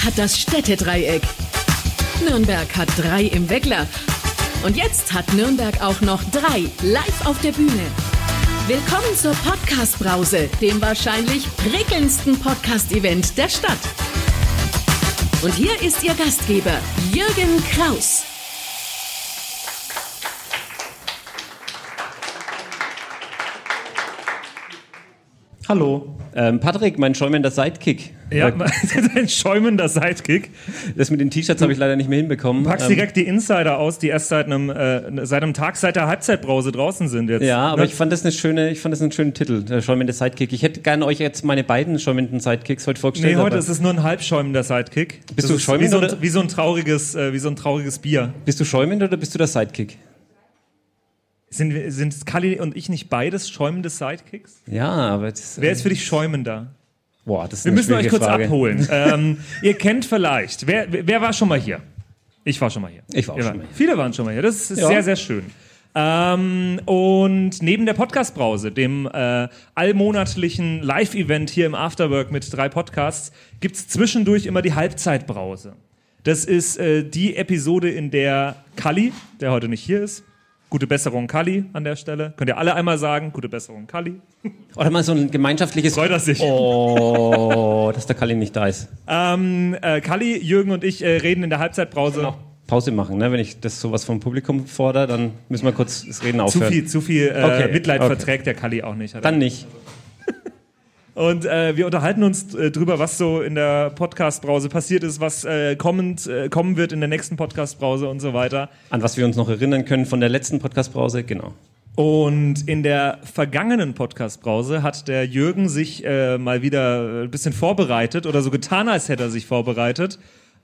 hat das Städtedreieck. Nürnberg hat 3 im Weckler. Und jetzt hat Nürnberg auch noch 3 live auf der Bühne. Willkommen zur Podcast-Brause, dem wahrscheinlich prickelndsten Podcast-Event der Stadt. Und hier ist Ihr Gastgeber, Jürgen Kraus. Hallo. Patrick, mein schäumender Sidekick. Ja, ein schäumender Sidekick. Das mit den T-Shirts habe ich leider nicht mehr hinbekommen. Du packst direkt die Insider aus, die erst seit einem Tag, seit der Halbzeitbrause draußen sind jetzt. Ja, aber ich fand das einen schönen Titel, der schäumende Sidekick. Ich hätte gerne euch jetzt meine beiden schäumenden Sidekicks heute vorgestellt. Nee, heute ist es nur ein halb schäumender Sidekick. Bist du schäumend oder? Wie so ein trauriges Bier. Bist du schäumend oder bist du der Sidekick? Sind Kalli und ich nicht beides schäumende Sidekicks? Ja, aber wer ist für dich schäumender? Boah, das ist Wir müssen euch kurz Frage. Abholen. Ihr kennt vielleicht, wer war schon mal hier? Ich war schon mal hier. Ich war auch schon mal hier. Viele waren schon mal hier. Das ist sehr, sehr schön. Und neben der Podcast-Brause, dem allmonatlichen Live-Event hier im Afterwork mit 3 Podcasts, gibt es zwischendurch immer die Halbzeitbrause. Das ist die Episode, in der Kalli, der heute nicht hier ist, gute Besserung, Kalli, an der Stelle. Könnt ihr alle einmal sagen, gute Besserung, Kalli. Oder mal so ein gemeinschaftliches... Freut er sich. Oh, dass der Kalli nicht da ist. Kalli, Jürgen und ich reden in der Halbzeitbrause. Noch Pause machen, ne? Wenn ich das sowas vom Publikum fordere, dann müssen wir kurz das Reden aufhören. Zu viel Mitleid verträgt der Kalli auch nicht. Dann nicht. Und wir unterhalten uns drüber, was so in der Podcast-Brause passiert ist, was kommen wird in der nächsten Podcast-Brause und so weiter. An was wir uns noch erinnern können von der letzten Podcast-Brause, genau. Und in der vergangenen Podcast-Brause hat der Jürgen sich mal wieder ein bisschen vorbereitet oder so getan, als hätte er sich vorbereitet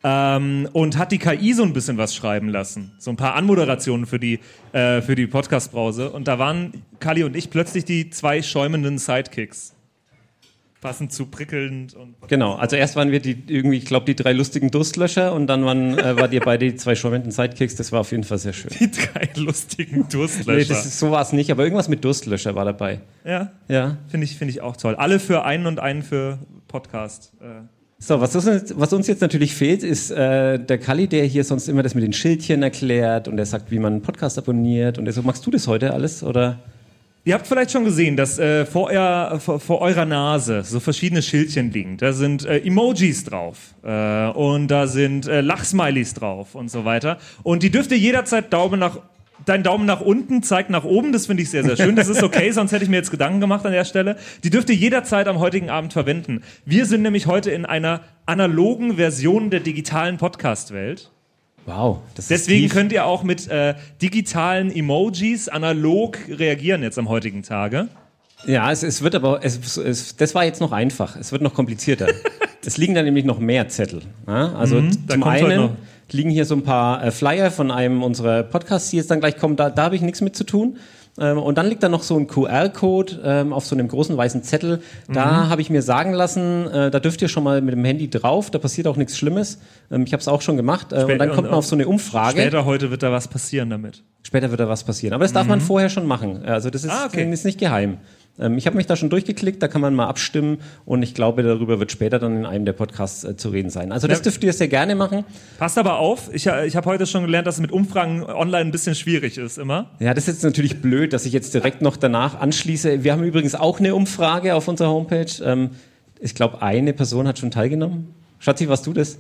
und hat die KI so ein bisschen was schreiben lassen. So ein paar Anmoderationen für die Podcast-Brause. Und da waren Kalli und ich plötzlich die 2 schäumenden Sidekicks. Passend zu prickelnd. Genau, also erst waren wir die 3 lustigen Durstlöscher und dann wart ihr beide die 2 schäumenden Sidekicks. Das war auf jeden Fall sehr schön. Die 3 lustigen Durstlöscher. Nee, so war es nicht, aber irgendwas mit Durstlöscher war dabei. Ja. Finde ich auch toll. Alle für einen und einen für Podcast. So, was uns jetzt natürlich fehlt, ist der Kalli, der hier sonst immer das mit den Schildchen erklärt und der sagt, wie man einen Podcast abonniert und so. Magst du das heute alles, oder? Ihr habt vielleicht schon gesehen, dass vor eurer Nase so verschiedene Schildchen liegen. Da sind Emojis drauf und da sind Lachsmilies drauf und so weiter. Und die dürft ihr jederzeit dein Daumen nach unten zeigt nach oben, das finde ich sehr, sehr schön. Das ist okay, sonst hätte ich mir jetzt Gedanken gemacht an der Stelle. Die dürft ihr jederzeit am heutigen Abend verwenden. Wir sind nämlich heute in einer analogen Version der digitalen Podcast-Welt. Wow, deswegen könnt ihr auch mit digitalen Emojis analog reagieren jetzt am heutigen Tage. Ja, es wird aber, das war jetzt noch einfach, es wird noch komplizierter. Es liegen da nämlich noch mehr Zettel. Ja? Also zum einen liegen hier so ein paar Flyer von einem unserer Podcasts, die jetzt dann gleich kommen, da habe ich nichts mit zu tun. Und dann liegt da noch so ein QR-Code auf so einem großen weißen Zettel. Da habe ich mir sagen lassen, da dürft ihr schon mal mit dem Handy drauf, da passiert auch nichts Schlimmes. Ich habe es auch schon gemacht. Und dann kommt man auf so eine Umfrage. Später heute wird da was passieren damit. Später wird da was passieren. Aber das darf man vorher schon machen. Also das ist, ist nicht geheim. Ich habe mich da schon durchgeklickt, da kann man mal abstimmen und ich glaube, darüber wird später dann in einem der Podcasts zu reden sein. Also das dürft ihr sehr gerne machen. Passt aber auf, ich habe heute schon gelernt, dass es mit Umfragen online ein bisschen schwierig ist immer. Ja, das ist jetzt natürlich blöd, dass ich jetzt direkt noch danach anschließe. Wir haben übrigens auch eine Umfrage auf unserer Homepage. Ich glaube, eine Person hat schon teilgenommen. Schatzi, warst du das?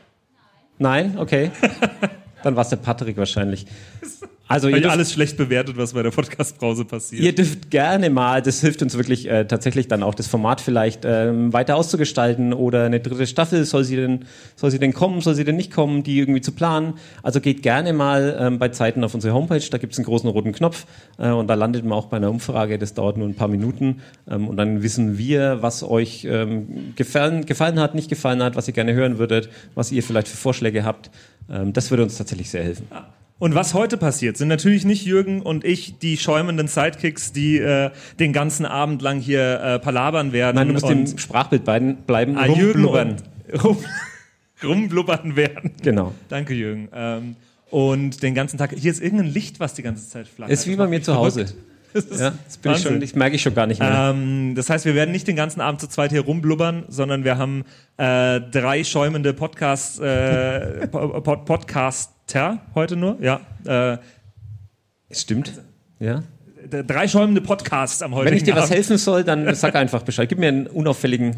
Nein? Okay. Dann war es der Patrick wahrscheinlich. Also ihr alles schlecht bewertet, was bei der Podcast-Brause passiert. Ihr dürft gerne mal, das hilft uns wirklich tatsächlich dann auch, das Format vielleicht weiter auszugestalten oder eine 3. Staffel, soll sie denn kommen, soll sie denn nicht kommen, die irgendwie zu planen. Also geht gerne mal bei Zeiten auf unsere Homepage, da gibt es einen großen roten Knopf und da landet man auch bei einer Umfrage, das dauert nur ein paar Minuten und dann wissen wir, was euch gefallen hat, nicht gefallen hat, was ihr gerne hören würdet, was ihr vielleicht für Vorschläge habt. Das würde uns tatsächlich sehr helfen. Ja. Und was heute passiert, sind natürlich nicht Jürgen und ich, die schäumenden Sidekicks, die den ganzen Abend lang hier palabern werden. Nein, du musst im Sprachbild bleiben, rumblubbern. Rumblubbern werden. Genau. Danke, Jürgen. Und den ganzen Tag, hier ist irgendein Licht, was die ganze Zeit flackert. Ist wie bei mir zu Hause. Das merke ich schon gar nicht mehr. Das heißt, wir werden nicht den ganzen Abend zu zweit hier rumblubbern, sondern wir haben 3 schäumende Podcaster heute nur. Ja. Stimmt. Ja. 3 schäumende Podcasts am heutigen Abend. Wenn ich dir was helfen soll, dann sag einfach Bescheid. Gib mir einen unauffälligen...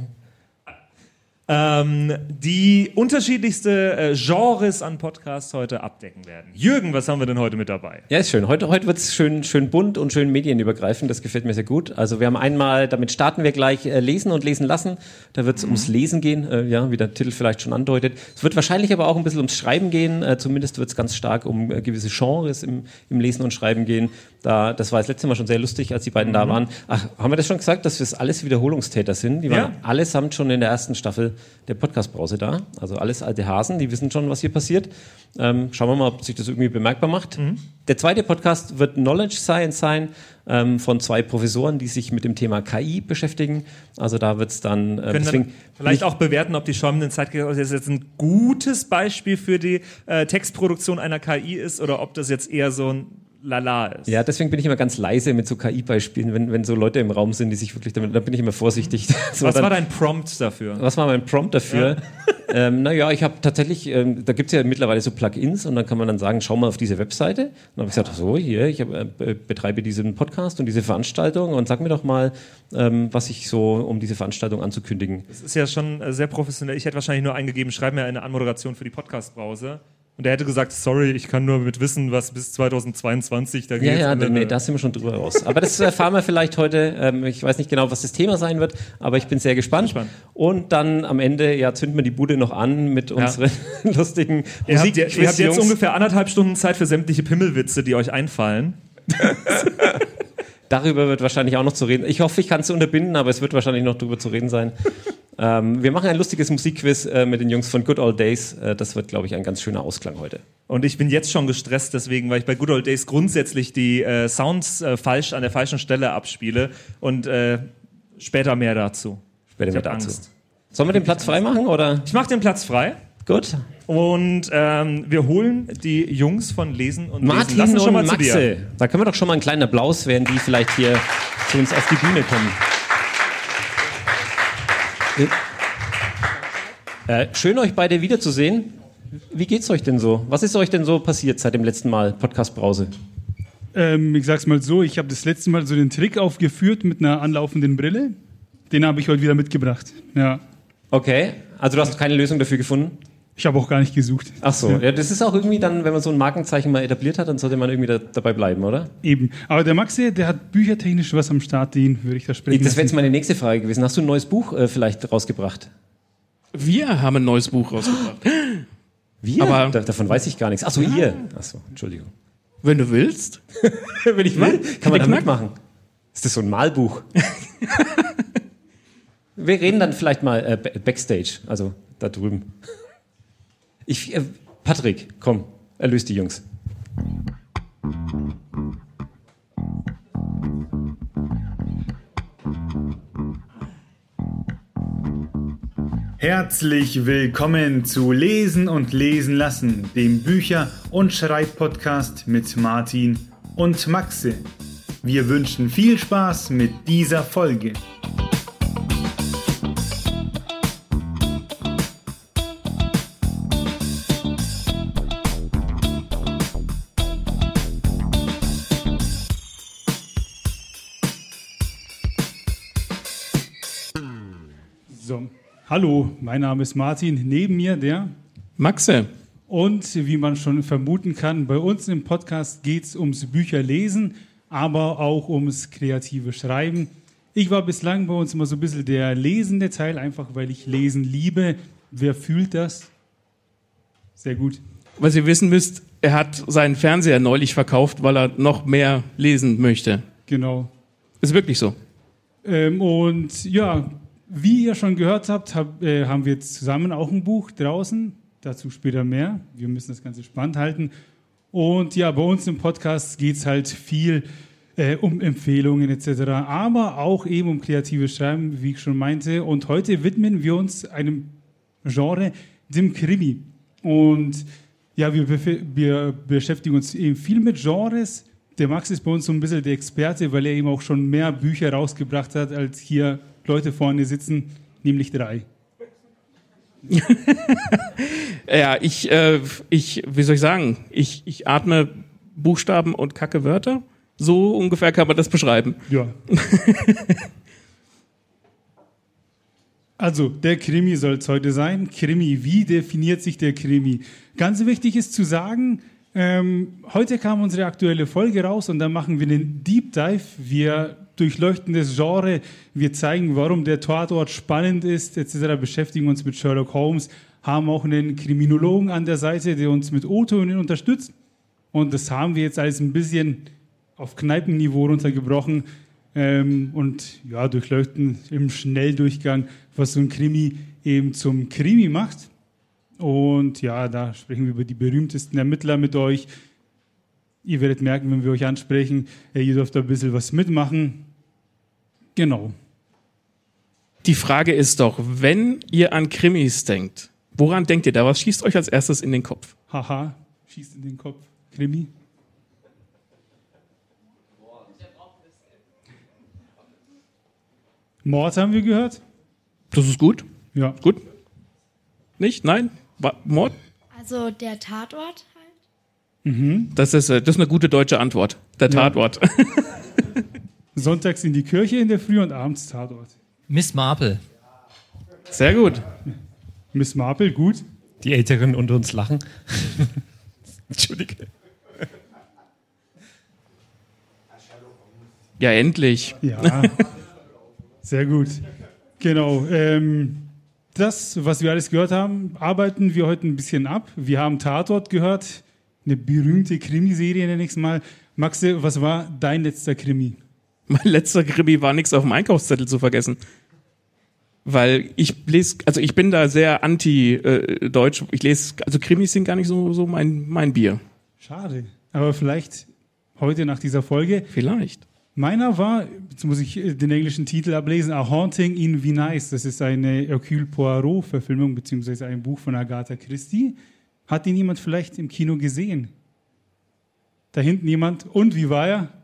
die unterschiedlichste Genres an Podcasts heute abdecken werden. Jürgen, was haben wir denn heute mit dabei? Ja, ist schön. Heute wird es schön bunt und schön medienübergreifend. Das gefällt mir sehr gut. Also wir haben einmal, damit starten wir gleich, Lesen und Lesen lassen. Da wird es ums Lesen gehen, wie der Titel vielleicht schon andeutet. Es wird wahrscheinlich aber auch ein bisschen ums Schreiben gehen. Zumindest wird es ganz stark um gewisse Genres im Lesen und Schreiben gehen. Das war das letzte Mal schon sehr lustig, als die beiden da waren. Ach, haben wir das schon gesagt, dass wir alles Wiederholungstäter sind? Die waren allesamt schon in der ersten Staffel der Podcast-Brause da. Also alles alte Hasen, die wissen schon, was hier passiert. Schauen wir mal, ob sich das irgendwie bemerkbar macht. Der zweite Podcast wird Knowledge Science sein, von 2 Professoren, die sich mit dem Thema KI beschäftigen. Also da wird es dann... dann vielleicht auch bewerten, ob die schäumenden Zeitgenossen jetzt ein gutes Beispiel für die Textproduktion einer KI ist oder ob das jetzt eher so ein Lala ist. Ja, deswegen bin ich immer ganz leise mit so KI-Beispielen, wenn so Leute im Raum sind, die sich wirklich damit, da bin ich immer vorsichtig. So, was war dein Prompt dafür? Was war mein Prompt dafür? Ja. Ich habe tatsächlich, da gibt es ja mittlerweile so Plugins und dann kann man dann sagen, schau mal auf diese Webseite. Und dann habe ich gesagt, so, hier, ich betreibe diesen Podcast und diese Veranstaltung und sag mir doch mal, was ich so, um diese Veranstaltung anzukündigen. Das ist ja schon sehr professionell. Ich hätte wahrscheinlich nur eingegeben, schreib mir eine Anmoderation für die Podcast-Brause. Und er hätte gesagt, sorry, ich kann nur mit wissen, was bis 2022 da geht. Ja, da sind wir schon drüber raus. Aber das erfahren wir vielleicht heute. Ich weiß nicht genau, was das Thema sein wird, aber ich bin sehr gespannt. Und dann am Ende, zünden wir die Bude noch an mit unseren lustigen Musik. Ihr habt jetzt ungefähr 1,5 Stunden Zeit für sämtliche Pimmelwitze, die euch einfallen. Darüber wird wahrscheinlich auch noch zu reden. Ich hoffe, ich kann es unterbinden, aber es wird wahrscheinlich noch drüber zu reden sein. Wir machen ein lustiges Musikquiz mit den Jungs von Good Old Days. Das wird, glaube ich, ein ganz schöner Ausklang heute. Und ich bin jetzt schon gestresst deswegen, weil ich bei Good Old Days grundsätzlich die Sounds an der falschen Stelle abspiele. Und später mehr dazu. Angst. Sollen wir den Platz frei machen, oder? Ich mache den Platz frei. Gut. Und wir holen die Jungs von Lesen und Martin Lesen. Lassen schon mal Maxe. Zu dir. Da können wir doch schon mal einen kleinen Applaus, während die vielleicht hier zu uns auf die Bühne kommen. Schön, euch beide wiederzusehen. Wie geht's euch denn so? Was ist euch denn so passiert seit dem letzten Mal Podcast-Brause? Ich sag's mal so, ich habe das letzte Mal so den Trick aufgeführt mit einer anlaufenden Brille. Den habe ich heute wieder mitgebracht. Ja. Okay, also du hast keine Lösung dafür gefunden? Ich habe auch gar nicht gesucht. Ach so, ja, das ist auch irgendwie dann, wenn man so ein Markenzeichen mal etabliert hat, dann sollte man irgendwie dabei bleiben, oder? Eben. Aber der Maxi, der hat büchertechnisch was am Start, den würde ich da sprechen. Das wäre jetzt meine nächste Frage gewesen. Hast du ein neues Buch vielleicht rausgebracht? Wir haben ein neues Buch rausgebracht. Wir? Aber davon weiß ich gar nichts. Ach so, ihr. Ach so, Entschuldigung. Wenn du willst. Wenn ich will, kann man da mitmachen. Ist das so ein Malbuch? Wir reden dann vielleicht mal Backstage, also da drüben. Patrick, komm, erlöst die Jungs. Herzlich willkommen zu Lesen und Lesen lassen, dem Bücher- und Schreibpodcast mit Martin und Maxe. Wir wünschen viel Spaß mit dieser Folge. So, hallo, mein Name ist Martin, neben mir der Maxe. Und wie man schon vermuten kann, bei uns im Podcast geht es ums Bücherlesen, aber auch ums kreative Schreiben. Ich war bislang bei uns immer so ein bisschen der lesende Teil, einfach weil ich Lesen liebe. Wer fühlt das? Sehr gut. Was ihr wissen müsst, er hat seinen Fernseher neulich verkauft, weil er noch mehr lesen möchte. Genau. Ist wirklich so. Und ja, wie ihr schon gehört habt, haben wir jetzt zusammen auch ein Buch draußen. Dazu später mehr. Wir müssen das Ganze spannend halten. Und ja, bei uns im Podcast geht es halt viel um Empfehlungen etc., aber auch eben um kreatives Schreiben, wie ich schon meinte. Und heute widmen wir uns einem Genre, dem Krimi. Und ja, wir beschäftigen uns eben viel mit Genres, Der Max ist bei uns so ein bisschen der Experte, weil er eben auch schon mehr Bücher rausgebracht hat, als hier Leute vorne sitzen, nämlich 3. Ja, wie soll ich sagen, ich atme Buchstaben und kacke Wörter. So ungefähr kann man das beschreiben. Ja. Also, der Krimi soll es heute sein. Krimi, wie definiert sich der Krimi? Ganz wichtig ist zu sagen, heute kam unsere aktuelle Folge raus und dann machen wir einen Deep Dive. Wir durchleuchten das Genre, wir zeigen, warum der Tatort spannend ist, etc., beschäftigen uns mit Sherlock Holmes, haben auch einen Kriminologen an der Seite, der uns mit O-Tönen unterstützt. Und das haben wir jetzt alles ein bisschen auf Kneipenniveau runtergebrochen und ja, durchleuchten im Schnelldurchgang, was so ein Krimi eben zum Krimi macht. Und ja, da sprechen wir über die berühmtesten Ermittler mit euch. Ihr werdet merken, wenn wir euch ansprechen, ihr dürft da ein bisschen was mitmachen. Genau. Die Frage ist doch, wenn ihr an Krimis denkt, woran denkt ihr da? Was schießt euch als erstes in den Kopf? Haha, schießt in den Kopf. Krimi. Mord haben wir gehört. Das ist gut. Ja. Gut. Nicht? Nein? Mord? Also der Tatort halt. Das ist eine gute deutsche Antwort. Der Tatort. Sonntags in die Kirche in der Früh und abends Tatort. Miss Marple. Sehr gut. Miss Marple, gut. Die Älteren unter uns lachen. Entschuldige. Ja, endlich. Ja, sehr gut. Genau. Das, was wir alles gehört haben, arbeiten wir heute ein bisschen ab. Wir haben Tatort gehört, eine berühmte Krimiserie nenne ich es mal. Maxe, was war dein letzter Krimi? Mein letzter Krimi war nichts auf dem Einkaufszettel zu vergessen. Weil ich bin da sehr anti-deutsch. Also Krimis sind gar nicht so mein Bier. Schade. Aber vielleicht heute nach dieser Folge. Vielleicht. Meiner war, jetzt muss ich den englischen Titel ablesen, A Haunting in Venice. Das ist eine Hercule Poirot-Verfilmung, beziehungsweise ein Buch von Agatha Christie. Hat ihn jemand vielleicht im Kino gesehen? Da hinten jemand. Und wie war er?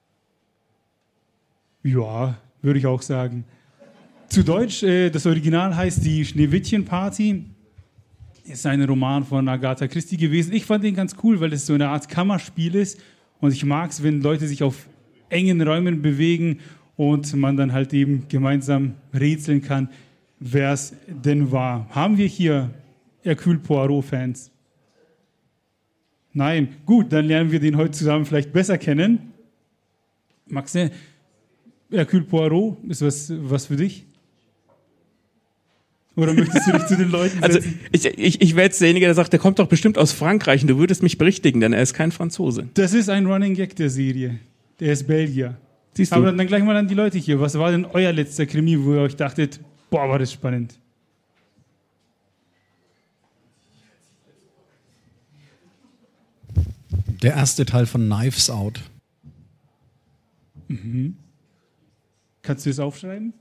Ja, würde ich auch sagen. Zu Deutsch, das Original heißt Die Schneewittchen-Party. Ist ein Roman von Agatha Christie gewesen. Ich fand den ganz cool, weil es so eine Art Kammerspiel ist. Und ich mag es, wenn Leute sich auf engen Räumen bewegen und man dann halt eben gemeinsam rätseln kann, wer es denn war. Haben wir hier Hercule Poirot-Fans? Nein. Gut, dann lernen wir den heute zusammen vielleicht besser kennen. Maxe, Hercule Poirot, ist was für dich? Oder möchtest du dich zu den Leuten setzen? Also ich wäre jetzt derjenige, der sagt, der kommt doch bestimmt aus Frankreich und du würdest mich berichtigen, denn er ist kein Franzose. Das ist ein Running Gag der Serie. Der ist Belgier. Siehst du? Aber dann gleich mal an die Leute hier. Was war denn euer letzter Krimi, wo ihr euch dachtet, boah, war das spannend? Der erste Teil von Knives Out. Kannst du das aufschreiben?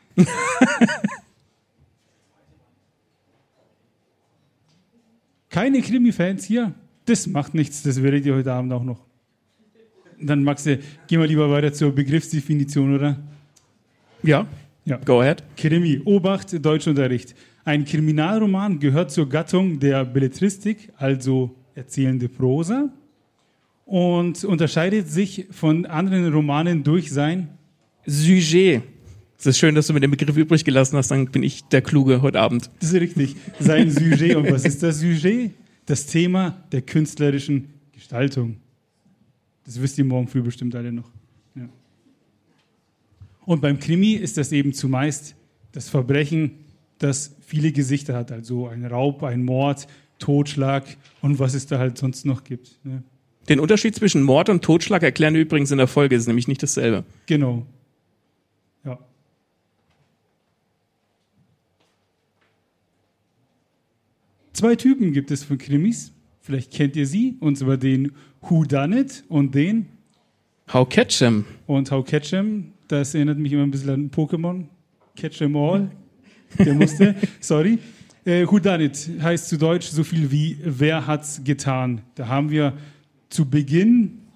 Keine Krimi-Fans hier? Das macht nichts, das werdet ihr heute Abend auch noch. Dann, Maxe, gehen wir lieber weiter zur Begriffsdefinition, oder? Ja, go ahead. Krimi, Obacht, Deutschunterricht. Ein Kriminalroman gehört zur Gattung der Belletristik, also erzählende Prosa, und unterscheidet sich von anderen Romanen durch sein Sujet. Es ist schön, dass du mir den Begriff übrig gelassen hast, dann bin ich der Kluge heute Abend. Das ist richtig. Sein Sujet. Und was ist das Sujet? Das Thema der künstlerischen Gestaltung. Das wisst ihr morgen früh bestimmt alle noch. Ja. Und beim Krimi ist das eben zumeist das Verbrechen, das viele Gesichter hat. Also ein Raub, ein Mord, Totschlag und was es da halt sonst noch gibt. Ne? Den Unterschied zwischen Mord und Totschlag erklären wir übrigens in der Folge, ist nämlich nicht dasselbe. Genau. Ja. Zwei Typen gibt es von Krimis. Vielleicht kennt ihr sie, und zwar den Whodunit und den How Catch 'em. Und How Catch 'em, das erinnert mich immer ein bisschen an Pokémon. Catch 'em all. Der musste, sorry. Whodunit heißt zu Deutsch so viel wie Wer hat's getan? Da haben wir zu Beginn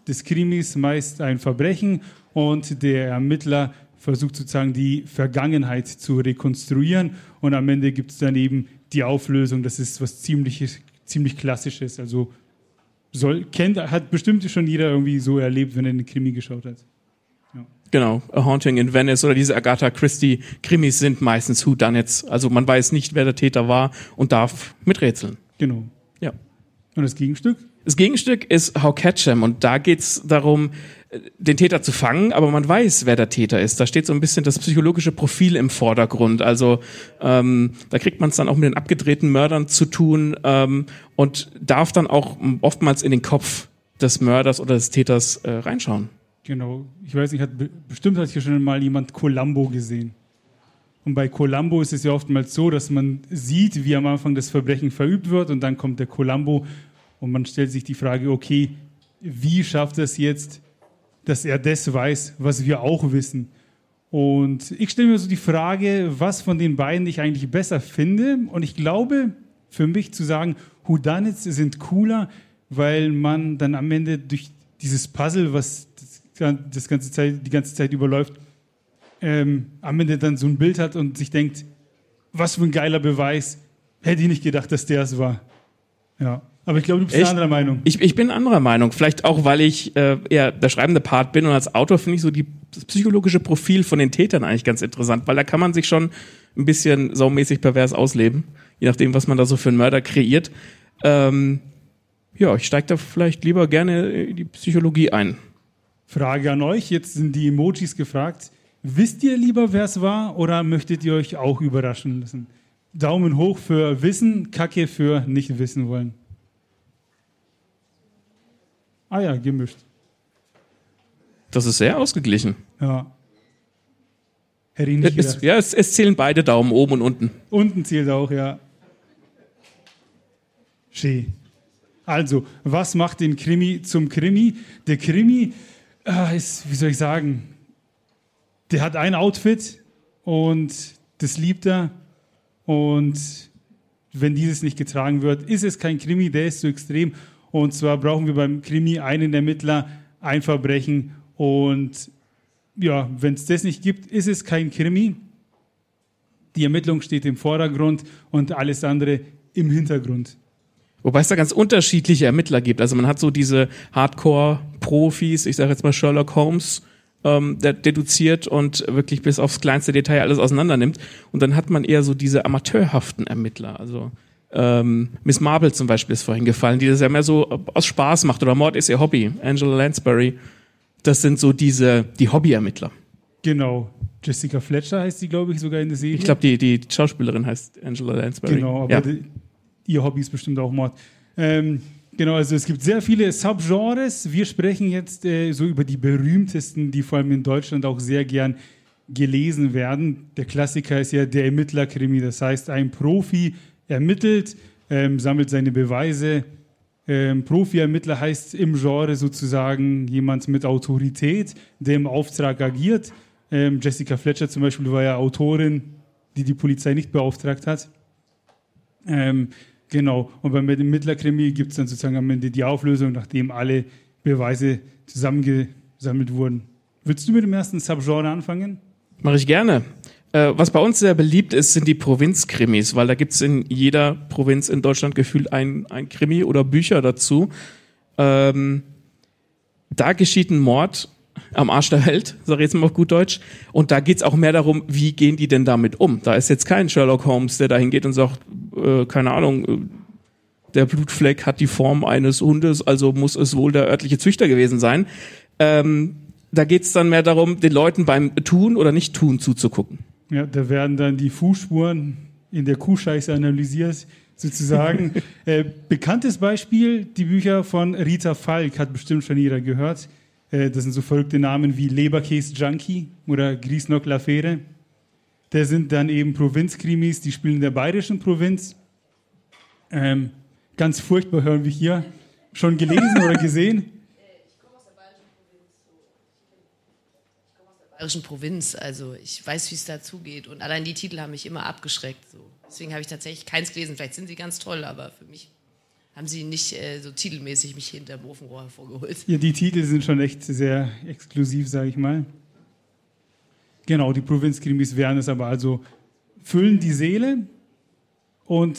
des Krimis meist ein Verbrechen und der Ermittler versucht sozusagen die Vergangenheit zu rekonstruieren und am Ende gibt es dann eben die Auflösung. Das ist was ziemlich Klassisches. Also hat bestimmt schon jeder irgendwie so erlebt, wenn er einen Krimi geschaut hat. Ja. Genau, A Haunting in Venice oder diese Agatha Christie Krimis sind meistens Whodunits. Also man weiß nicht, wer der Täter war und darf miträtseln. Genau. Ja. Und das Gegenstück? Das Gegenstück ist How Catch 'Em und da geht's darum, den Täter zu fangen, aber man weiß, wer der Täter ist. Da steht so ein bisschen das psychologische Profil im Vordergrund. Also da kriegt man es dann auch mit den abgedrehten Mördern zu tun und darf dann auch oftmals in den Kopf des Mörders oder des Täters reinschauen. Genau. Ich weiß nicht, bestimmt hat hier schon mal jemand Columbo gesehen. Und bei Columbo ist es ja oftmals so, dass man sieht, wie am Anfang das Verbrechen verübt wird und dann kommt der Columbo und man stellt sich die Frage, okay, wie schafft es jetzt, dass er das weiß, was wir auch wissen? Und ich stelle mir so die Frage, was von den beiden ich eigentlich besser finde. Und ich glaube, für mich zu sagen, Whodunits sind cooler, weil man dann am Ende durch dieses Puzzle, was die ganze Zeit überläuft, am Ende dann so ein Bild hat und sich denkt, was für ein geiler Beweis, hätte ich nicht gedacht, dass der es war. Ja. Aber ich glaube, du bist eine andere Meinung. Ich bin anderer Meinung. Vielleicht auch, weil ich eher der schreibende Part bin und als Autor finde ich so das psychologische Profil von den Tätern eigentlich ganz interessant, weil da kann man sich schon ein bisschen saumäßig pervers ausleben, je nachdem, was man da so für einen Mörder kreiert. Ich steige da vielleicht lieber gerne in die Psychologie ein. Frage an euch, jetzt sind die Emojis gefragt. Wisst ihr lieber, wer es war oder möchtet ihr euch auch überraschen lassen? Daumen hoch für Wissen, Kacke für nicht wissen wollen. Ah ja, gemischt. Das ist sehr ausgeglichen. Ja. Hätte ich nicht gedacht. Es zählen beide Daumen oben und unten. Unten zählt auch, ja. Schön. Also, was macht den Krimi zum Krimi? Der Krimi ist, wie soll ich sagen, der hat ein Outfit und das liebt er. Und wenn dieses nicht getragen wird, ist es kein Krimi, der ist zu extrem. Und zwar brauchen wir beim Krimi einen Ermittler, ein Verbrechen. Und ja, wenn es das nicht gibt, ist es kein Krimi. Die Ermittlung steht im Vordergrund und alles andere im Hintergrund. Wobei es da ganz unterschiedliche Ermittler gibt. Also man hat so diese Hardcore-Profis, ich sage jetzt mal Sherlock Holmes, der deduziert und wirklich bis aufs kleinste Detail alles auseinander nimmt. Und dann hat man eher so diese amateurhaften Ermittler. Also Miss Marple zum Beispiel ist vorhin gefallen, die das ja mehr so aus Spaß macht oder Mord ist ihr Hobby. Angela Lansbury, das sind so die Hobbyermittler. Genau. Jessica Fletcher heißt sie, glaube ich, sogar in der Serie. Ich glaube, die Schauspielerin heißt Angela Lansbury. Genau, aber ihr Hobby ist bestimmt auch Mord. Genau, also es gibt sehr viele Subgenres. Wir sprechen jetzt so über die berühmtesten, die vor allem in Deutschland auch sehr gern gelesen werden. Der Klassiker ist ja der Ermittlerkrimi. Das heißt, ein Profi ermittelt, sammelt seine Beweise. Profi-Ermittler heißt im Genre sozusagen jemand mit Autorität, der im Auftrag agiert. Jessica Fletcher zum Beispiel war ja Autorin, die Polizei nicht beauftragt hat. Genau, und beim Ermittlerkrimi gibt es dann sozusagen am Ende die Auflösung, nachdem alle Beweise zusammengesammelt wurden. Würdest du mit dem ersten Subgenre anfangen? Mache ich gerne. Was bei uns sehr beliebt ist, sind die Provinzkrimis, weil da gibt es in jeder Provinz in Deutschland gefühlt ein Krimi oder Bücher dazu. Da geschieht ein Mord am Arsch der Welt, sage ich jetzt mal auf gut Deutsch. Und da geht's auch mehr darum, wie gehen die denn damit um? Da ist jetzt kein Sherlock Holmes, der da hingeht und sagt, keine Ahnung, der Blutfleck hat die Form eines Hundes, also muss es wohl der örtliche Züchter gewesen sein. Da geht's dann mehr darum, den Leuten beim Tun oder Nicht-Tun zuzugucken. Ja, da werden dann die Fußspuren in der Kuhscheiße analysiert, sozusagen. Bekanntes Beispiel, die Bücher von Rita Falk, hat bestimmt schon jeder gehört. Das sind so verrückte Namen wie Leberkäse-Junkie oder Griesnock-Lafere. Das sind dann eben Provinzkrimis, die spielen in der bayerischen Provinz. Ganz furchtbar hören wir hier. Schon gelesen oder gesehen? Ich komme aus der bayerischen Provinz. Also ich weiß, wie es dazugeht. Und allein die Titel haben mich immer abgeschreckt. So. Deswegen habe ich tatsächlich keins gelesen. Vielleicht sind sie ganz toll, aber für mich haben sie nicht so titelmäßig mich hinterm Ofenrohr hervorgeholt. Ja, die Titel sind schon echt sehr exklusiv, sage ich mal. Genau, die Provinzkrimis wären es aber also, füllen die Seele und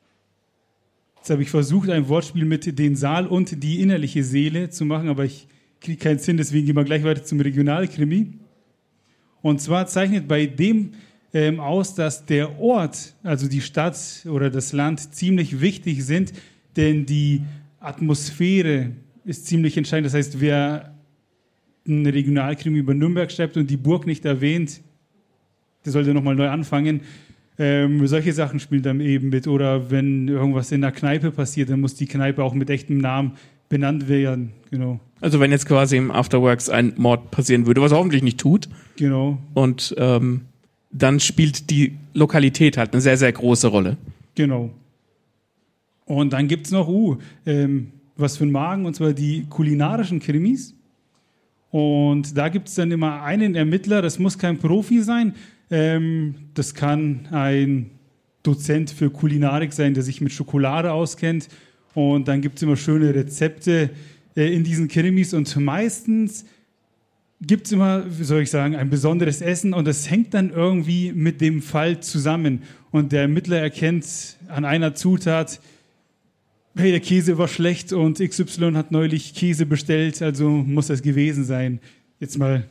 jetzt habe ich versucht, ein Wortspiel mit den Saal und die innerliche Seele zu machen, aber ich kriege keinen Sinn, deswegen gehen wir gleich weiter zum Regionalkrimi. Und zwar zeichnet bei dem aus, dass der Ort, also die Stadt oder das Land ziemlich wichtig sind, denn die Atmosphäre ist ziemlich entscheidend. Das heißt, wer einen Regionalkrimi über Nürnberg schreibt und die Burg nicht erwähnt, der sollte nochmal neu anfangen. Solche Sachen spielen dann eben mit. Oder wenn irgendwas in der Kneipe passiert, dann muss die Kneipe auch mit echtem Namen benannt werden. Genau. Also wenn jetzt quasi im Afterworks ein Mord passieren würde, was er hoffentlich nicht tut. Genau. Und dann spielt die Lokalität halt eine sehr, sehr große Rolle. Genau. Und dann gibt es noch, was für ein Magen, und zwar die kulinarischen Krimis. Und da gibt es dann immer einen Ermittler, das muss kein Profi sein, das kann ein Dozent für Kulinarik sein, der sich mit Schokolade auskennt. Und dann gibt es immer schöne Rezepte in diesen Krimis und meistens gibt es immer, wie soll ich sagen, ein besonderes Essen und das hängt dann irgendwie mit dem Fall zusammen. Und der Ermittler erkennt an einer Zutat, hey, der Käse war schlecht und XY hat neulich Käse bestellt, also muss das gewesen sein. Jetzt mal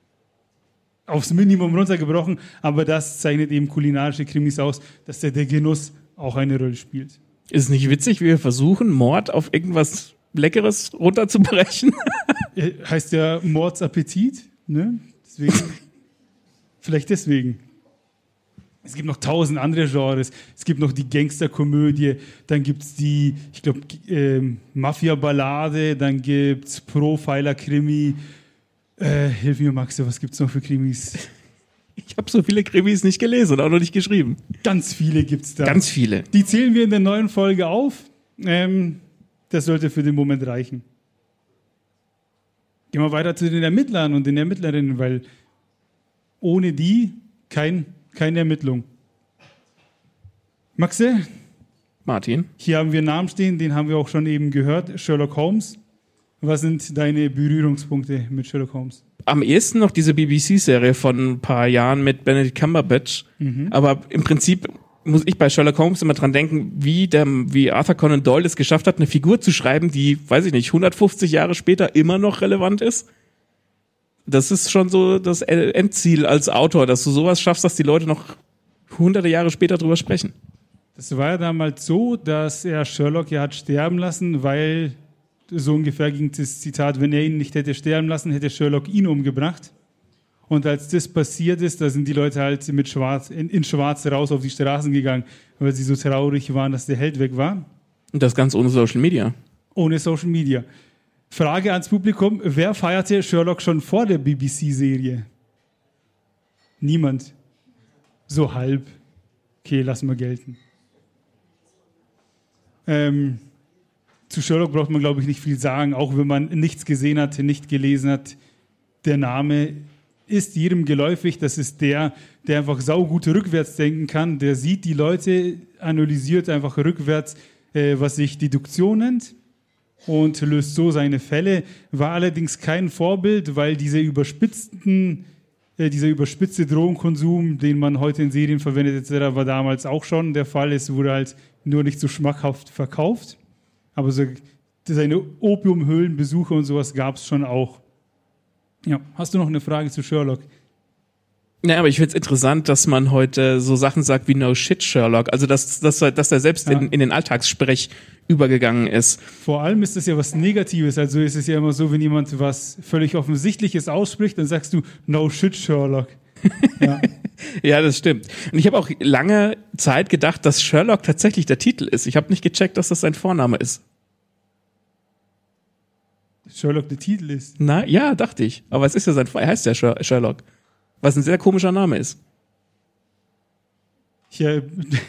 aufs Minimum runtergebrochen, aber das zeichnet eben kulinarische Krimis aus, dass der Genuss auch eine Rolle spielt. Ist es nicht witzig, wie wir versuchen, Mord auf irgendwas Leckeres runterzubrechen? Heißt ja Mordsappetit, ne? Deswegen, vielleicht deswegen. Es gibt noch 1000 andere Genres. Es gibt noch die Gangsterkomödie, dann gibt es die, ich glaube, Mafia-Ballade, dann gibt es Profiler-Krimi. Hilf mir, Max, was gibt es noch für Krimis? Ich habe so viele Krimis nicht gelesen und auch noch nicht geschrieben. Ganz viele gibt es da. Ganz viele. Die zählen wir in der neuen Folge auf. Das sollte für den Moment reichen. Gehen wir weiter zu den Ermittlern und den Ermittlerinnen, weil ohne die keine Ermittlung. Maxe? Martin? Hier haben wir einen Namen stehen, den haben wir auch schon eben gehört, Sherlock Holmes. Was sind deine Berührungspunkte mit Sherlock Holmes? Am ehesten noch diese BBC-Serie von ein paar Jahren mit Benedict Cumberbatch. Aber im Prinzip muss ich bei Sherlock Holmes immer dran denken, wie Arthur Conan Doyle es geschafft hat, eine Figur zu schreiben, die, weiß ich nicht, 150 Jahre später immer noch relevant ist. Das ist schon so das Endziel als Autor, dass du sowas schaffst, dass die Leute noch hunderte Jahre später drüber sprechen. Das war ja damals so, dass er Sherlock ja hat sterben lassen, weil so ungefähr ging das Zitat, wenn er ihn nicht hätte sterben lassen, hätte Sherlock ihn umgebracht. Und als das passiert ist, da sind die Leute halt mit in Schwarz raus auf die Straßen gegangen, weil sie so traurig waren, dass der Held weg war. Und das ganz ohne Social Media. Ohne Social Media. Frage ans Publikum, wer feierte Sherlock schon vor der BBC-Serie? Niemand. So halb. Okay, lassen wir gelten. Zu Sherlock braucht man, glaube ich, nicht viel sagen, auch wenn man nichts gesehen hat, nicht gelesen hat. Der Name ist jedem geläufig, das ist der einfach saugut rückwärts denken kann, der sieht die Leute, analysiert einfach rückwärts, was sich Deduktion nennt und löst so seine Fälle, war allerdings kein Vorbild, weil dieser überspitzte Drogenkonsum, den man heute in Serien verwendet etc., war damals auch schon der Fall, es wurde halt nur nicht so schmackhaft verkauft, aber so seine Opiumhöhlenbesuche und sowas gab es schon auch. Ja, hast du noch eine Frage zu Sherlock? Ja, aber ich finde es interessant, dass man heute so Sachen sagt wie No Shit Sherlock, also dass er selbst in den Alltagssprech übergegangen ist. Vor allem ist das ja was Negatives, also ist es ja immer so, wenn jemand was völlig Offensichtliches ausspricht, dann sagst du No Shit Sherlock. Ja. Ja, das stimmt. Und ich habe auch lange Zeit gedacht, dass Sherlock tatsächlich der Titel ist. Ich habe nicht gecheckt, dass das sein Vorname ist. Sherlock der Titel ist? Na, ja, dachte ich. Aber es ist ja er heißt ja Sherlock. Was ein sehr komischer Name ist. Ja,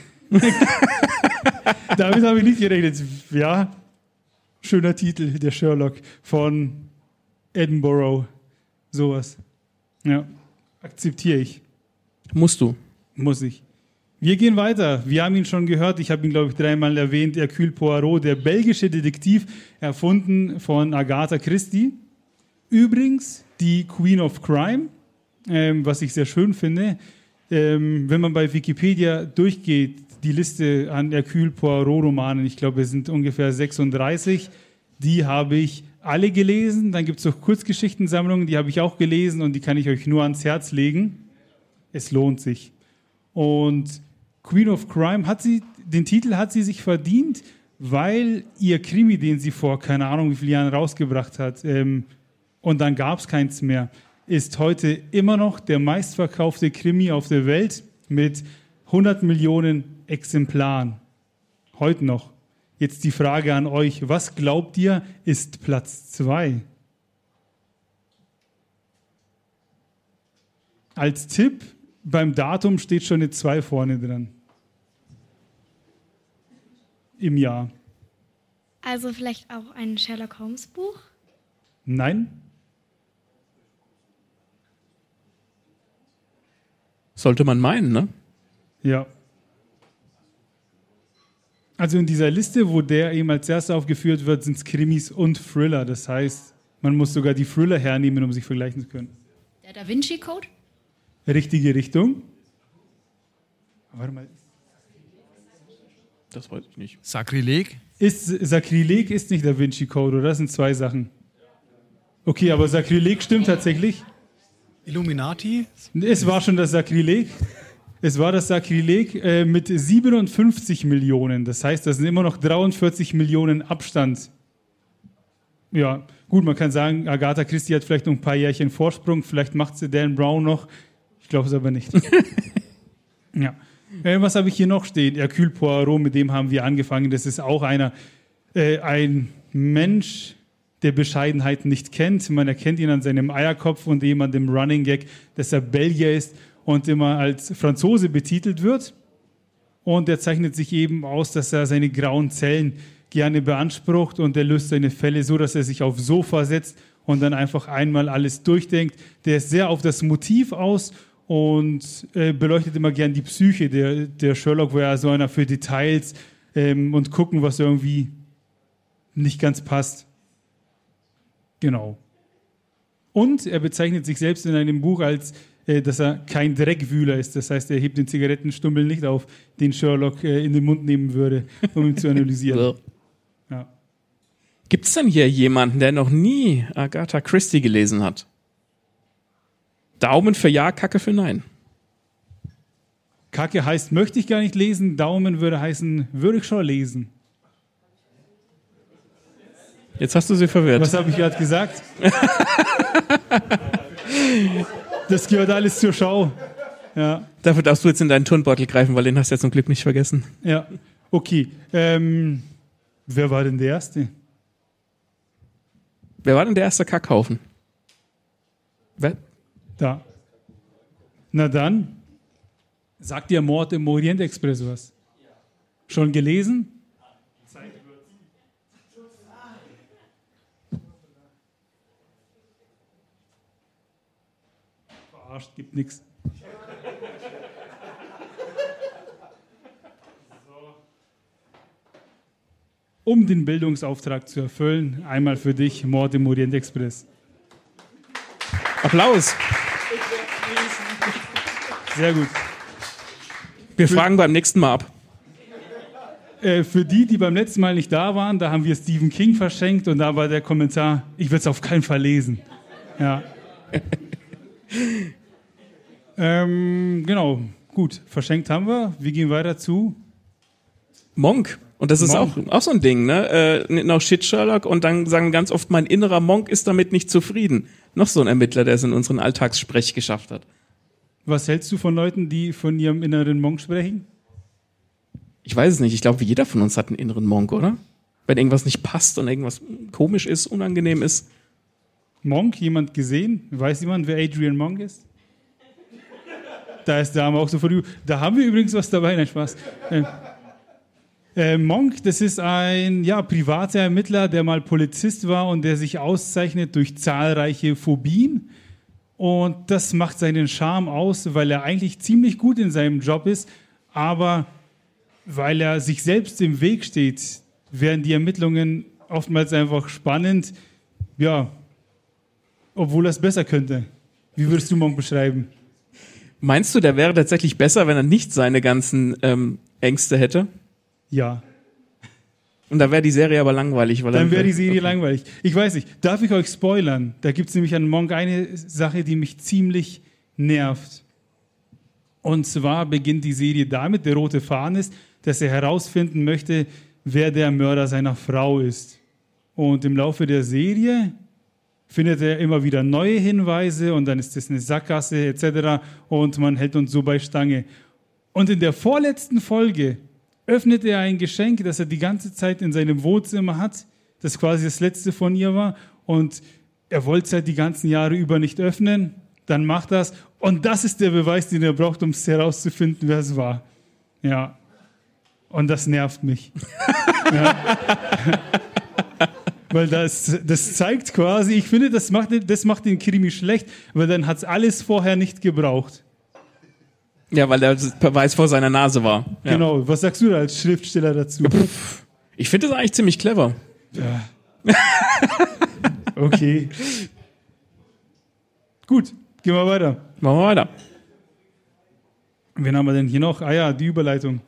damit habe ich nicht gerechnet. Ja, schöner Titel, der Sherlock von Edinburgh. Sowas. Ja, akzeptiere ich. Musst du. Muss ich. Wir gehen weiter. Wir haben ihn schon gehört. Ich habe ihn, glaube ich, 3-mal erwähnt. Hercule Poirot, der belgische Detektiv, erfunden von Agatha Christie. Übrigens die Queen of Crime, was ich sehr schön finde. Wenn man bei Wikipedia durchgeht, die Liste an Hercule Poirot-Romanen, ich glaube, es sind ungefähr 36, die habe ich alle gelesen. Dann gibt es noch Kurzgeschichtensammlungen, die habe ich auch gelesen und die kann ich euch nur ans Herz legen. Es lohnt sich. Und Queen of Crime, den Titel hat sie sich verdient, weil ihr Krimi, den sie vor keine Ahnung wie vielen Jahren rausgebracht hat, und dann gab es keins mehr, ist heute immer noch der meistverkaufte Krimi auf der Welt mit 100 Millionen Exemplaren. Heute noch. Jetzt die Frage an euch, was glaubt ihr, ist Platz 2? Als Tipp, beim Datum steht schon eine 2 vorne dran. Im Jahr. Also vielleicht auch ein Sherlock Holmes Buch? Nein? Sollte man meinen, ne? Ja. Also in dieser Liste, wo der eben als erster aufgeführt wird, sind es Krimis und Thriller. Das heißt, man muss sogar die Thriller hernehmen, um sich vergleichen zu können. Der Da Vinci Code? Richtige Richtung. Warte mal. Das weiß ich nicht. Sakrileg? Sakrileg ist nicht Da Vinci Code, oder? Das sind 2 Sachen. Okay, aber Sakrileg stimmt tatsächlich. Illuminati? Es war schon das Sakrileg. Es war das Sakrileg mit 57 Millionen. Das heißt, das sind immer noch 43 Millionen Abstand. Ja, gut, man kann sagen, Agatha Christie hat vielleicht noch ein paar Jährchen Vorsprung. Vielleicht macht sie Dan Brown noch. Ich glaube es aber nicht. Ja. Was habe ich hier noch stehen? Hercule Poirot, mit dem haben wir angefangen. Das ist auch ein Mensch, der Bescheidenheit nicht kennt. Man erkennt ihn an seinem Eierkopf und eben an dem Running Gag, dass er Belgier ist und immer als Franzose betitelt wird. Und er zeichnet sich eben aus, dass er seine grauen Zellen gerne beansprucht und er löst seine Fälle so, dass er sich aufs Sofa setzt und dann einfach einmal alles durchdenkt. Der ist sehr auf das Motiv aus und beleuchtet immer gern die Psyche der Sherlock, wo er so einer für Details und gucken, was irgendwie nicht ganz passt. Genau. Und er bezeichnet sich selbst in einem Buch als, dass er kein Dreckwühler ist. Das heißt, er hebt den Zigarettenstummel nicht auf, den Sherlock in den Mund nehmen würde, um ihn zu analysieren. Ja. Gibt es denn hier jemanden, der noch nie Agatha Christie gelesen hat? Daumen für Ja, Kacke für Nein. Kacke heißt, möchte ich gar nicht lesen. Daumen würde heißen, würde ich schon lesen. Jetzt hast du sie verwirrt. Was habe ich gerade gesagt? Das gehört alles zur Schau. Ja. Dafür darfst du jetzt in deinen Turnbeutel greifen, weil den hast du ja zum Glück nicht vergessen. Ja, okay. Wer war denn der Erste? Wer war denn der erste Kackhaufen? Wer? Da. Na dann, sagt dir Mord im Orient Express was? Schon gelesen? Verarscht, gibt nichts. Um den Bildungsauftrag zu erfüllen, einmal für dich, Mord im Orient Express. Applaus. Sehr gut. Wir fragen beim nächsten Mal ab. Für die beim letzten Mal nicht da waren, da haben wir Stephen King verschenkt und da war der Kommentar, ich würde es auf keinen Fall lesen. Ja. Genau, gut, verschenkt haben wir. Wir gehen weiter zu Monk. Und das ist auch so ein Ding, ne? Noch Shit Sherlock und dann sagen ganz oft, mein innerer Monk ist damit nicht zufrieden. Noch so ein Ermittler, der es in unseren Alltagssprech geschafft hat. Was hältst du von Leuten, die von ihrem inneren Monk sprechen? Ich weiß es nicht. Ich glaube, jeder von uns hat einen inneren Monk, oder? Wenn irgendwas nicht passt und irgendwas komisch ist, unangenehm ist. Monk, jemand gesehen? Weiß jemand, wer Adrian Monk ist? Da ist Dame auch so vor. Da haben wir übrigens was dabei. Nein, Spaß. Monk, das ist ein privater Ermittler, der mal Polizist war und der sich auszeichnet durch zahlreiche Phobien. Und das macht seinen Charme aus, weil er eigentlich ziemlich gut in seinem Job ist, aber weil er sich selbst im Weg steht, werden die Ermittlungen oftmals einfach spannend, ja, obwohl er es besser könnte. Wie würdest du Monk beschreiben? Meinst du, der wäre tatsächlich besser, wenn er nicht seine ganzen Ängste hätte? Ja. Und da wäre die Serie aber langweilig. Weil dann wäre die Serie langweilig. Ich weiß nicht, darf ich euch spoilern? Da gibt es nämlich an Monk eine Sache, die mich ziemlich nervt. Und zwar beginnt die Serie damit, der rote Faden ist, dass er herausfinden möchte, wer der Mörder seiner Frau ist. Und im Laufe der Serie findet er immer wieder neue Hinweise und dann ist das eine Sackgasse etc. und man hält uns so bei Stange. Und in der vorletzten Folge öffnet er ein Geschenk, das er die ganze Zeit in seinem Wohnzimmer hat, das quasi das letzte von ihr war und er wollte es halt die ganzen Jahre über nicht öffnen, dann macht er es und das ist der Beweis, den er braucht, um es herauszufinden, wer es war. Ja. Und das nervt mich. Ja. Weil das zeigt quasi, ich finde, das macht den Krimi schlecht, weil dann hat es alles vorher nicht gebraucht. Ja, weil der Beweis vor seiner Nase war. Ja. Genau, was sagst du da als Schriftsteller dazu? Ich finde das eigentlich ziemlich clever. Ja. Okay. Gut, gehen wir weiter. Machen wir weiter. Wen haben wir denn hier noch? Ah ja, die Überleitung.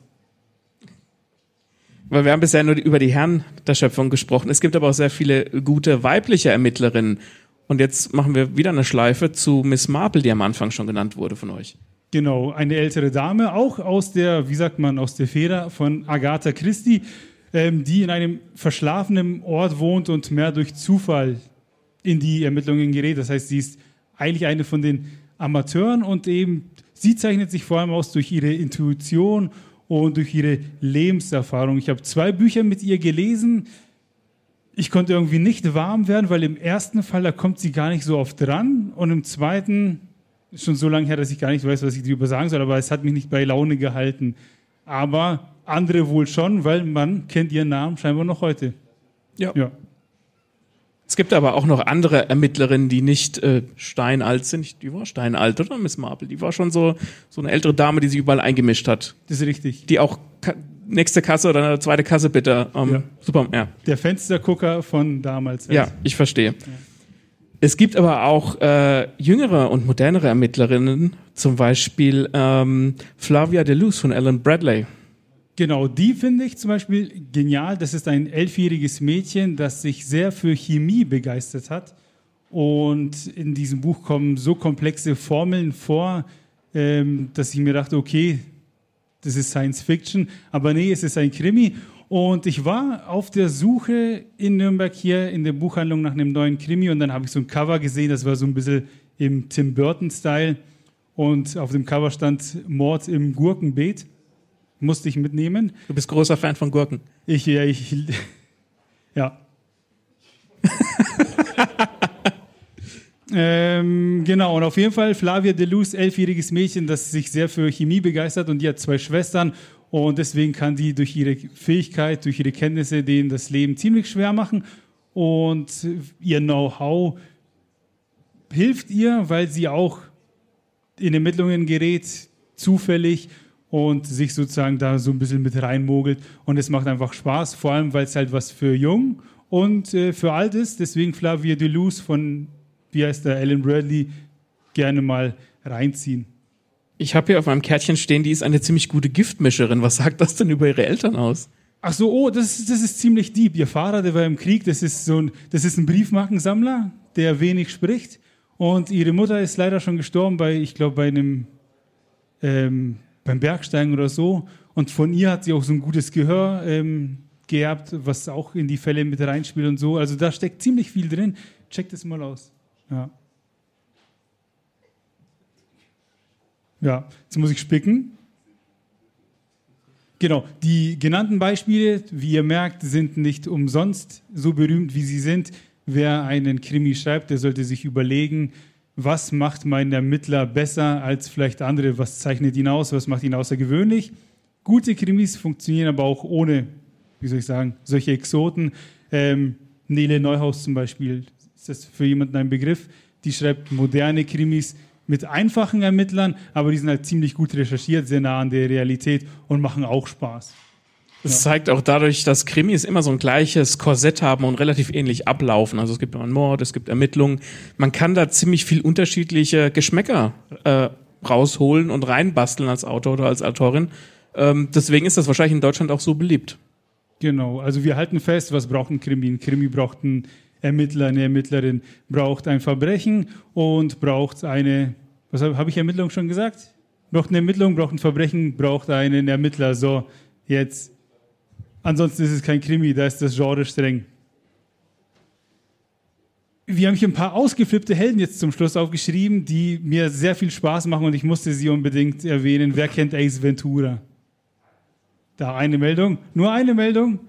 Weil wir haben bisher nur über die Herren der Schöpfung gesprochen. Es gibt aber auch sehr viele gute weibliche Ermittlerinnen. Und jetzt machen wir wieder eine Schleife zu Miss Marple, die am Anfang schon genannt wurde von euch. Genau, eine ältere Dame, auch aus der, wie sagt man, aus der Feder von Agatha Christie, die in einem verschlafenen Ort wohnt und mehr durch Zufall in die Ermittlungen gerät. Das heißt, sie ist eigentlich eine von den Amateuren und eben, sie zeichnet sich vor allem aus durch ihre Intuition und durch ihre Lebenserfahrung. Ich habe 2 Bücher mit ihr gelesen. Ich konnte irgendwie nicht warm werden, weil im ersten Fall, da kommt sie gar nicht so oft dran. Und im zweiten, ist schon so lange her, dass ich gar nicht weiß, was ich darüber sagen soll, aber es hat mich nicht bei Laune gehalten. Aber andere wohl schon, weil man kennt ihren Namen scheinbar noch heute. Ja. Ja. Es gibt aber auch noch andere Ermittlerinnen, die nicht steinalt sind. Die war steinalt, oder, Miss Marple? Die war schon so eine ältere Dame, die sich überall eingemischt hat. Das ist richtig. Die auch nächste Kasse oder eine zweite Kasse bitte. Ja. Super, ja. Der Fenstergucker von damals. Ja, ich verstehe. Ja. Es gibt aber auch jüngere und modernere Ermittlerinnen, zum Beispiel Flavia de Luz von Alan Bradley. Genau, die finde ich zum Beispiel genial. Das ist ein 11-jähriges Mädchen, das sich sehr für Chemie begeistert hat. Und in diesem Buch kommen so komplexe Formeln vor, dass ich mir dachte, okay, das ist Science Fiction. Aber nee, es ist ein Krimi. Und ich war auf der Suche in Nürnberg hier in der Buchhandlung nach einem neuen Krimi. Und dann habe ich so ein Cover gesehen, das war so ein bisschen im Tim Burton-Style. Und auf dem Cover stand Mord im Gurkenbeet. Musste ich mitnehmen. Du bist großer Fan von Gurken. Ja. Genau, und auf jeden Fall Flavia de Luz, 11-jähriges Mädchen, das sich sehr für Chemie begeistert und die hat 2 Schwestern und deswegen kann die durch ihre Fähigkeit, durch ihre Kenntnisse denen das Leben ziemlich schwer machen und ihr Know-how hilft ihr, weil sie auch in Ermittlungen gerät, zufällig, und sich sozusagen da so ein bisschen mit reinmogelt. Und es macht einfach Spaß, vor allem, weil es halt was für jung und für alt ist. Deswegen Flavia de Luz von, wie heißt der, Alan Bradley, gerne mal reinziehen. Ich habe hier auf meinem Kärtchen stehen, die ist eine ziemlich gute Giftmischerin. Was sagt das denn über ihre Eltern aus? Ach so, oh, das ist ziemlich deep. Ihr Vater, der war im Krieg, das ist ein Briefmarkensammler, der wenig spricht. Und ihre Mutter ist leider schon gestorben beim Bergsteigen oder so. Und von ihr hat sie auch so ein gutes Gehör geerbt, was auch in die Fälle mit reinspielt und so. Also da steckt ziemlich viel drin. Checkt es mal aus. Ja. Ja, jetzt muss ich spicken. Genau, die genannten Beispiele, wie ihr merkt, sind nicht umsonst so berühmt, wie sie sind. Wer einen Krimi schreibt, der sollte sich überlegen, was macht mein Ermittler besser als vielleicht andere? Was zeichnet ihn aus? Was macht ihn außergewöhnlich? Gute Krimis funktionieren aber auch ohne, solche Exoten. Nele Neuhaus zum Beispiel, ist das für jemanden ein Begriff? Die schreibt moderne Krimis mit einfachen Ermittlern, aber die sind halt ziemlich gut recherchiert, sehr nah an der Realität und machen auch Spaß. Das zeigt auch dadurch, dass Krimis immer so ein gleiches Korsett haben und relativ ähnlich ablaufen. Also es gibt einen Mord, es gibt Ermittlungen. Man kann da ziemlich viel unterschiedliche Geschmäcker rausholen und reinbasteln als Autor oder als Autorin. Deswegen ist das wahrscheinlich in Deutschland auch so beliebt. Genau, also wir halten fest, was braucht ein Krimi? Ein Krimi braucht einen Ermittler, eine Ermittlerin, braucht ein Verbrechen und braucht eine, was habe ich Ermittlung schon gesagt? Braucht eine Ermittlung, braucht ein Verbrechen, braucht einen Ermittler. So, jetzt. Ansonsten ist es kein Krimi, da ist das Genre streng. Wir haben hier ein paar ausgeflippte Helden jetzt zum Schluss aufgeschrieben, die mir sehr viel Spaß machen und ich musste sie unbedingt erwähnen. Wer kennt Ace Ventura? Da eine Meldung. Nur eine Meldung?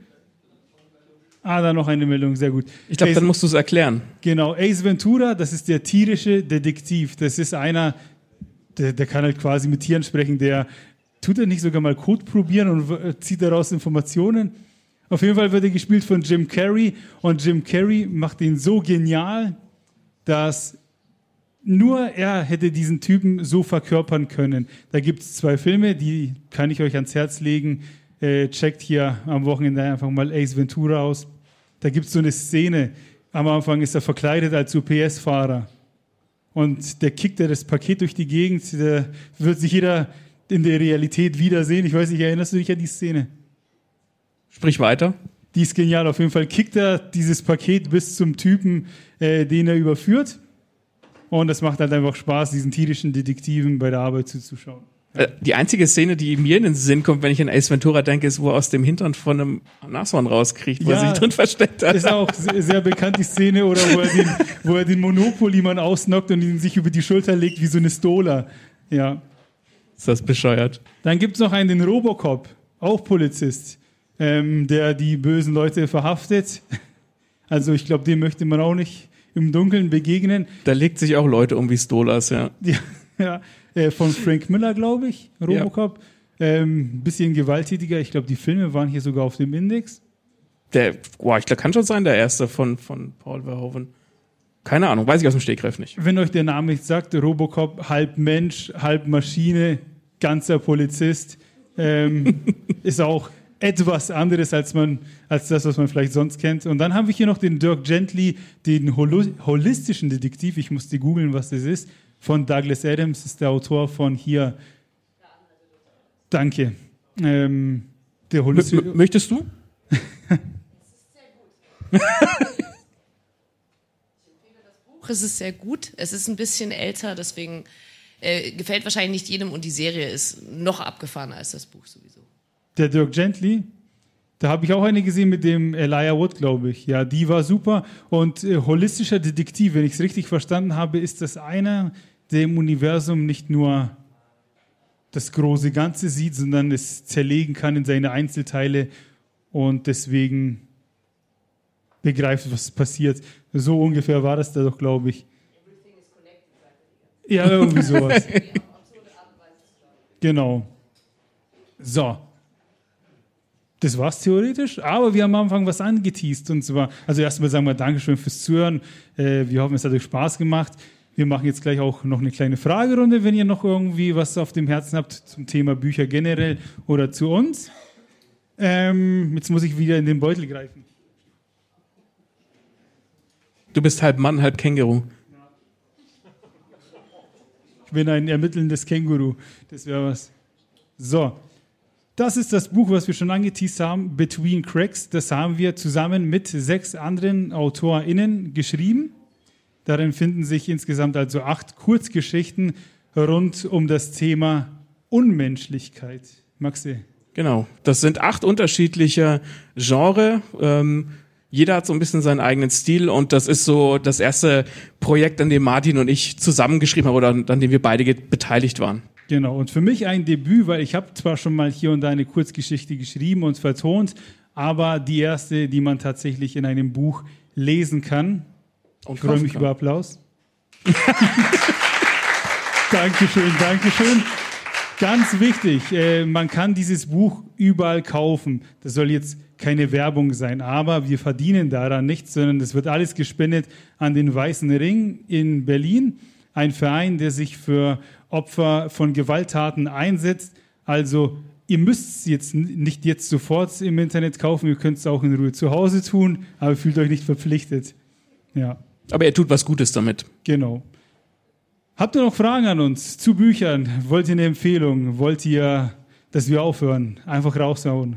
Da noch eine Meldung, sehr gut. Ich glaube, dann musst du es erklären. Genau, Ace Ventura, das ist der tierische Detektiv. Das ist einer, der kann halt quasi mit Tieren sprechen, tut er nicht sogar mal Code probieren und zieht daraus Informationen? Auf jeden Fall wird er gespielt von Jim Carrey und Jim Carrey macht ihn so genial, dass nur er hätte diesen Typen so verkörpern können. Da gibt es 2 Filme, die kann ich euch ans Herz legen. Checkt hier am Wochenende einfach mal Ace Ventura aus. Da gibt es so eine Szene, am Anfang ist er verkleidet als UPS-Fahrer und der kickt das Paket durch die Gegend, da wird sich jeder in der Realität wiedersehen. Ich weiß nicht, erinnerst du dich an die Szene? Sprich weiter. Die ist genial. Auf jeden Fall kickt er dieses Paket bis zum Typen, den er überführt. Und es macht halt einfach Spaß, diesen tierischen Detektiven bei der Arbeit zuzuschauen. Die einzige Szene, die mir in den Sinn kommt, wenn ich an Ace Ventura denke, ist, wo er aus dem Hintern von einem Nashorn rauskriegt, wo er sich drin versteckt hat. Ist auch sehr bekannt, die Szene, oder wo er den Monopoly-Mann ausnockt und ihn sich über die Schulter legt wie so eine Stola. Ja. Ist das bescheuert? Dann gibt es noch einen, den Robocop, auch Polizist, der die bösen Leute verhaftet. Also ich glaube, dem möchte man auch nicht im Dunkeln begegnen. Da legt sich auch Leute um wie Stolas, ja. Ja, von Frank Miller, glaube ich, Robocop. Ja. Bisschen gewalttätiger. Ich glaube, die Filme waren hier sogar auf dem Index. Ich glaube, kann schon sein, der erste von Paul Verhoeven. Keine Ahnung, weiß ich aus dem Stegreif nicht. Wenn euch der Name nicht sagt, Robocop, halb Mensch, halb Maschine, ganzer Polizist, ist auch etwas anderes als das, was man vielleicht sonst kennt. Und dann haben wir hier noch den Dirk Gently, den holistischen Detektiv, ich musste googeln, was das ist, von Douglas Adams, ist der Autor von hier. Danke. Möchtest du? Es ist sehr gut. Es ist ein bisschen älter, deswegen gefällt wahrscheinlich nicht jedem und die Serie ist noch abgefahrener als das Buch sowieso. Der Dirk Gently, da habe ich auch eine gesehen mit dem Elijah Wood, glaube ich. Ja, die war super. Und holistischer Detektiv, wenn ich es richtig verstanden habe, ist das einer, der im Universum nicht nur das große Ganze sieht, sondern es zerlegen kann in seine Einzelteile und deswegen begreift, was passiert. So ungefähr war das da doch, glaube ich. Ja, irgendwie sowas. Genau. So. Das war's theoretisch, aber wir haben am Anfang was angeteast. Und zwar, also erstmal sagen wir Dankeschön fürs Zuhören. Wir hoffen, es hat euch Spaß gemacht. Wir machen jetzt gleich auch noch eine kleine Fragerunde, wenn ihr noch irgendwie was auf dem Herzen habt zum Thema Bücher generell oder zu uns. Jetzt muss ich wieder in den Beutel greifen. Du bist halb Mann, halb Känguru. Ich bin ein ermittelndes Känguru. Das wäre was. So. Das ist das Buch, was wir schon angeteast haben, Between Cracks. Das haben wir zusammen mit 6 anderen AutorInnen geschrieben. Darin finden sich insgesamt also 8 Kurzgeschichten rund um das Thema Unmenschlichkeit. Maxi? Genau, das sind 8 unterschiedliche Genre. Jeder hat so ein bisschen seinen eigenen Stil und das ist so das erste Projekt, an dem Martin und ich zusammengeschrieben haben oder an dem wir beide beteiligt waren. Genau, und für mich ein Debüt, weil ich habe zwar schon mal hier und da eine Kurzgeschichte geschrieben und vertont, aber die erste, die man tatsächlich in einem Buch lesen kann. Ich freue mich über Applaus. Dankeschön, Dankeschön. Ganz wichtig, man kann dieses Buch überall kaufen. Das soll jetzt keine Werbung sein, aber wir verdienen daran nichts, sondern das wird alles gespendet an den Weißen Ring in Berlin. ein Verein, der sich für Opfer von Gewalttaten einsetzt. Also ihr müsst es jetzt nicht jetzt sofort im Internet kaufen, ihr könnt es auch in Ruhe zu Hause tun, aber fühlt euch nicht verpflichtet. Ja. Aber er tut was Gutes damit. Genau. Habt ihr noch Fragen an uns zu Büchern? Wollt ihr eine Empfehlung? Wollt ihr, dass wir aufhören? Einfach raushauen.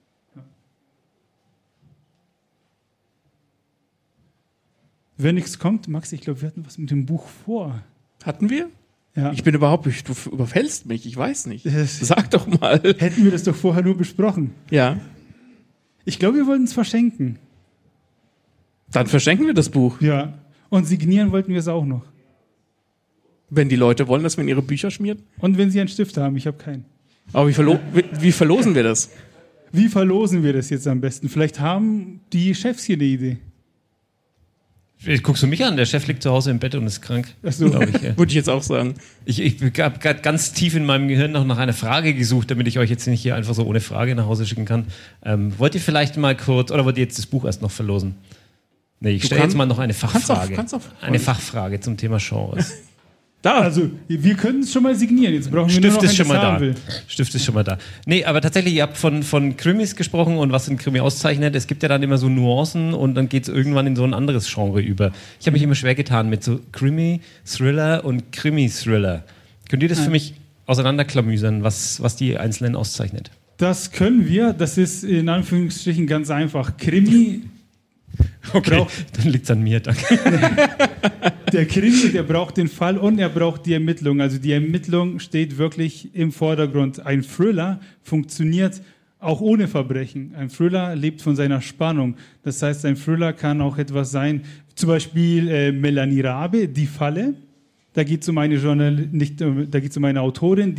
Wenn nichts kommt, Max, ich glaube, wir hatten was mit dem Buch vor. Hatten wir? Ja. Ich bin überhaupt nicht, du überfällst mich, ich weiß nicht. Sag doch mal. Hätten wir das doch vorher nur besprochen. Ja. Ich glaube, wir wollten es verschenken. Dann verschenken wir das Buch. Ja. Und signieren wollten wir es auch noch. Wenn die Leute wollen, dass wir in ihre Bücher schmieren. Und wenn sie einen Stift haben, ich habe keinen. Aber wie verlosen wir das? Wie verlosen wir das jetzt am besten? Vielleicht haben die Chefs hier eine Idee. Guckst du mich an? Der Chef liegt zu Hause im Bett und ist krank. Ach so. Glaube ich, ja. Würde ich jetzt auch sagen. Ich habe gerade ganz tief in meinem Gehirn noch nach einer Frage gesucht, damit ich euch jetzt nicht hier einfach so ohne Frage nach Hause schicken kann. Wollt ihr vielleicht mal kurz, oder wollt ihr jetzt das Buch erst noch verlosen? Nee, ich stelle jetzt mal noch eine Fachfrage. Eine Fachfrage zum Thema Genres. Da. Also, wir können es schon mal signieren. Jetzt brauchen wir Stift nur noch ist schon mal da. will. Stift ist schon mal da. Nee, aber tatsächlich, ihr habt von Krimis gesprochen und was ein Krimi auszeichnet. Es gibt ja dann immer so Nuancen und dann geht es irgendwann in so ein anderes Genre über. Ich habe mich immer schwer getan mit so Krimi, Thriller und Krimi-Thriller. Könnt ihr das für mich auseinanderklamüsern, was die Einzelnen auszeichnet? Das können wir. Das ist in Anführungsstrichen ganz einfach. Krimi. Okay, dann liegt es an mir, danke. Der Krimi, der braucht den Fall und er braucht die Ermittlung. Also die Ermittlung steht wirklich im Vordergrund. Ein Thriller funktioniert auch ohne Verbrechen. Ein Thriller lebt von seiner Spannung. Das heißt, ein Thriller kann auch etwas sein, zum Beispiel Melanie Rabe, Die Falle. Da geht es um eine da geht es um eine Autorin,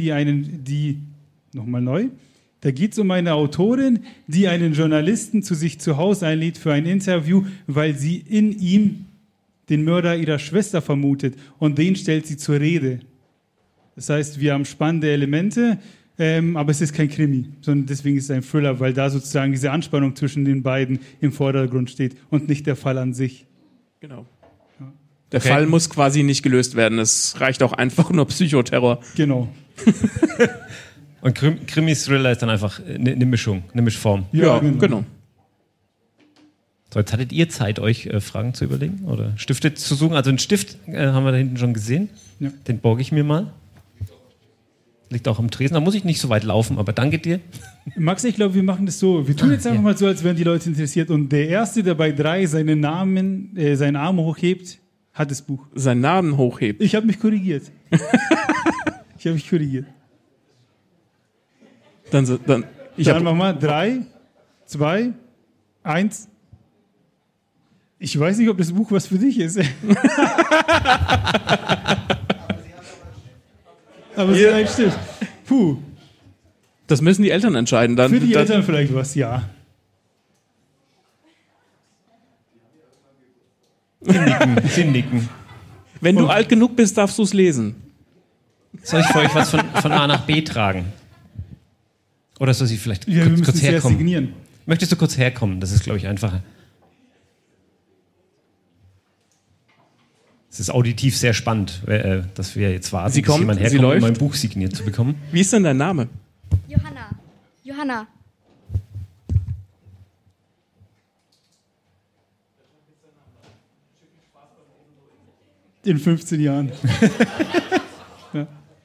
Da geht es um eine Autorin, die einen Journalisten zu sich zu Hause einlädt für ein Interview, weil sie in ihm den Mörder ihrer Schwester vermutet und den stellt sie zur Rede. Das heißt, wir haben spannende Elemente, aber es ist kein Krimi, sondern deswegen ist es ein Thriller, weil da sozusagen diese Anspannung zwischen den beiden im Vordergrund steht und nicht der Fall an sich. Genau. Der Fall muss quasi nicht gelöst werden, es reicht auch einfach nur Psychoterror. Genau. Und Krimi-Thriller ist dann einfach eine Mischung, eine Mischform. Ja, genau. So, jetzt hattet ihr Zeit, euch Fragen zu überlegen oder Stifte zu suchen. Also einen Stift haben wir da hinten schon gesehen. Ja. Den borge ich mir mal. Liegt auch am Tresen. Da muss ich nicht so weit laufen, aber danke dir. Max, ich glaube, wir machen das so. Wir tun jetzt einfach mal so, als wären die Leute interessiert. Und der Erste, der bei 3 seinen Arm hochhebt, hat das Buch. Seinen Namen hochhebt? Ich habe mich korrigiert. Dann machen wir 3, 2, 1. Ich weiß nicht, ob das Buch was für dich ist. Aber es ist ein Stift. Puh. Das müssen die Eltern entscheiden. Dann, für die Eltern vielleicht was, ja. Sie nicken. Wenn du alt genug bist, darfst du es lesen. Soll ich für euch was von A nach B tragen? Oder soll sie vielleicht kurz herkommen? Signieren. Möchtest du kurz herkommen? Das ist, glaube ich, einfacher. Es ist auditiv sehr spannend, dass wir jetzt warten, bis jemand herkommt, um mein Buch signiert zu bekommen. Wie ist denn dein Name? Johanna. In 15 Jahren. Ja.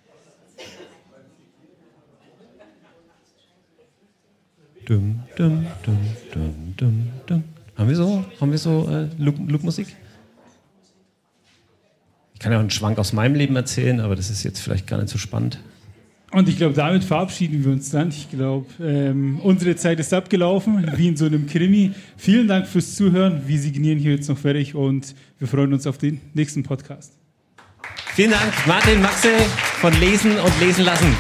Dum, dum, dum, dum, dum, dum. Haben wir so Loop-Musik? Ich kann ja auch einen Schwank aus meinem Leben erzählen, aber das ist jetzt vielleicht gar nicht so spannend. Und ich glaube, damit verabschieden wir uns dann. Ich glaube, unsere Zeit ist abgelaufen, wie in so einem Krimi. Vielen Dank fürs Zuhören. Wir signieren hier jetzt noch fertig und wir freuen uns auf den nächsten Podcast. Vielen Dank, Martin Maxe von Lesen und Lesen lassen.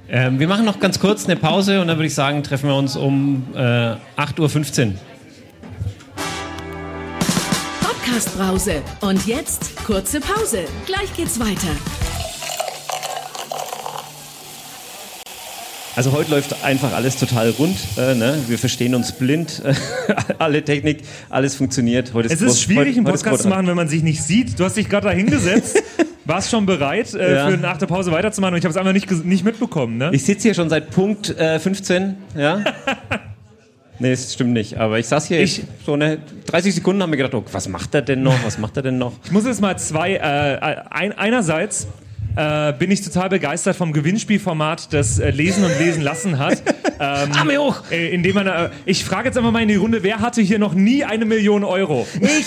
Wir machen noch ganz kurz eine Pause und dann würde ich sagen, treffen wir uns um 8.15 Uhr. Podcast-Brause. Und jetzt kurze Pause. Gleich geht's weiter. Also heute läuft einfach alles total rund. Ne? Wir verstehen uns blind. Alle Technik, alles funktioniert. Heute es ist schwierig, einen Podcast zu machen, wenn man sich nicht sieht. Du hast dich gerade da hingesetzt, warst schon bereit, für nach der Pause weiterzumachen und ich habe es einfach nicht mitbekommen. Ne? Ich sitze hier schon seit Punkt 15. Ja? Nee, das stimmt nicht. Aber ich saß hier so 30 Sekunden, haben mir gedacht, oh, was macht er denn noch? Ich muss jetzt mal einerseits bin ich total begeistert vom Gewinnspielformat, das Lesen und Lesen lassen hat. Arme hoch! Indem man, ich frage jetzt einfach mal in die Runde, wer hatte hier noch nie 1 Million Euro? Ich!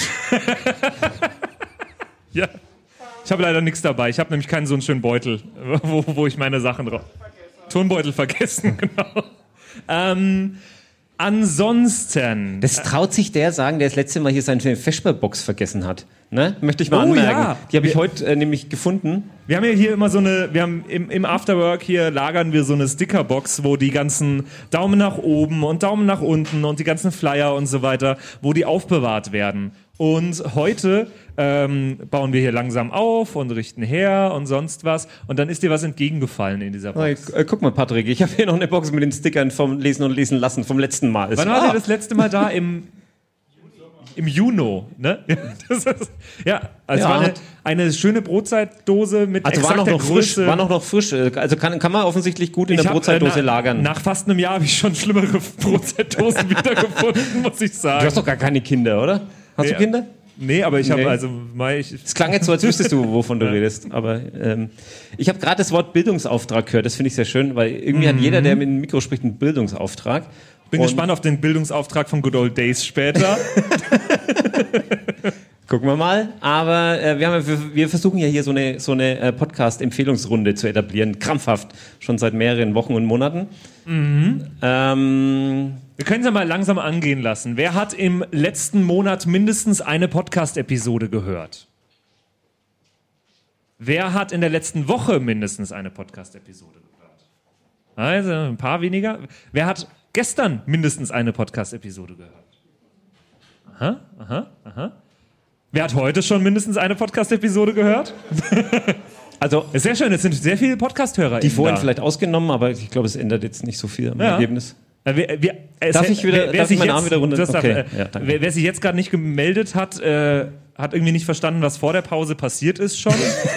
Ja. Ich habe leider nichts dabei. Ich habe nämlich keinen so einen schönen Beutel, wo ich meine Sachen drauf... Turnbeutel vergessen, genau. Ansonsten... Das traut sich der sagen, der das letzte Mal hier seine Vesperbox vergessen hat. Ne? Möchte ich mal anmerken. Ja. Die habe ich heute nämlich gefunden. Wir haben ja hier immer im Afterwork hier lagern wir so eine Stickerbox, wo die ganzen Daumen nach oben und Daumen nach unten und die ganzen Flyer und so weiter, wo die aufbewahrt werden. Und heute bauen wir hier langsam auf und richten her und sonst was. Und dann ist dir was entgegengefallen in dieser Box. Guck mal, Patrick, ich habe hier noch eine Box mit den Stickern vom Lesen und Lesen lassen vom letzten Mal. Wann war der das letzte Mal da? Im Juni, ne? Es war eine schöne Brotzeitdose mit exakter Größe. War noch frisch. Also kann man offensichtlich gut in der Brotzeitdose lagern. Nach fast einem Jahr habe ich schon schlimmere Brotzeitdosen wiedergefunden, muss ich sagen. Du hast doch gar keine Kinder, oder? Hast du Kinder? Nee, aber ich habe es klang jetzt so, als wüsstest du, wovon du redest. Aber ich habe gerade das Wort Bildungsauftrag gehört. Das finde ich sehr schön, weil irgendwie hat jeder, der mit dem Mikro spricht, einen Bildungsauftrag. Bin gespannt auf den Bildungsauftrag von Good Old Days später. Gucken wir mal. Aber wir versuchen ja hier so eine Podcast-Empfehlungsrunde zu etablieren. Krampfhaft. Schon seit mehreren Wochen und Monaten. Wir können es ja mal langsam angehen lassen. Wer hat im letzten Monat mindestens eine Podcast-Episode gehört? Wer hat in der letzten Woche mindestens eine Podcast-Episode gehört? Also ein paar weniger. Wer hat gestern mindestens eine Podcast-Episode gehört? Aha. Wer hat heute schon mindestens eine Podcast-Episode gehört? Also, ist sehr schön, es sind sehr viele Podcast-Hörer. Die vorhin vielleicht ausgenommen, aber ich glaube, es ändert jetzt nicht so viel am Ergebnis. Darf ich meinen Arm wieder runter? Okay. Wer sich jetzt gerade nicht gemeldet hat, hat irgendwie nicht verstanden, was vor der Pause passiert ist schon.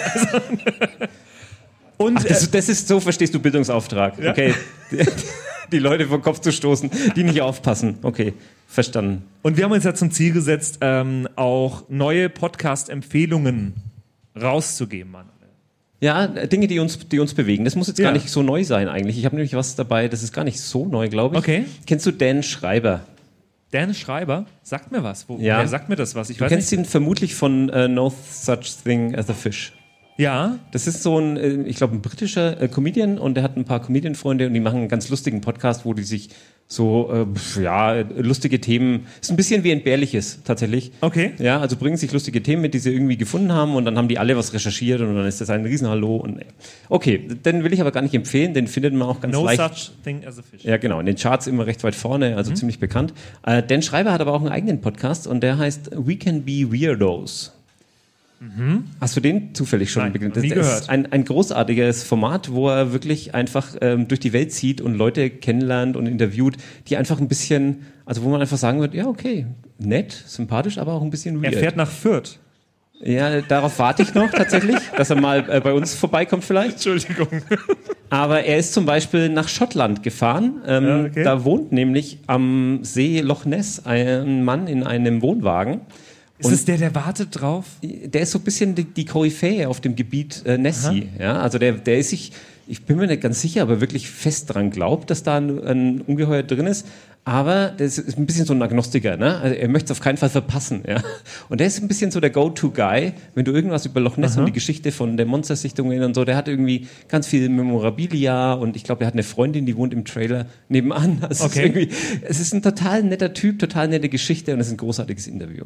Und das ist so, verstehst du Bildungsauftrag. Ja? Okay. Die Leute vor den Kopf zu stoßen, die nicht aufpassen. Okay, verstanden. Und wir haben uns ja zum Ziel gesetzt, auch neue Podcast-Empfehlungen rauszugeben, Mann. Ja, Dinge, die uns bewegen. Das muss jetzt gar nicht so neu sein eigentlich. Ich habe nämlich was dabei, das ist gar nicht so neu, glaube ich. Okay. Kennst du Dan Schreiber? Dan Schreiber? Sagt mir was. Wer sagt mir das was? Du kennst ihn vermutlich von No Such Thing as a Fish. Ja. Das ist so ein, ich glaube, ein britischer Comedian und der hat ein paar Comedian-Freunde und die machen einen ganz lustigen Podcast, wo die sich so, lustige Themen, ist ein bisschen wie Entbehrliches tatsächlich. Okay. Ja, also bringen sich lustige Themen mit, die sie irgendwie gefunden haben und dann haben die alle was recherchiert und dann ist das ein Riesenhallo. Und okay, den will ich aber gar nicht empfehlen, den findet man auch ganz leicht. No Such Thing as a Fish. Ja, genau, in den Charts immer recht weit vorne, also ziemlich bekannt. Dan Schreiber hat aber auch einen eigenen Podcast und der heißt We Can Be Weirdos. Hast du den zufällig schon begegnet? Nie gehört. Das ist ein großartiges Format, wo er wirklich einfach durch die Welt zieht und Leute kennenlernt und interviewt, die einfach ein bisschen, also wo man einfach sagen wird, ja okay, nett, sympathisch, aber auch ein bisschen weird. Er fährt nach Fürth. Ja, darauf warte ich noch tatsächlich, dass er mal bei uns vorbeikommt vielleicht. Entschuldigung. Aber er ist zum Beispiel nach Schottland gefahren. Okay. Da wohnt nämlich am See Loch Ness ein Mann in einem Wohnwagen. Ist es der wartet drauf? Der ist so ein bisschen die Koryphäe auf dem Gebiet Nessie. Ja? Also der ist sich, ich bin mir nicht ganz sicher, aber wirklich fest dran glaubt, dass da ein Ungeheuer drin ist. Aber der ist ein bisschen so ein Agnostiker. Ne? Also er möchte es auf keinen Fall verpassen. Ja? Und der ist ein bisschen so der Go-To-Guy, wenn du irgendwas über Loch Ness und die Geschichte von der Monstersichtungen und so, der hat irgendwie ganz viel Memorabilia und ich glaube, der hat eine Freundin, die wohnt im Trailer nebenan. Also es ist ein total netter Typ, total nette Geschichte und es ist ein großartiges Interview.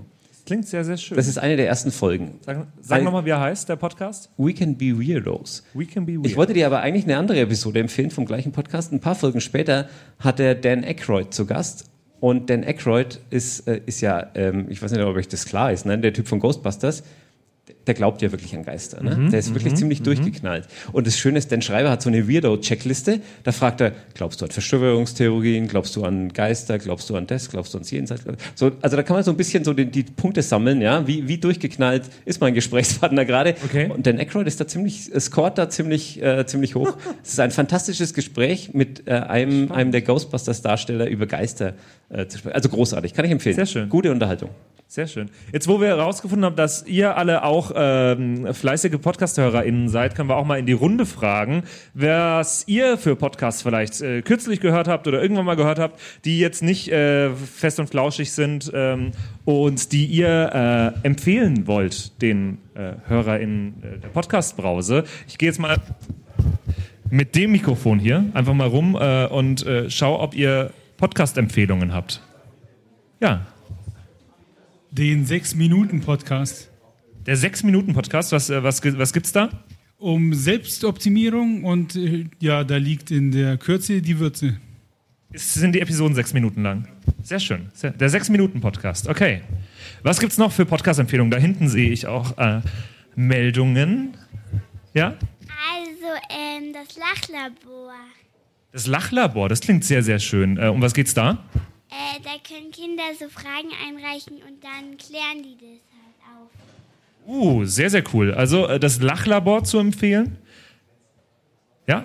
klingt sehr, sehr schön. Das ist eine der ersten Folgen. Sag nochmal, wie er heißt, der Podcast? We Can Be Weirdos. We Can Be Weird. Ich wollte dir aber eigentlich eine andere Episode empfehlen vom gleichen Podcast. Ein paar Folgen später hat er Dan Aykroyd zu Gast. Und Dan Aykroyd ist ja, ich weiß nicht, ob euch das klar ist, ne? Der Typ von Ghostbusters. Der glaubt ja wirklich an Geister. Ne? Der ist wirklich ziemlich durchgeknallt. Und das Schöne ist, Dan Schreiber hat so eine Weirdo-Checkliste. Da fragt er, glaubst du an Verschwörungstheorien? Glaubst du an Geister? Glaubst du an das? Glaubst du ans Jenseits? So, also da kann man so ein bisschen so die Punkte sammeln. Ja? Wie durchgeknallt ist mein Gesprächspartner gerade? Okay. Und Dan Aykroyd ist da scoret da ziemlich hoch. Es ist ein fantastisches Gespräch mit einem der Ghostbusters-Darsteller über Geister zu sprechen. Also großartig, kann ich empfehlen. Sehr schön. Gute Unterhaltung. Sehr schön. Jetzt, wo wir herausgefunden haben, dass ihr alle auch fleißige Podcast-HörerInnen seid, können wir auch mal in die Runde fragen, was ihr für Podcasts vielleicht kürzlich gehört habt oder irgendwann mal gehört habt, die jetzt nicht fest und flauschig sind und die ihr empfehlen wollt, den HörerInnen der Podcast-Brause. Ich gehe jetzt mal mit dem Mikrofon hier einfach mal rum und schau, ob ihr Podcast-Empfehlungen habt. Ja. Den 6-Minuten-Podcast. Der 6-Minuten-Podcast, was gibt's da? Um Selbstoptimierung und ja, da liegt in der Kürze die Würze. Sind die Episoden 6 Minuten lang? Sehr schön. Der 6-Minuten-Podcast, okay. Was gibt's noch für Podcast-Empfehlungen? Da hinten sehe ich auch Meldungen. Ja? Also, das Lachlabor. Das Lachlabor, das klingt sehr, sehr schön. Um was geht's da? Da können Kinder so Fragen einreichen und dann klären die das halt auf. Sehr, sehr cool. Also das Lachlabor zu empfehlen? Ja?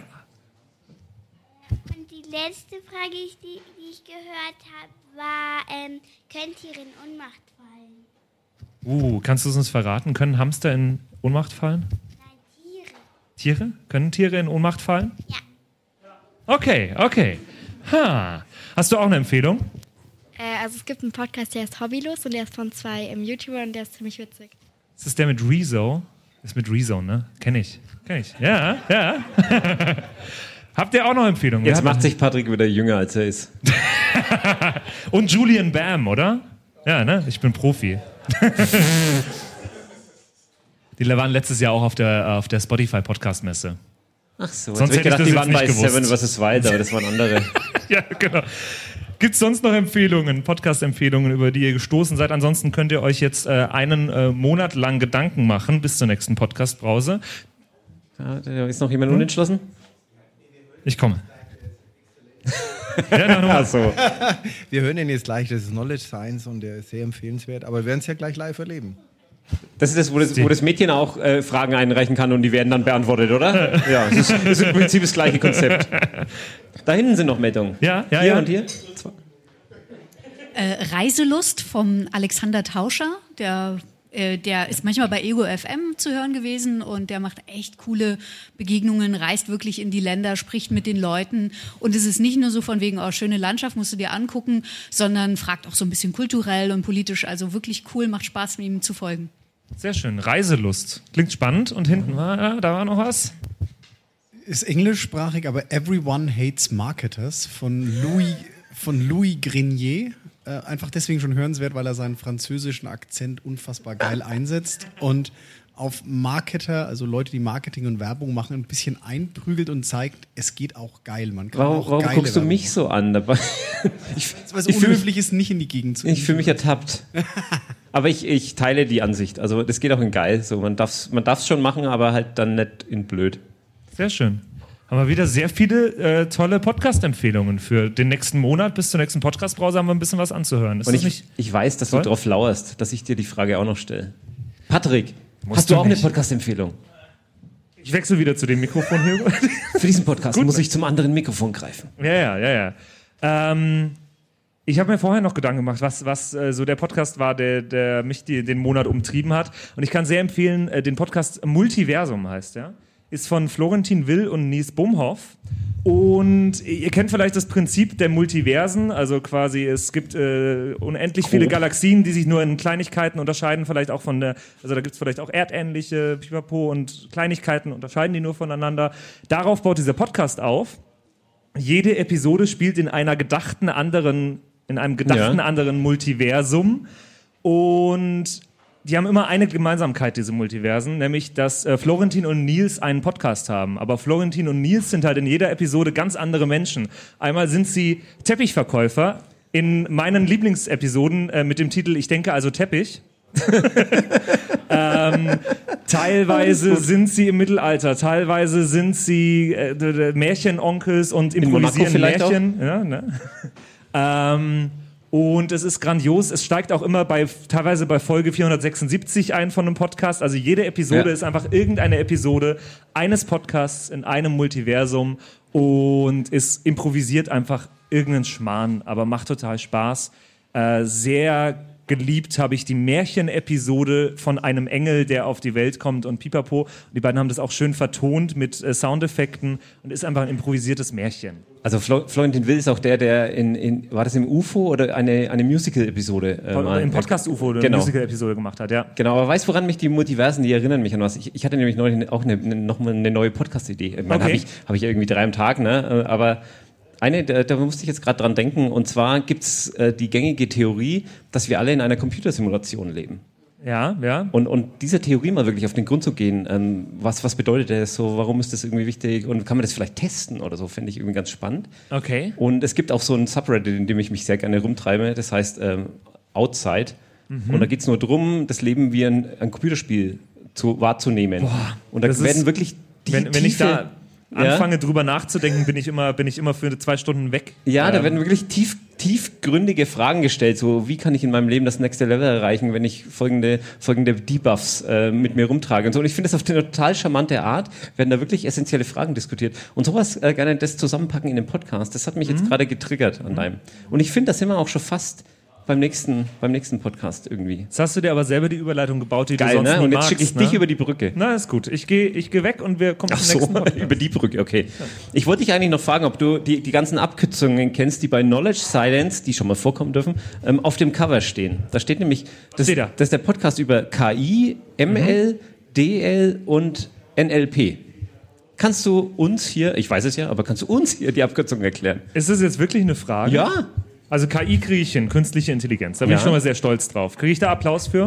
Und die letzte Frage, die ich gehört habe, war, können Tiere in Ohnmacht fallen? Kannst du es uns verraten? Können Hamster in Ohnmacht fallen? Nein, Tiere. Tiere? Können Tiere in Ohnmacht fallen? Ja. Okay. Hast du auch eine Empfehlung? Also es gibt einen Podcast, der ist Hobbylos und der ist von 2 YouTubern und der ist ziemlich witzig. Ist das der mit Rezo? Ist mit Rezo, ne? Kenn ich. Ja. Habt ihr auch noch Empfehlungen? Jetzt macht sich Patrick wieder jünger, als er ist. Und Julian Bam, oder? Ja, ne? Ich bin Profi. Die waren letztes Jahr auch auf der Spotify-Podcast-Messe. Ach so, sonst hätte ich gedacht, die waren bei Seven vs. Wild, aber das waren andere. Ja, genau. Gibt es sonst noch Empfehlungen, Podcast-Empfehlungen, über die ihr gestoßen seid? Ansonsten könnt ihr euch jetzt einen Monat lang Gedanken machen bis zur nächsten Podcast-Brause. Ja, ist noch jemand unentschlossen? Ich komme. Ach so. Wir hören ihn jetzt gleich, das ist Knowledge Science und der ist sehr empfehlenswert, aber wir werden es ja gleich live erleben. Das ist das, wo das Mädchen auch Fragen einreichen kann und die werden dann beantwortet, oder? Ja, das ist im Prinzip das gleiche Konzept. Da hinten sind noch Meldungen. Ja. Hier und hier. Reiselust vom Alexander Tauscher, der ist manchmal bei Ego FM zu hören gewesen und der macht echt coole Begegnungen, reist wirklich in die Länder, spricht mit den Leuten und es ist nicht nur so von wegen, schöne Landschaft, musst du dir angucken, sondern fragt auch so ein bisschen kulturell und politisch, also wirklich cool, macht Spaß, ihm zu folgen. Sehr schön, Reiselust. Klingt spannend und hinten da war noch was. Ist englischsprachig, aber Everyone Hates Marketers von Louis Grenier. Einfach deswegen schon hörenswert, weil er seinen französischen Akzent unfassbar geil einsetzt und auf Marketer, also Leute, die Marketing und Werbung machen, ein bisschen einprügelt und zeigt, es geht auch geil. Man kann auch warum geile guckst du Werbung mich so an dabei? Weil es unhöflich ist, nicht in die Gegend zu gehen. Ich fühle mich ertappt. Aber ich teile die Ansicht. Also das geht auch in geil. So, man darf's schon machen, aber halt dann nicht in blöd. Sehr schön. Haben wir wieder sehr viele tolle Podcast-Empfehlungen für den nächsten Monat. Bis zur nächsten Podcast-Brause haben wir ein bisschen was anzuhören. Und ich weiß, dass du drauf lauerst, dass ich dir die Frage auch noch stelle. Patrick, hast du auch eine Podcast-Empfehlung? Ich wechsle wieder zu dem Mikrofon hier. Für diesen Podcast muss ich zum anderen Mikrofon greifen. Ja. Ich habe mir vorher noch Gedanken gemacht, was so der Podcast war, der mich den Monat umtrieben hat. Und ich kann sehr empfehlen, den Podcast Multiversum heißt der. Ist von Florentin Will und Nies Bomhoff. Und ihr kennt vielleicht das Prinzip der Multiversen, also quasi es gibt unendlich viele Galaxien, die sich nur in Kleinigkeiten unterscheiden, vielleicht auch also da gibt es vielleicht auch erdähnliche Pipapo und Kleinigkeiten unterscheiden die nur voneinander. Darauf baut dieser Podcast auf. Jede Episode spielt in einem gedachten anderen Multiversum. Und die haben immer eine Gemeinsamkeit, diese Multiversen, nämlich, dass Florentin und Nils einen Podcast haben. Aber Florentin und Nils sind halt in jeder Episode ganz andere Menschen. Einmal sind sie Teppichverkäufer in meinen Lieblingsepisoden mit dem Titel Ich denke also Teppich. Teilweise sind sie im Mittelalter, teilweise sind sie Märchenonkels und improvisieren Märchen. Ja, ne? Und es ist grandios. Es steigt auch immer teilweise bei Folge 476 ein von einem Podcast. Also jede Episode ist einfach irgendeine Episode eines Podcasts in einem Multiversum und es improvisiert einfach irgendeinen Schmarrn, aber macht total Spaß. Sehr geliebt habe ich die Märchen-Episode von einem Engel, der auf die Welt kommt und pipapo. Und die beiden haben das auch schön vertont mit Soundeffekten und ist einfach ein improvisiertes Märchen. Also Florentin Will ist auch der war das im UFO oder eine Musical-Episode? Im Podcast UFO eine Musical-Episode gemacht hat, ja. Genau, aber weißt du, woran mich die Multiversen, die erinnern mich an was? Ich hatte nämlich neulich auch nochmal eine neue Podcast-Idee. Okay. Habe ich irgendwie 3 am Tag, ne? Aber da musste ich jetzt gerade dran denken, und zwar gibt's die gängige Theorie, dass wir alle in einer Computersimulation leben. Ja, ja. Und dieser Theorie mal wirklich auf den Grund zu gehen, was bedeutet das so, warum ist das irgendwie wichtig und kann man das vielleicht testen oder so, fände ich irgendwie ganz spannend. Okay. Und es gibt auch so ein Subreddit, in dem ich mich sehr gerne rumtreibe, das heißt Outside. Und da geht's nur darum, das Leben wie ein Computerspiel wahrzunehmen. Boah, und da werden wirklich wenn ich da anfange drüber nachzudenken, bin ich immer für 2 Stunden weg. Ja, da werden wirklich tiefgründige Fragen gestellt, so wie kann ich in meinem Leben das nächste Level erreichen, wenn ich folgende Debuffs mit mir rumtrage und so. Und ich finde das auf eine total charmante Art, werden da wirklich essentielle Fragen diskutiert. Und sowas gerne das zusammenpacken in dem Podcast, das hat mich jetzt gerade getriggert an deinem. Und ich finde, da sind wir auch schon fast beim nächsten Podcast irgendwie. Jetzt hast du dir aber selber die Überleitung gebaut, die geil, du sonst ne? nie Und jetzt magst, schicke ich dich über die Brücke. Na, ist gut. Ich geh weg und wir kommen zum nächsten Podcast. Über die Brücke, okay. Ich wollte dich eigentlich noch fragen, ob du die ganzen Abkürzungen kennst, die bei Knowledge Science, die schon mal vorkommen dürfen, auf dem Cover stehen. Da steht nämlich, das ist der Podcast über KI, ML, DL und NLP. Kannst du uns hier, ich weiß es ja, aber kannst du uns hier die Abkürzungen erklären? Ist das jetzt wirklich eine Frage? Ja. Also KI kriege ich hin, künstliche Intelligenz. Da bin ich schon mal sehr stolz drauf. Kriege ich da Applaus für?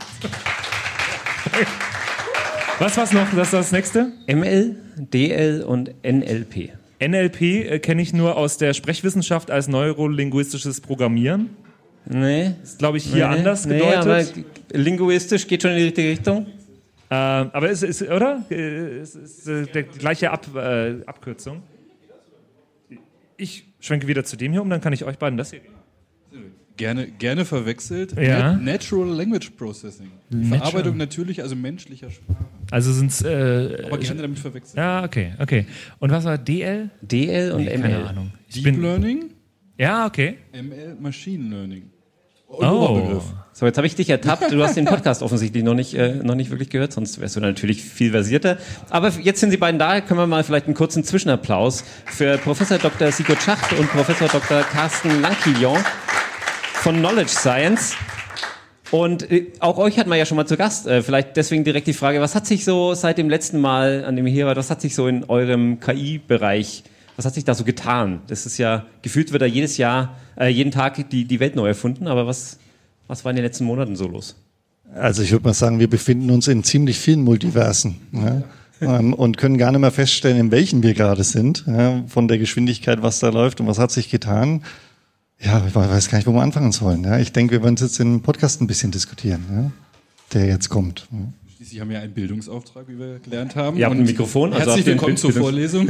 Was noch? Das ist das nächste? ML, DL und NLP. NLP kenne ich nur aus der Sprechwissenschaft als neurolinguistisches Programmieren. Nee. Ist, glaube ich, hier anders gedeutet. Aber linguistisch geht schon in die richtige Richtung. Aber es ist, oder? Es ist die gleiche Abkürzung. Ich schwenke wieder zu dem hier um, dann kann ich euch beiden das hier geben. Gerne verwechselt. Ja. Natural Language Processing. Die Verarbeitung natürlich, also menschlicher Sprache. Also sind's aber gerne damit verwechselt. Ja, okay. Und was war DL? DL und ML. Keine Ahnung. Deep Learning? Ja, okay. ML Machine Learning. Oh. So, jetzt habe ich dich ertappt. Du hast den Podcast offensichtlich noch nicht wirklich gehört, sonst wärst du natürlich viel versierter. Aber jetzt sind Sie beiden da, können wir mal vielleicht einen kurzen Zwischenapplaus für Professor Dr. Sigurd Schacht und Professor Dr. Carsten Lanquillon von Knowledge Science. Und auch euch hatten wir ja schon mal zu Gast. Vielleicht deswegen direkt die Frage, was hat sich so seit dem letzten Mal, an dem ihr hier wart, was hat sich so in eurem KI-Bereich, was hat sich da so getan? Das ist ja, gefühlt wird da jeden Tag die Welt neu erfunden, aber was war in den letzten Monaten so los? Also ich würde mal sagen, wir befinden uns in ziemlich vielen Multiversen, ja, und können gar nicht mehr feststellen, in welchen wir gerade sind, ja, von der Geschwindigkeit, was da läuft und was hat sich getan. Ja, ich weiß gar nicht, wo wir anfangen sollen. Ja. Ich denke, wir werden es jetzt im Podcast ein bisschen diskutieren, ja, der jetzt kommt. Ja. Schließlich haben wir einen Bildungsauftrag, wie wir gelernt haben. Ihr habt ein Mikrofon. Herzlich willkommen zur Vorlesung.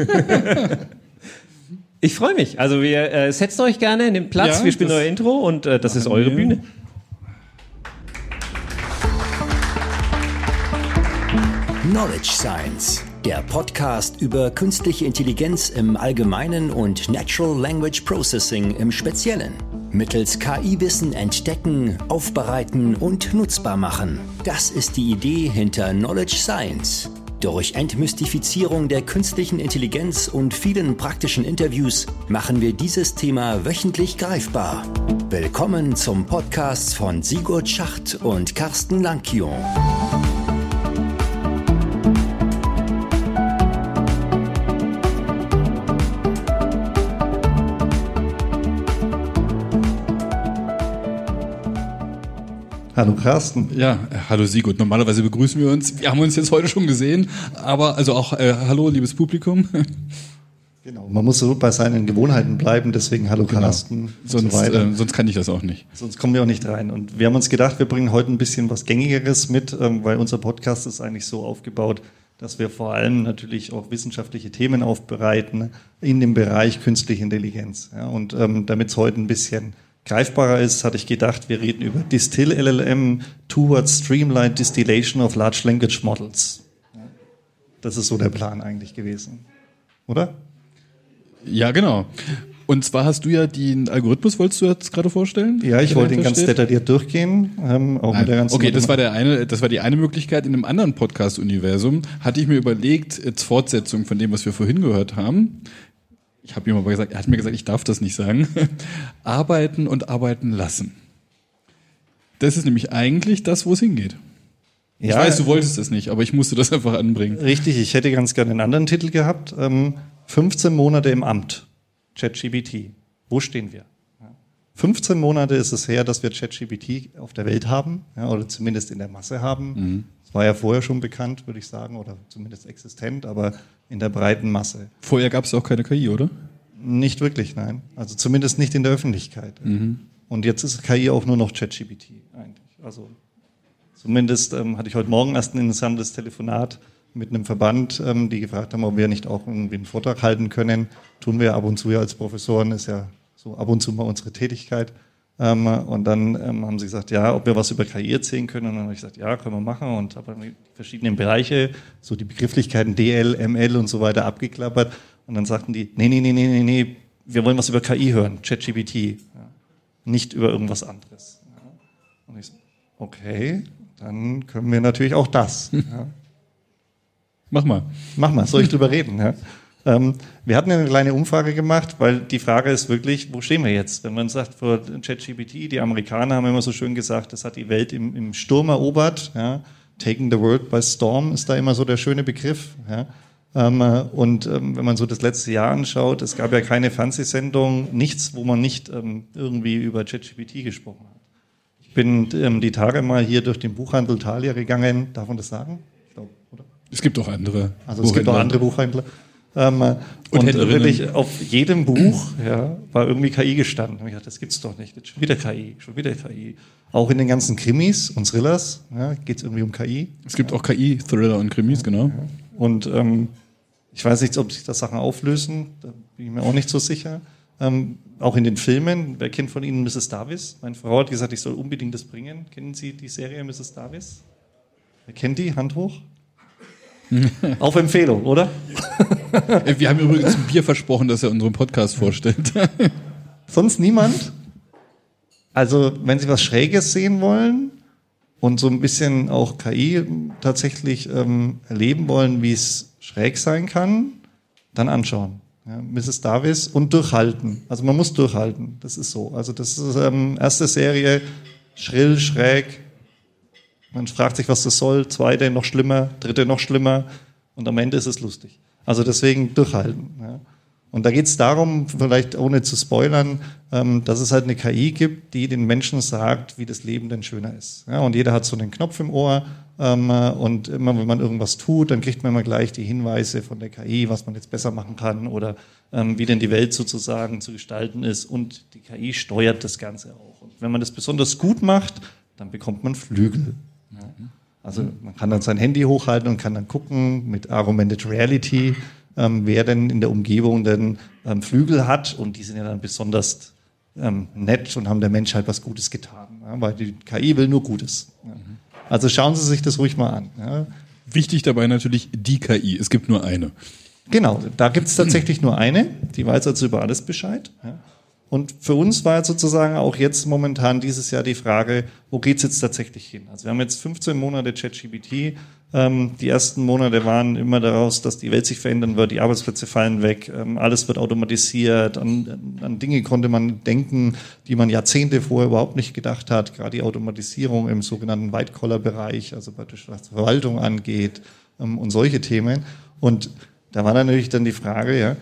Ich freue mich. Also setzt euch gerne, nehmt Platz, wir spielen euer Intro und das ist eure Bühne. Knowledge Science, der Podcast über künstliche Intelligenz im Allgemeinen und Natural Language Processing im Speziellen. Mittels KI-Wissen entdecken, aufbereiten und nutzbar machen. Das ist die Idee hinter Knowledge Science. Durch Entmystifizierung der künstlichen Intelligenz und vielen praktischen Interviews machen wir dieses Thema wöchentlich greifbar. Willkommen zum Podcast von Sigurd Schacht und Carsten Lanquillon. Hallo Carsten. Ja, hallo Sigurd. Normalerweise begrüßen wir uns. Wir haben uns jetzt heute schon gesehen, aber also auch hallo, liebes Publikum. Genau, man muss so bei seinen Gewohnheiten bleiben, deswegen hallo Carsten. Sonst kann ich das auch nicht. Sonst kommen wir auch nicht rein. Und wir haben uns gedacht, wir bringen heute ein bisschen was Gängigeres mit, weil unser Podcast ist eigentlich so aufgebaut, dass wir vor allem natürlich auch wissenschaftliche Themen aufbereiten in dem Bereich künstliche Intelligenz. Ja, und damit es heute ein bisschen greifbarer ist, hatte ich gedacht, wir reden über Distill LLM towards Streamlined Distillation of Large Language Models. Das ist so der Plan eigentlich gewesen, oder? Ja, genau. Und zwar hast du ja den Algorithmus, wolltest du jetzt gerade vorstellen? Ja, ich wollte ihn ganz detailliert durchgehen. Auch mit der ganzen das war die eine Möglichkeit. In einem anderen Podcast-Universum hatte ich mir überlegt, als Fortsetzung von dem, was wir vorhin gehört haben, er hat mir gesagt, ich darf das nicht sagen, arbeiten und arbeiten lassen. Das ist nämlich eigentlich das, wo es hingeht. Ich weiß, du wolltest es nicht, aber ich musste das einfach anbringen. Richtig, ich hätte ganz gerne einen anderen Titel gehabt. 15 Monate im Amt, ChatGPT. Wo stehen wir? 15 Monate ist es her, dass wir ChatGPT auf der Welt haben, oder zumindest in der Masse haben. Das war ja vorher schon bekannt, würde ich sagen, oder zumindest existent, aber in der breiten Masse. Vorher gab es auch keine KI, oder? Nicht wirklich, nein. Also zumindest nicht in der Öffentlichkeit. Und jetzt ist KI auch nur noch ChatGPT eigentlich. Also zumindest hatte ich heute Morgen erst ein interessantes Telefonat mit einem Verband, die gefragt haben, ob wir nicht auch irgendwie einen Vortrag halten können. Tun wir ab und zu ja als Professoren, ist ja so ab und zu mal unsere Tätigkeit. Und dann haben sie gesagt, ja, ob wir was über KI erzählen können. Und dann habe ich gesagt, ja, können wir machen. Und habe die verschiedenen Bereiche, so die Begrifflichkeiten DL, ML und so weiter abgeklappert. Und dann sagten die, nee, wir wollen was über KI hören, ChatGPT. Ja. Nicht über irgendwas anderes. Ja. Und ich so, okay, dann können wir natürlich auch das. Ja. Mach mal, soll ich drüber reden? Ja? Wir hatten eine kleine Umfrage gemacht, weil die Frage ist wirklich, wo stehen wir jetzt? Wenn man sagt, vor ChatGPT, die Amerikaner haben immer so schön gesagt, das hat die Welt im Sturm erobert. Ja? Taking the world by storm ist da immer so der schöne Begriff. Ja? Und wenn man so das letzte Jahr anschaut, es gab ja keine Fernsehsendung, nichts, wo man nicht irgendwie über ChatGPT gesprochen hat. Ich bin die Tage mal hier durch den Buchhandel Thalia gegangen, darf man das sagen? Ich glaube, oder? Es gibt auch andere. Also es gibt auch andere Buchhändler. Und wirklich auf jedem Buch war irgendwie KI gestanden. Und ich dachte, das gibt's doch nicht. Jetzt schon wieder KI. Auch in den ganzen Krimis und Thrillers geht es irgendwie um KI. Es gibt auch KI-Thriller und Krimis, genau. Ja. Und ich weiß nicht, ob sich da Sachen auflösen. Da bin ich mir auch nicht so sicher. Auch in den Filmen. Wer kennt von Ihnen Mrs. Davis? Meine Frau hat gesagt, ich soll unbedingt das bringen. Kennen Sie die Serie Mrs. Davis? Wer kennt die? Hand hoch. Auf Empfehlung, oder? Wir haben übrigens ein Bier versprochen, das er unseren Podcast vorstellt. Sonst niemand? Also, wenn Sie was Schräges sehen wollen und so ein bisschen auch KI tatsächlich erleben wollen, wie es schräg sein kann, dann anschauen. Ja, Mrs. Davis und durchhalten. Also man muss durchhalten, das ist so. Also das ist erste Serie, schrill, schräg. Man fragt sich, was das soll. Zweite noch schlimmer, dritte noch schlimmer. Und am Ende ist es lustig. Also deswegen durchhalten. Ja. Und da geht es darum, vielleicht ohne zu spoilern, dass es halt eine KI gibt, die den Menschen sagt, wie das Leben denn schöner ist. Ja, und jeder hat so einen Knopf im Ohr. Und immer, wenn man irgendwas tut, dann kriegt man immer gleich die Hinweise von der KI, was man jetzt besser machen kann oder wie denn die Welt sozusagen zu gestalten ist. Und die KI steuert das Ganze auch. Und wenn man das besonders gut macht, dann bekommt man Flügel. Ja. Also man kann dann sein Handy hochhalten und kann dann gucken mit Augmented Reality, wer denn in der Umgebung denn Flügel hat. Und die sind ja dann besonders nett und haben der Menschheit was Gutes getan. Ja, weil die KI will nur Gutes. Ja. Also schauen Sie sich das ruhig mal an. Ja. Wichtig dabei natürlich die KI. Es gibt nur eine. Genau, da gibt es tatsächlich nur eine. Die weiß also über alles Bescheid. Ja. Und für uns war jetzt sozusagen auch jetzt momentan dieses Jahr die Frage, wo geht's jetzt tatsächlich hin? Also wir haben jetzt 15 Monate ChatGPT. Die ersten Monate waren immer daraus, dass die Welt sich verändern wird, die Arbeitsplätze fallen weg, alles wird automatisiert, an Dinge konnte man denken, die man Jahrzehnte vorher überhaupt nicht gedacht hat, gerade die Automatisierung im sogenannten White-Collar-Bereich, also praktisch was Verwaltung angeht und solche Themen. Und da war natürlich dann die Frage, ja,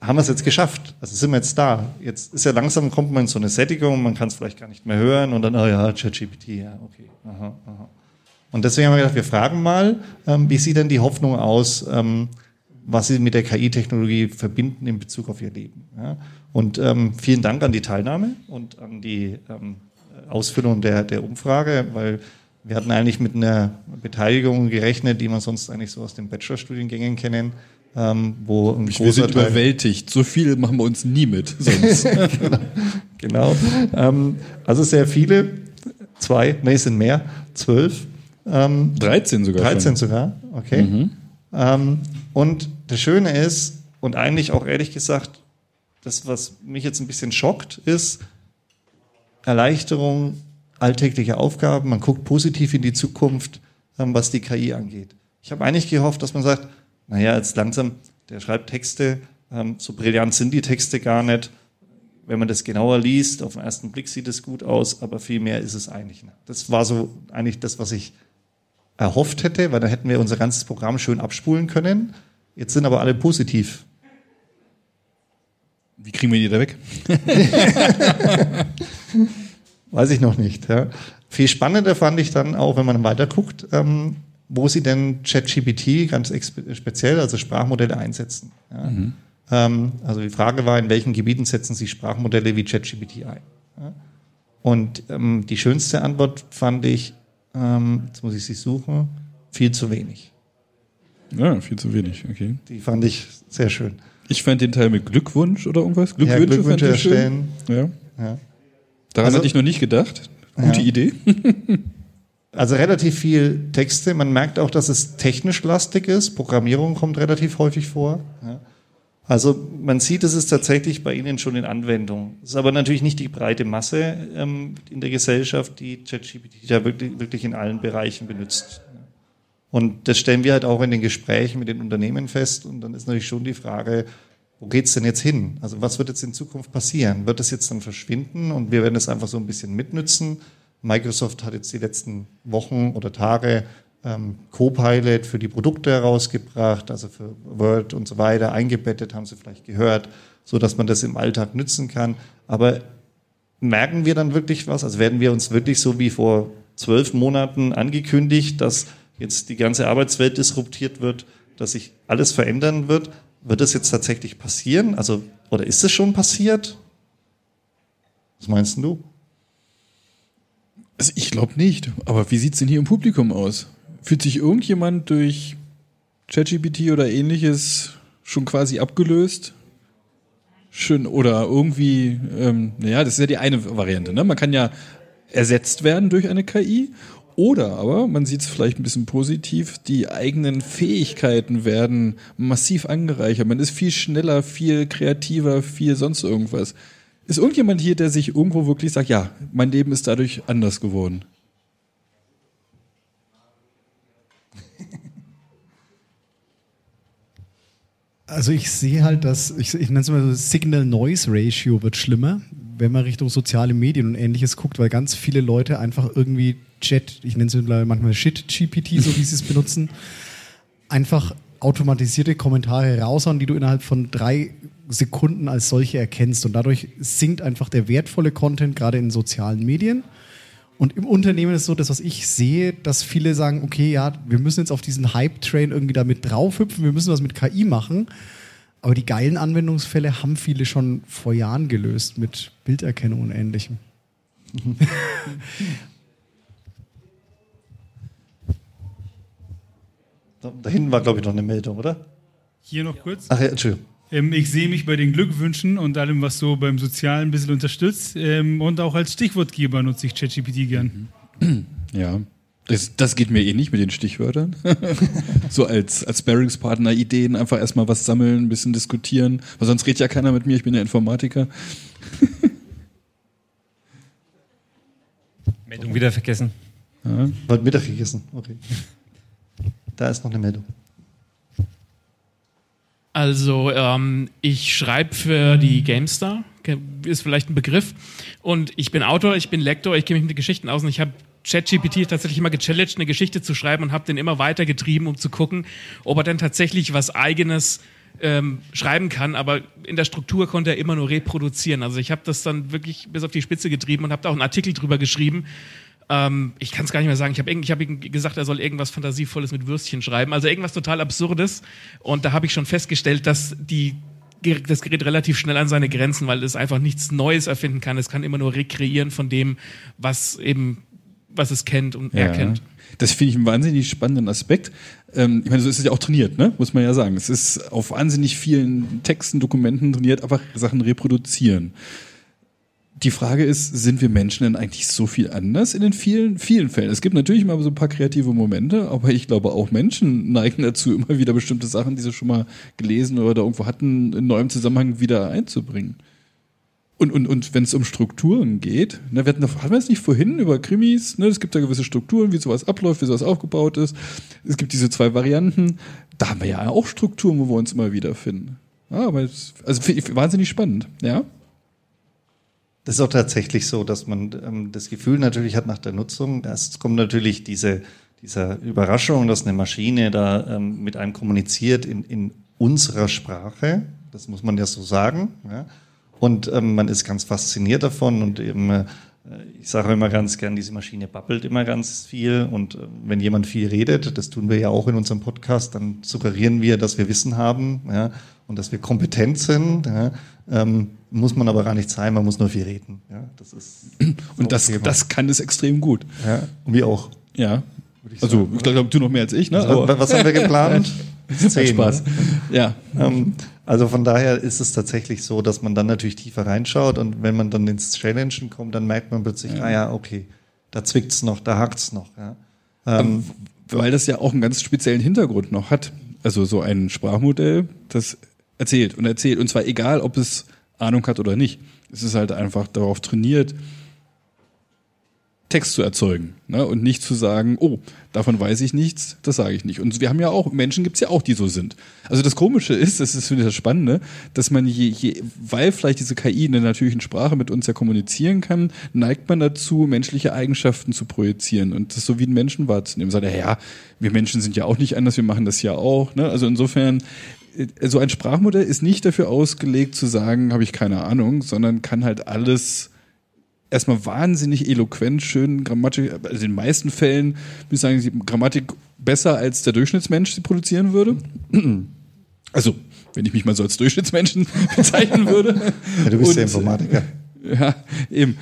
haben wir es jetzt geschafft. Also sind wir jetzt da. Jetzt ist ja langsam, kommt man in so eine Sättigung, man kann es vielleicht gar nicht mehr hören und dann, ChatGPT, ja, okay. Aha. Und deswegen haben wir gedacht, wir fragen mal, wie sieht denn die Hoffnung aus, was Sie mit der KI-Technologie verbinden in Bezug auf Ihr Leben. Ja? Und vielen Dank an die Teilnahme und an die Ausführung der Umfrage, weil wir hatten eigentlich mit einer Beteiligung gerechnet, die man sonst eigentlich so aus den Bachelorstudiengängen kennen, wo ein wir sind überwältigt. So viel machen wir uns nie mit sonst. Genau. Also sehr viele. 2, es sind mehr. 12. 13 sogar. 13 sogar, okay. Und das Schöne ist, und eigentlich auch ehrlich gesagt, das, was mich jetzt ein bisschen schockt, ist Erleichterung alltäglicher Aufgaben. Man guckt positiv in die Zukunft, was die KI angeht. Ich habe eigentlich gehofft, dass man sagt, naja, jetzt langsam, der schreibt Texte, so brillant sind die Texte gar nicht. Wenn man das genauer liest, auf den ersten Blick sieht es gut aus, aber viel mehr ist es eigentlich nicht. Das war so eigentlich das, was ich erhofft hätte, weil dann hätten wir unser ganzes Programm schön abspulen können. Jetzt sind aber alle positiv. Wie kriegen wir die da weg? Weiß ich noch nicht. Ja. Viel spannender fand ich dann auch, wenn man weiter guckt, wo sie denn ChatGPT ganz speziell, also Sprachmodelle einsetzen. Ja. Also die Frage war, in welchen Gebieten setzen sie Sprachmodelle wie ChatGPT ein? Ja. Und die schönste Antwort fand ich, jetzt muss ich sie suchen, viel zu wenig. Ja, viel zu wenig, okay. Die fand ich sehr schön. Ich fand den Teil mit Glückwunsch oder irgendwas. Glückwünsche erstellen. Ja. Daran hatte ich noch nicht gedacht. Gute Idee. Also relativ viel Texte. Man merkt auch, dass es technisch lastig ist. Programmierung kommt relativ häufig vor. Ja. Also man sieht, es ist tatsächlich bei Ihnen schon in Anwendung. Es ist aber natürlich nicht die breite Masse in der Gesellschaft, die ChatGPT da wirklich in allen Bereichen benutzt. Und das stellen wir halt auch in den Gesprächen mit den Unternehmen fest. Und dann ist natürlich schon die Frage, wo geht's denn jetzt hin? Also was wird jetzt in Zukunft passieren? Wird das jetzt dann verschwinden und wir werden es einfach so ein bisschen mitnützen? Microsoft hat jetzt die letzten Wochen oder Tage Copilot für die Produkte herausgebracht, also für Word und so weiter, eingebettet, haben Sie vielleicht gehört, so dass man das im Alltag nützen kann. Aber merken wir dann wirklich was? Also werden wir uns wirklich so wie vor 12 Monaten angekündigt, dass jetzt die ganze Arbeitswelt disruptiert wird, dass sich alles verändern wird? Wird das jetzt tatsächlich passieren? Also, oder ist es schon passiert? Was meinst du? Also ich glaube nicht. Aber wie sieht's denn hier im Publikum aus? Fühlt sich irgendjemand durch ChatGPT oder ähnliches schon quasi abgelöst? Schön, oder irgendwie, das ist ja die eine Variante, ne? Man kann ja ersetzt werden durch eine KI. Oder aber, man sieht es vielleicht ein bisschen positiv, die eigenen Fähigkeiten werden massiv angereichert. Man ist viel schneller, viel kreativer, viel sonst irgendwas. Ist irgendjemand hier, der sich irgendwo wirklich sagt, ja, mein Leben ist dadurch anders geworden? Also ich sehe halt, dass, ich nenne es mal so, Signal-Noise-Ratio wird schlimmer, wenn man Richtung soziale Medien und Ähnliches guckt, weil ganz viele Leute einfach irgendwie ich nenne es manchmal Shit-GPT, so wie sie es benutzen, einfach automatisierte Kommentare raushauen, die du innerhalb von 3 Sekunden als solche erkennst. Und dadurch sinkt einfach der wertvolle Content, gerade in sozialen Medien. Und im Unternehmen ist so, das, was ich sehe, dass viele sagen, okay, ja, wir müssen jetzt auf diesen Hype-Train irgendwie damit draufhüpfen, wir müssen was mit KI machen. Aber die geilen Anwendungsfälle haben viele schon vor Jahren gelöst mit Bilderkennung und Ähnlichem. Da hinten war, glaube ich, noch eine Meldung, oder? Hier noch kurz. Ach ja, Entschuldigung. Ich sehe mich bei den Glückwünschen und allem, was so beim Sozialen ein bisschen unterstützt. Und auch als Stichwortgeber nutze ich ChatGPT gern. Ja, das geht mir eh nicht mit den Stichwörtern. So als Sparringspartner Ideen einfach erstmal was sammeln, ein bisschen diskutieren. Weil sonst redet ja keiner mit mir, ich bin ja Informatiker. Meldung wieder vergessen. Ja. Bald Mittag gegessen, okay. Da ist noch eine Meldung. Also, ich schreibe für die GameStar, ist vielleicht ein Begriff. Und ich bin Autor, ich bin Lektor, ich kenne mich mit Geschichten aus und ich habe ChatGPT tatsächlich immer gechallenged, eine Geschichte zu schreiben und habe den immer weiter getrieben, um zu gucken, ob er denn tatsächlich was Eigenes schreiben kann, aber in der Struktur konnte er immer nur reproduzieren. Also ich habe das dann wirklich bis auf die Spitze getrieben und habe da auch einen Artikel drüber geschrieben. Ich kann es gar nicht mehr sagen. Ich hab ihm gesagt, er soll irgendwas Fantasievolles mit Würstchen schreiben. Also irgendwas total Absurdes. Und da habe ich schon festgestellt, dass das gerät relativ schnell an seine Grenzen, weil es einfach nichts Neues erfinden kann. Es kann immer nur rekreieren von dem, was es kennt und er kennt. Das finde ich einen wahnsinnig spannenden Aspekt. Ich meine, so ist es ja auch trainiert, ne? Muss man ja sagen. Es ist auf wahnsinnig vielen Texten, Dokumenten trainiert, einfach Sachen reproduzieren. Die Frage ist, sind wir Menschen denn eigentlich so viel anders in den vielen, vielen Fällen? Es gibt natürlich mal so ein paar kreative Momente, aber ich glaube auch Menschen neigen dazu, immer wieder bestimmte Sachen, die sie schon mal gelesen oder irgendwo hatten, in neuem Zusammenhang wieder einzubringen. Und wenn es um Strukturen geht, ne, hatten wir es nicht vorhin über Krimis, ne, es gibt da gewisse Strukturen, wie sowas abläuft, wie sowas aufgebaut ist. Es gibt diese 2 Varianten. Da haben wir ja auch Strukturen, wo wir uns immer wieder finden. Ja, aber wahnsinnig spannend, ja. Das ist auch tatsächlich so, dass man das Gefühl natürlich hat nach der Nutzung, es kommt natürlich dieser Überraschung, dass eine Maschine da mit einem kommuniziert in unserer Sprache, das muss man ja so sagen, ja. Und man ist ganz fasziniert davon und eben, ich sage immer ganz gern, diese Maschine babbelt immer ganz viel und wenn jemand viel redet, das tun wir ja auch in unserem Podcast, dann suggerieren wir, dass wir Wissen haben, ja, und dass wir kompetent sind, ja. Muss man aber gar nicht sein, man muss nur viel reden. Ja, das ist und das kann es extrem gut. Ja, und wir auch. Ja. Also ich glaube, du noch mehr als ich. Ne? Also, was haben wir geplant? 10. Spaß. Ja. Also von daher ist es tatsächlich so, dass man dann natürlich tiefer reinschaut und wenn man dann ins Challengen kommt, dann merkt man plötzlich, okay, da zwickt's noch, da hakt's noch. Ja. Weil das ja auch einen ganz speziellen Hintergrund noch hat. Also so ein Sprachmodell, das erzählt und zwar egal, ob es Ahnung hat oder nicht. Es ist halt einfach darauf trainiert, Text zu erzeugen, ne? Und nicht zu sagen, oh, davon weiß ich nichts, das sage ich nicht. Und wir haben ja auch, Menschen gibt's ja auch, die so sind. Also das Komische ist, das ist das Spannende, dass man weil vielleicht diese KI in der natürlichen Sprache mit uns ja kommunizieren kann, neigt man dazu, menschliche Eigenschaften zu projizieren und das so wie einen Menschen wahrzunehmen. Sagt ja, wir Menschen sind ja auch nicht anders, wir machen das ja auch, ne? Also insofern, so ein Sprachmodell ist nicht dafür ausgelegt zu sagen, habe ich keine Ahnung, sondern kann halt alles erstmal wahnsinnig eloquent, schön Grammatik, also in den meisten Fällen würde ich sagen, die Grammatik besser als der Durchschnittsmensch sie produzieren würde. Also, wenn ich mich mal so als Durchschnittsmenschen bezeichnen würde. Ja, du bist ja Informatiker. Ja, eben.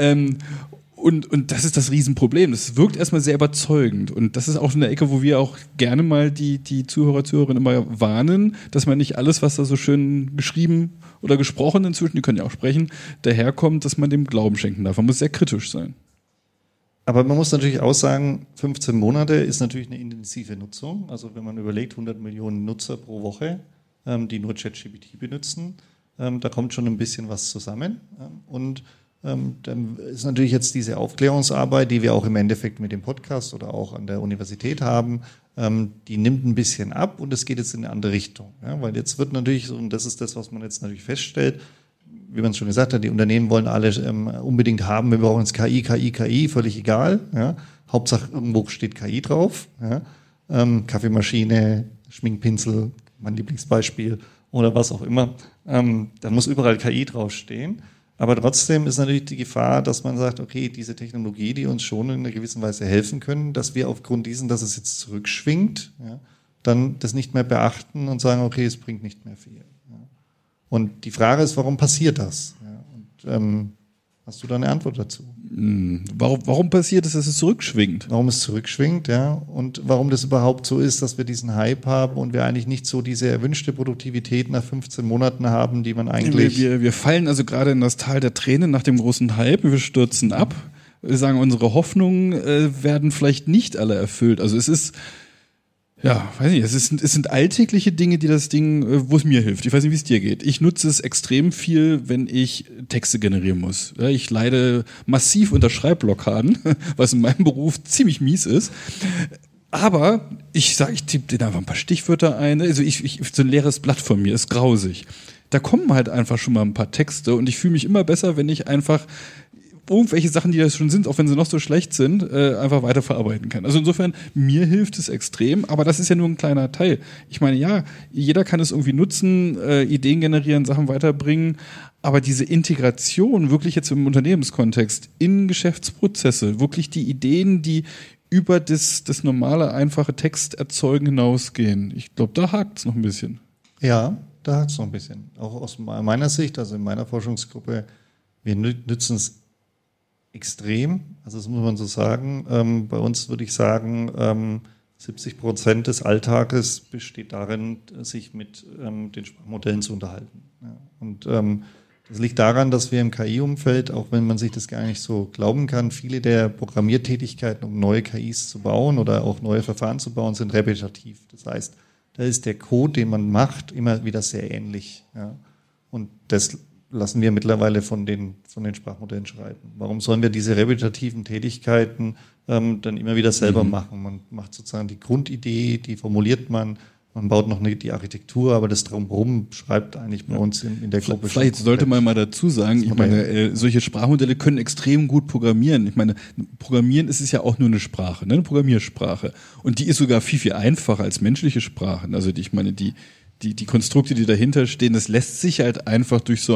Und das ist das Riesenproblem. Das wirkt erstmal sehr überzeugend. Und das ist auch eine Ecke, wo wir auch gerne mal die Zuhörer, Zuhörerinnen immer warnen, dass man nicht alles, was da so schön geschrieben oder gesprochen inzwischen, die können ja auch sprechen, daherkommt, dass man dem Glauben schenken darf. Man muss sehr kritisch sein. Aber man muss natürlich auch sagen, 15 Monate ist natürlich eine intensive Nutzung. Also wenn man überlegt, 100 Millionen Nutzer pro Woche, die nur ChatGPT benutzen, da kommt schon ein bisschen was zusammen. Und dann ist natürlich jetzt diese Aufklärungsarbeit, die wir auch im Endeffekt mit dem Podcast oder auch an der Universität haben, die nimmt ein bisschen ab und es geht jetzt in eine andere Richtung. Ja, weil jetzt wird natürlich, und das ist das, was man jetzt natürlich feststellt, wie man es schon gesagt hat, die Unternehmen wollen alle unbedingt haben, wir brauchen jetzt KI, völlig egal. Ja. Hauptsache irgendwo steht KI drauf. Ja. Kaffeemaschine, Schminkpinsel, mein Lieblingsbeispiel oder was auch immer. Da muss überall KI draufstehen. Aber trotzdem ist natürlich die Gefahr, dass man sagt, okay, diese Technologie, die uns schon in einer gewissen Weise helfen können, dass wir aufgrund dessen, dass es jetzt zurückschwingt, ja, dann das nicht mehr beachten und sagen, okay, es bringt nicht mehr viel. Ja. Und die Frage ist, warum passiert das? Ja, und hast du da eine Antwort dazu? Warum passiert es, dass es zurückschwingt? Warum es zurückschwingt, ja, und warum das überhaupt so ist, dass wir diesen Hype haben und wir eigentlich nicht so diese erwünschte Produktivität nach 15 Monaten haben, die man eigentlich... Wir fallen also gerade in das Tal der Tränen nach dem großen Hype, wir stürzen ab. Wir sagen, unsere Hoffnungen werden vielleicht nicht alle erfüllt. Also es ist... Ja, weiß nicht, es sind alltägliche Dinge, die das Ding, wo es mir hilft. Ich weiß nicht, wie es dir geht. Ich nutze es extrem viel, wenn ich Texte generieren muss. Ja, ich leide massiv unter Schreibblockaden, was in meinem Beruf ziemlich mies ist. Aber ich tippe den einfach ein paar Stichwörter ein. Also so ein leeres Blatt von mir ist grausig. Da kommen halt einfach schon mal ein paar Texte und ich fühle mich immer besser, wenn ich einfach irgendwelche Sachen, die da schon sind, auch wenn sie noch so schlecht sind, einfach weiterverarbeiten kann. Also insofern, mir hilft es extrem, aber das ist ja nur ein kleiner Teil. Ich meine, ja, jeder kann es irgendwie nutzen, Ideen generieren, Sachen weiterbringen, aber diese Integration wirklich jetzt im Unternehmenskontext in Geschäftsprozesse, wirklich die Ideen, die über das normale, einfache Texterzeugen hinausgehen. Ich glaube, da hakt es noch ein bisschen. Ja, da hakt es noch ein bisschen. Auch aus meiner Sicht, also in meiner Forschungsgruppe, wir nützen es extrem, also das muss man so sagen. Bei uns würde ich sagen, 70% des Alltages besteht darin, sich mit den Sprachmodellen zu unterhalten. Ja. Und das liegt daran, dass wir im KI-Umfeld, auch wenn man sich das gar nicht so glauben kann, viele der Programmiertätigkeiten, um neue KIs zu bauen oder auch neue Verfahren zu bauen, sind repetitiv. Das heißt, da ist der Code, den man macht, immer wieder sehr ähnlich. Ja. Und das lassen wir mittlerweile von den Sprachmodellen schreiben. Warum sollen wir diese repetitiven Tätigkeiten dann immer wieder selber machen? Man macht sozusagen die Grundidee, die formuliert man baut noch die Architektur, aber das Drumherum schreibt eigentlich bei uns in der Gruppe. Vielleicht sollte man mal dazu sagen, ich meine, solche Sprachmodelle können extrem gut programmieren. Ich meine, Programmieren ist es ja auch nur eine Sprache, ne? Eine Programmiersprache. Und die ist sogar viel, viel einfacher als menschliche Sprachen. Also ich meine, die Konstrukte, die dahinter stehen, das lässt sich halt einfach durch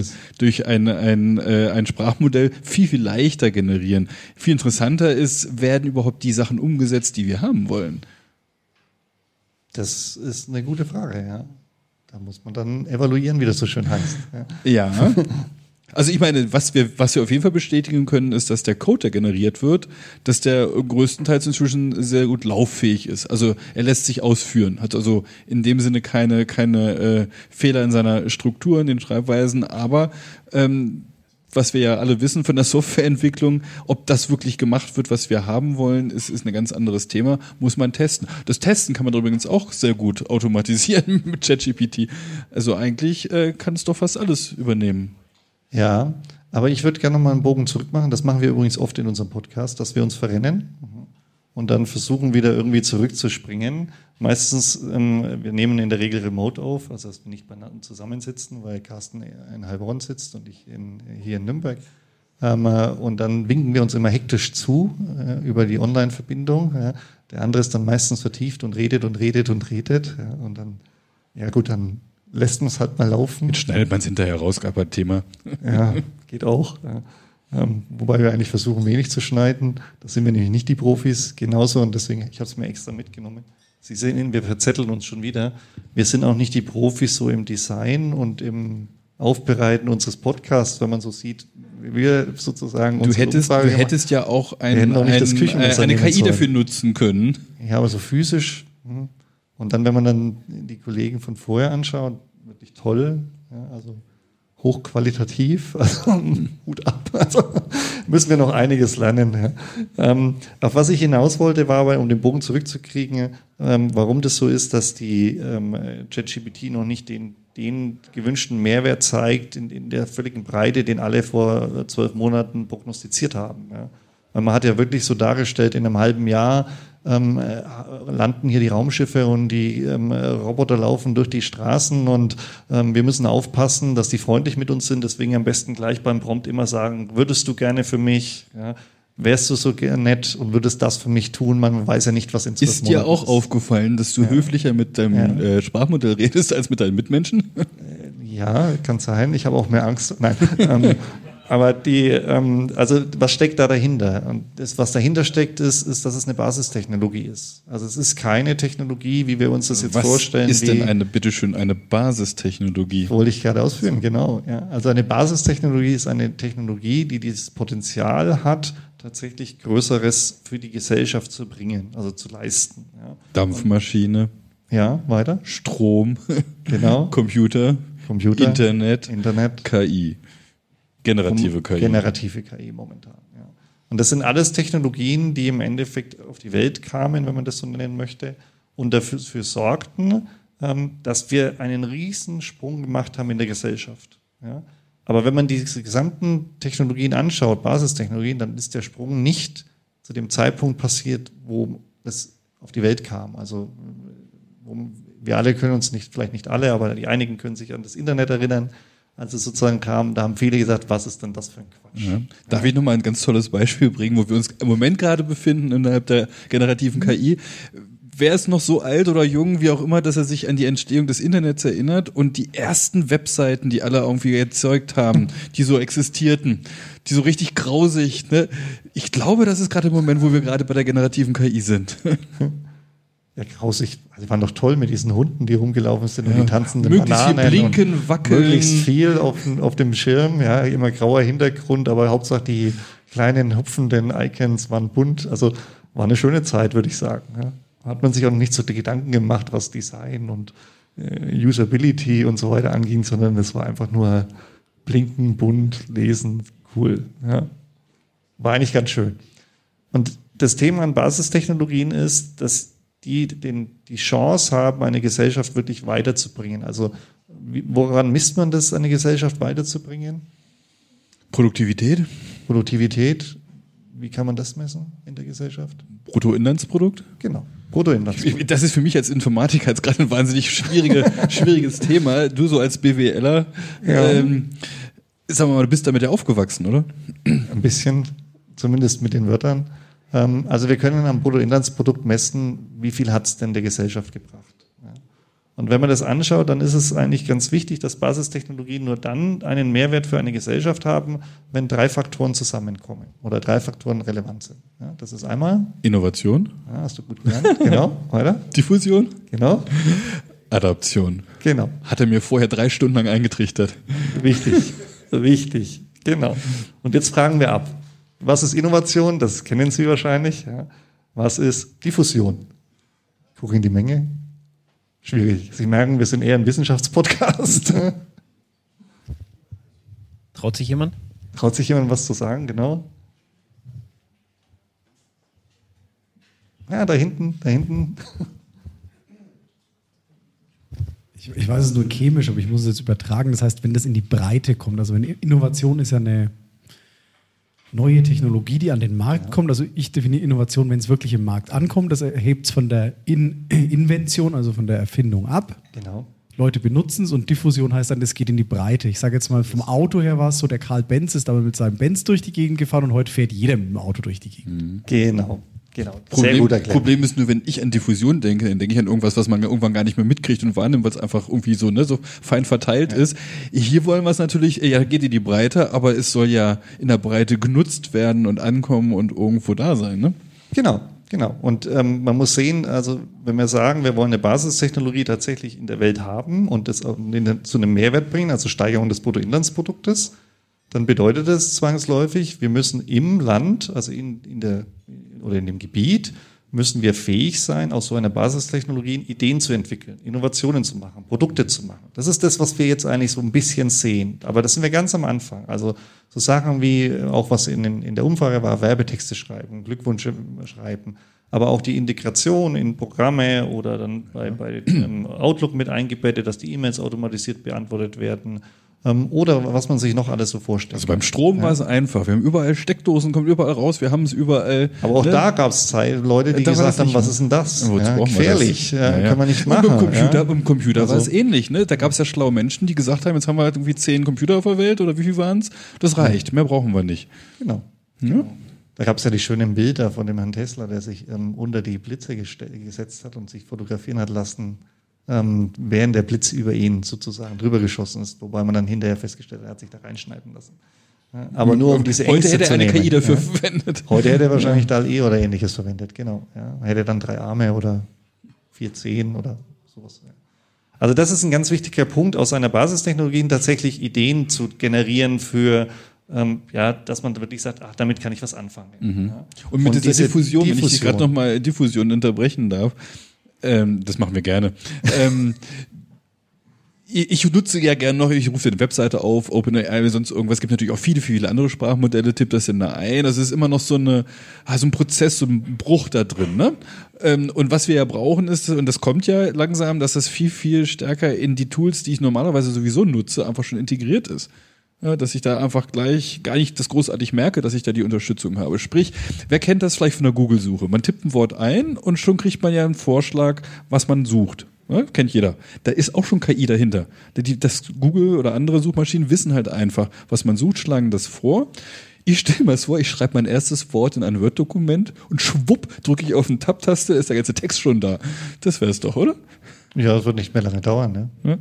ein Sprachmodell viel, viel leichter generieren. Viel interessanter ist, werden überhaupt die Sachen umgesetzt, die wir haben wollen? Das ist eine gute Frage, ja. Da muss man dann evaluieren, wie das so schön heißt. Ja. Also ich meine, was wir auf jeden Fall bestätigen können, ist, dass der Code, der generiert wird, dass der größtenteils inzwischen sehr gut lauffähig ist. Also er lässt sich ausführen, hat also in dem Sinne keine Fehler in seiner Struktur, in den Schreibweisen, aber was wir ja alle wissen von der Softwareentwicklung, ob das wirklich gemacht wird, was wir haben wollen, ist ein ganz anderes Thema, muss man testen. Das Testen kann man übrigens auch sehr gut automatisieren mit ChatGPT. Also eigentlich kann es doch fast alles übernehmen. Ja, aber ich würde gerne nochmal einen Bogen zurück machen. Das machen wir übrigens oft in unserem Podcast, dass wir uns verrennen und dann versuchen wieder irgendwie zurückzuspringen. Meistens, wir nehmen in der Regel remote auf, also dass wir nicht beieinander zusammensitzen, weil Carsten in Heilbronn sitzt und ich hier in Nürnberg. Und dann winken wir uns immer hektisch zu über die Online-Verbindung. Ja. Der andere ist dann meistens vertieft und redet und redet und redet. Ja. Und dann, ja gut, dann lässt man es halt mal laufen. Jetzt schneidet man es hinterher raus, gab ein Thema. Ja, geht auch. Ja. Wobei wir eigentlich versuchen, wenig zu schneiden. Da sind wir nämlich nicht die Profis genauso und deswegen, ich habe es mir extra mitgenommen. Sie sehen, wir verzetteln uns schon wieder. Wir sind auch nicht die Profis so im Design und im Aufbereiten unseres Podcasts, wenn man so sieht, wie wir sozusagen Du hättest ja auch eine KI dafür nutzen können. Ja, aber so physisch. Und dann, wenn man dann die Kollegen von vorher anschaut, wirklich toll. Ja, also hochqualitativ, also Hut ab. Also müssen wir noch einiges lernen. Ja. Auf was ich hinaus wollte, war aber, um den Bogen zurückzukriegen, warum das so ist, dass die ChatGPT noch nicht den gewünschten Mehrwert zeigt in der völligen Breite, den alle vor 12 Monaten prognostiziert haben. Ja. Weil man hat ja wirklich so dargestellt, in einem halben Jahr landen hier die Raumschiffe und die Roboter laufen durch die Straßen und wir müssen aufpassen, dass die freundlich mit uns sind. Deswegen am besten gleich beim Prompt immer sagen, würdest du gerne für mich, ja, wärst du so nett und würdest das für mich tun? Man weiß ja nicht, was in 12 Monaten ist. Dir auch aufgefallen, dass du höflicher mit deinem Sprachmodell redest als mit deinen Mitmenschen? Ja, kann sein. Ich habe auch mehr Angst. Nein. Aber also was steckt da dahinter? Und was dahinter steckt, ist, dass es eine Basistechnologie ist. Also es ist keine Technologie, wie wir uns das jetzt vorstellen. Was ist denn eine Basistechnologie? Wollte ich gerade ausführen, genau. Ja. Also eine Basistechnologie ist eine Technologie, die dieses Potenzial hat, tatsächlich Größeres für die Gesellschaft zu bringen, also zu leisten. Ja. Dampfmaschine. Ja, weiter. Strom. Genau. Computer. Internet. KI. Generative KI momentan. Ja. Und das sind alles Technologien, die im Endeffekt auf die Welt kamen, wenn man das so nennen möchte, und dafür sorgten, dass wir einen riesen Sprung gemacht haben in der Gesellschaft. Ja. Aber wenn man diese gesamten Technologien anschaut, Basistechnologien, dann ist der Sprung nicht zu dem Zeitpunkt passiert, wo es auf die Welt kam. Also wir alle können uns vielleicht nicht alle, aber die einigen können sich an das Internet erinnern. als es sozusagen kam, da haben viele gesagt, was ist denn das für ein Quatsch? Ja. Darf ich nochmal ein ganz tolles Beispiel bringen, wo wir uns im Moment gerade befinden innerhalb der generativen KI? Wer ist noch so alt oder jung, wie auch immer, dass er sich an die Entstehung des Internets erinnert und die ersten Webseiten, die alle irgendwie erzeugt haben, die so existierten, die so richtig grausig, ne? Ich glaube, das ist gerade der Moment, wo wir gerade bei der generativen KI sind. Ja, grausig. Also die waren doch toll mit diesen Hunden, die rumgelaufen sind und die tanzenden möglichst Bananen. Viel blinken, wackeln. Möglichst viel auf dem Schirm, ja, immer grauer Hintergrund, aber Hauptsache die kleinen hupfenden Icons waren bunt. Also war eine schöne Zeit, würde ich sagen. Ja. Hat man sich auch nicht so die Gedanken gemacht, was Design und Usability und so weiter anging, sondern es war einfach nur blinken, bunt, lesen, cool. Ja. War eigentlich ganz schön. Und das Thema an Basistechnologien ist, dass die Chance haben, eine Gesellschaft wirklich weiterzubringen. Also woran misst man das, eine Gesellschaft weiterzubringen? Produktivität. Produktivität. Wie kann man das messen in der Gesellschaft? Bruttoinlandsprodukt? Genau. Bruttoinlandsprodukt. Das ist für mich als Informatiker jetzt gerade ein wahnsinnig schwieriges Thema. Du so als BWLer, sagen wir mal, du bist damit ja aufgewachsen, oder? Ein bisschen, zumindest mit den Wörtern. Also wir können am Bruttoinlandsprodukt messen, wie viel hat es denn der Gesellschaft gebracht. Ja. Und wenn man das anschaut, dann ist es eigentlich ganz wichtig, dass Basistechnologien nur dann einen Mehrwert für eine Gesellschaft haben, wenn 3 Faktoren zusammenkommen oder 3 Faktoren relevant sind. Ja, das ist einmal Innovation. Ja, hast du gut gelernt. Genau. Weiter. Diffusion. Genau. Adaption. Genau. Hat er mir vorher 3 Stunden lang eingetrichtert. Wichtig. Genau. Und jetzt fragen wir ab. Was ist Innovation? Das kennen Sie wahrscheinlich. Ja. Was ist Diffusion? Ich gucke in die Menge. Schwierig. Sie merken, wir sind eher ein Wissenschaftspodcast. Traut sich jemand? Traut sich jemand was zu sagen? Genau. Ja, da hinten. Ich weiß es nur chemisch, aber ich muss es jetzt übertragen. Das heißt, wenn das in die Breite kommt, also wenn Innovation ist ja eine neue Technologie, die an den Markt kommt. Also ich definiere Innovation, wenn es wirklich im Markt ankommt. Das erhebt es von der Invention, also von der Erfindung ab. Genau. Leute benutzen es und Diffusion heißt dann, das geht in die Breite. Ich sage jetzt mal, vom Auto her war es so, der Karl Benz ist damit mit seinem Benz durch die Gegend gefahren und heute fährt jeder mit dem Auto durch die Gegend. Genau. Problem ist nur, wenn ich an Diffusion denke, dann denke ich an irgendwas, was man irgendwann gar nicht mehr mitkriegt und wahrnimmt, weil es einfach irgendwie so, ne, so fein verteilt ist. Hier wollen wir es natürlich, geht in die Breite, aber es soll ja in der Breite genutzt werden und ankommen und irgendwo da sein, ne? Genau. Und man muss sehen, also wenn wir sagen, wir wollen eine Basistechnologie tatsächlich in der Welt haben und das zu einem Mehrwert bringen, also Steigerung des Bruttoinlandsproduktes, dann bedeutet das zwangsläufig, wir müssen im Land, also in dem Gebiet, müssen wir fähig sein, aus so einer Basistechnologie Ideen zu entwickeln, Innovationen zu machen, Produkte zu machen. Das ist das, was wir jetzt eigentlich so ein bisschen sehen. Aber das sind wir ganz am Anfang. Also so Sachen wie auch was in der Umfrage war, Werbetexte schreiben, Glückwünsche schreiben, aber auch die Integration in Programme oder dann bei Outlook mit eingebettet, dass die E-Mails automatisiert beantwortet werden. Oder was man sich noch alles so vorstellt. Also beim Strom war es einfach. Wir haben überall Steckdosen, kommt überall raus, wir haben es überall. Aber auch da gab es Leute, die gesagt haben, was ist denn das? Gefährlich, kann man nicht machen. Beim Computer war es ähnlich. Ne? Da gab es ja schlaue Menschen, die gesagt haben, jetzt haben wir halt irgendwie 10 Computer auf der Welt oder wie viel waren es? Das reicht, mehr brauchen wir nicht. Genau. Da gab es ja die schönen Bilder von dem Herrn Tesla, der sich unter die Blitze gesetzt hat und sich fotografieren hat lassen, während der Blitz über ihn sozusagen drüber geschossen ist, wobei man dann hinterher festgestellt hat, er hat sich da reinschneiden lassen. Ja, aber nur um diese Ängste Heute hätte er eine KI dafür verwendet. verwendet. Heute hätte er wahrscheinlich DALL-E oder ähnliches verwendet, genau. Ja. Hätte dann 3 Arme oder 4 Zehen oder sowas. Also das ist ein ganz wichtiger Punkt, aus einer Basistechnologie tatsächlich Ideen zu generieren für dass man wirklich sagt, damit kann ich was anfangen. Mhm. Ja. Und mit dieser Diffusion, wenn ich dich gerade nochmal Diffusion unterbrechen darf, das machen wir gerne. Ich nutze ja gerne noch, ich rufe eine Webseite auf, OpenAI, sonst irgendwas. Es gibt natürlich auch viele andere Sprachmodelle, tipp das in da ein. Das ist immer noch so ein Prozess, so ein Bruch da drin. Ne? Und was wir ja brauchen ist, und das kommt ja langsam, dass das viel stärker in die Tools, die ich normalerweise sowieso nutze, einfach schon integriert ist. Ja, dass ich da einfach gleich gar nicht das großartig merke, dass ich da die Unterstützung habe. Sprich, wer kennt das vielleicht von der Google-Suche? Man tippt ein Wort ein und schon kriegt man ja einen Vorschlag, was man sucht. Ja, kennt jeder. Da ist auch schon KI dahinter. Das Google oder andere Suchmaschinen wissen halt einfach, was man sucht, schlagen das vor. Ich stelle mir das vor, ich schreibe mein erstes Wort in ein Word-Dokument und schwupp, drücke ich auf eine Tab-Taste, ist der ganze Text schon da. Das wäre es doch, oder? Ja, das wird nicht mehr lange dauern. Ne? Ja.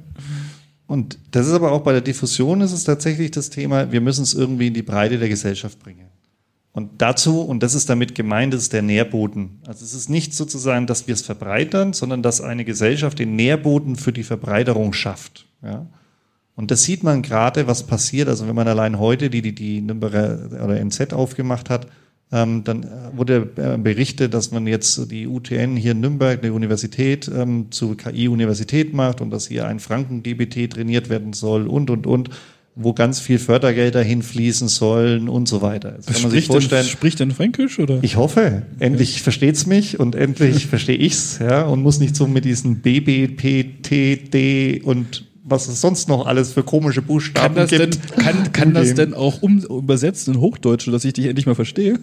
Und das ist aber auch bei der Diffusion ist es tatsächlich das Thema, wir müssen es irgendwie in die Breite der Gesellschaft bringen. Und dazu, und das ist damit gemeint, das ist der Nährboden. Also es ist nicht sozusagen, dass wir es verbreitern, sondern dass eine Gesellschaft den Nährboden für die Verbreiterung schafft. Ja? Und das sieht man gerade, was passiert. Also wenn man allein heute die Nürnberger oder NZ aufgemacht hat, dann wurde berichtet, dass man jetzt die UTN hier in Nürnberg, eine Universität, zu KI-Universität macht und dass hier ein Franken-GBT trainiert werden soll und, wo ganz viel Fördergelder hinfließen sollen und so weiter. Das kann man sich vorstellen. Spricht denn Fränkisch, oder? Ich hoffe. Endlich versteht's mich und endlich verstehe ich's, ja, und muss nicht so mit diesen B, P, T, D und was es sonst noch alles für komische Buchstaben gibt. Kann das denn auch übersetzt in Hochdeutsch, dass ich dich endlich mal verstehe?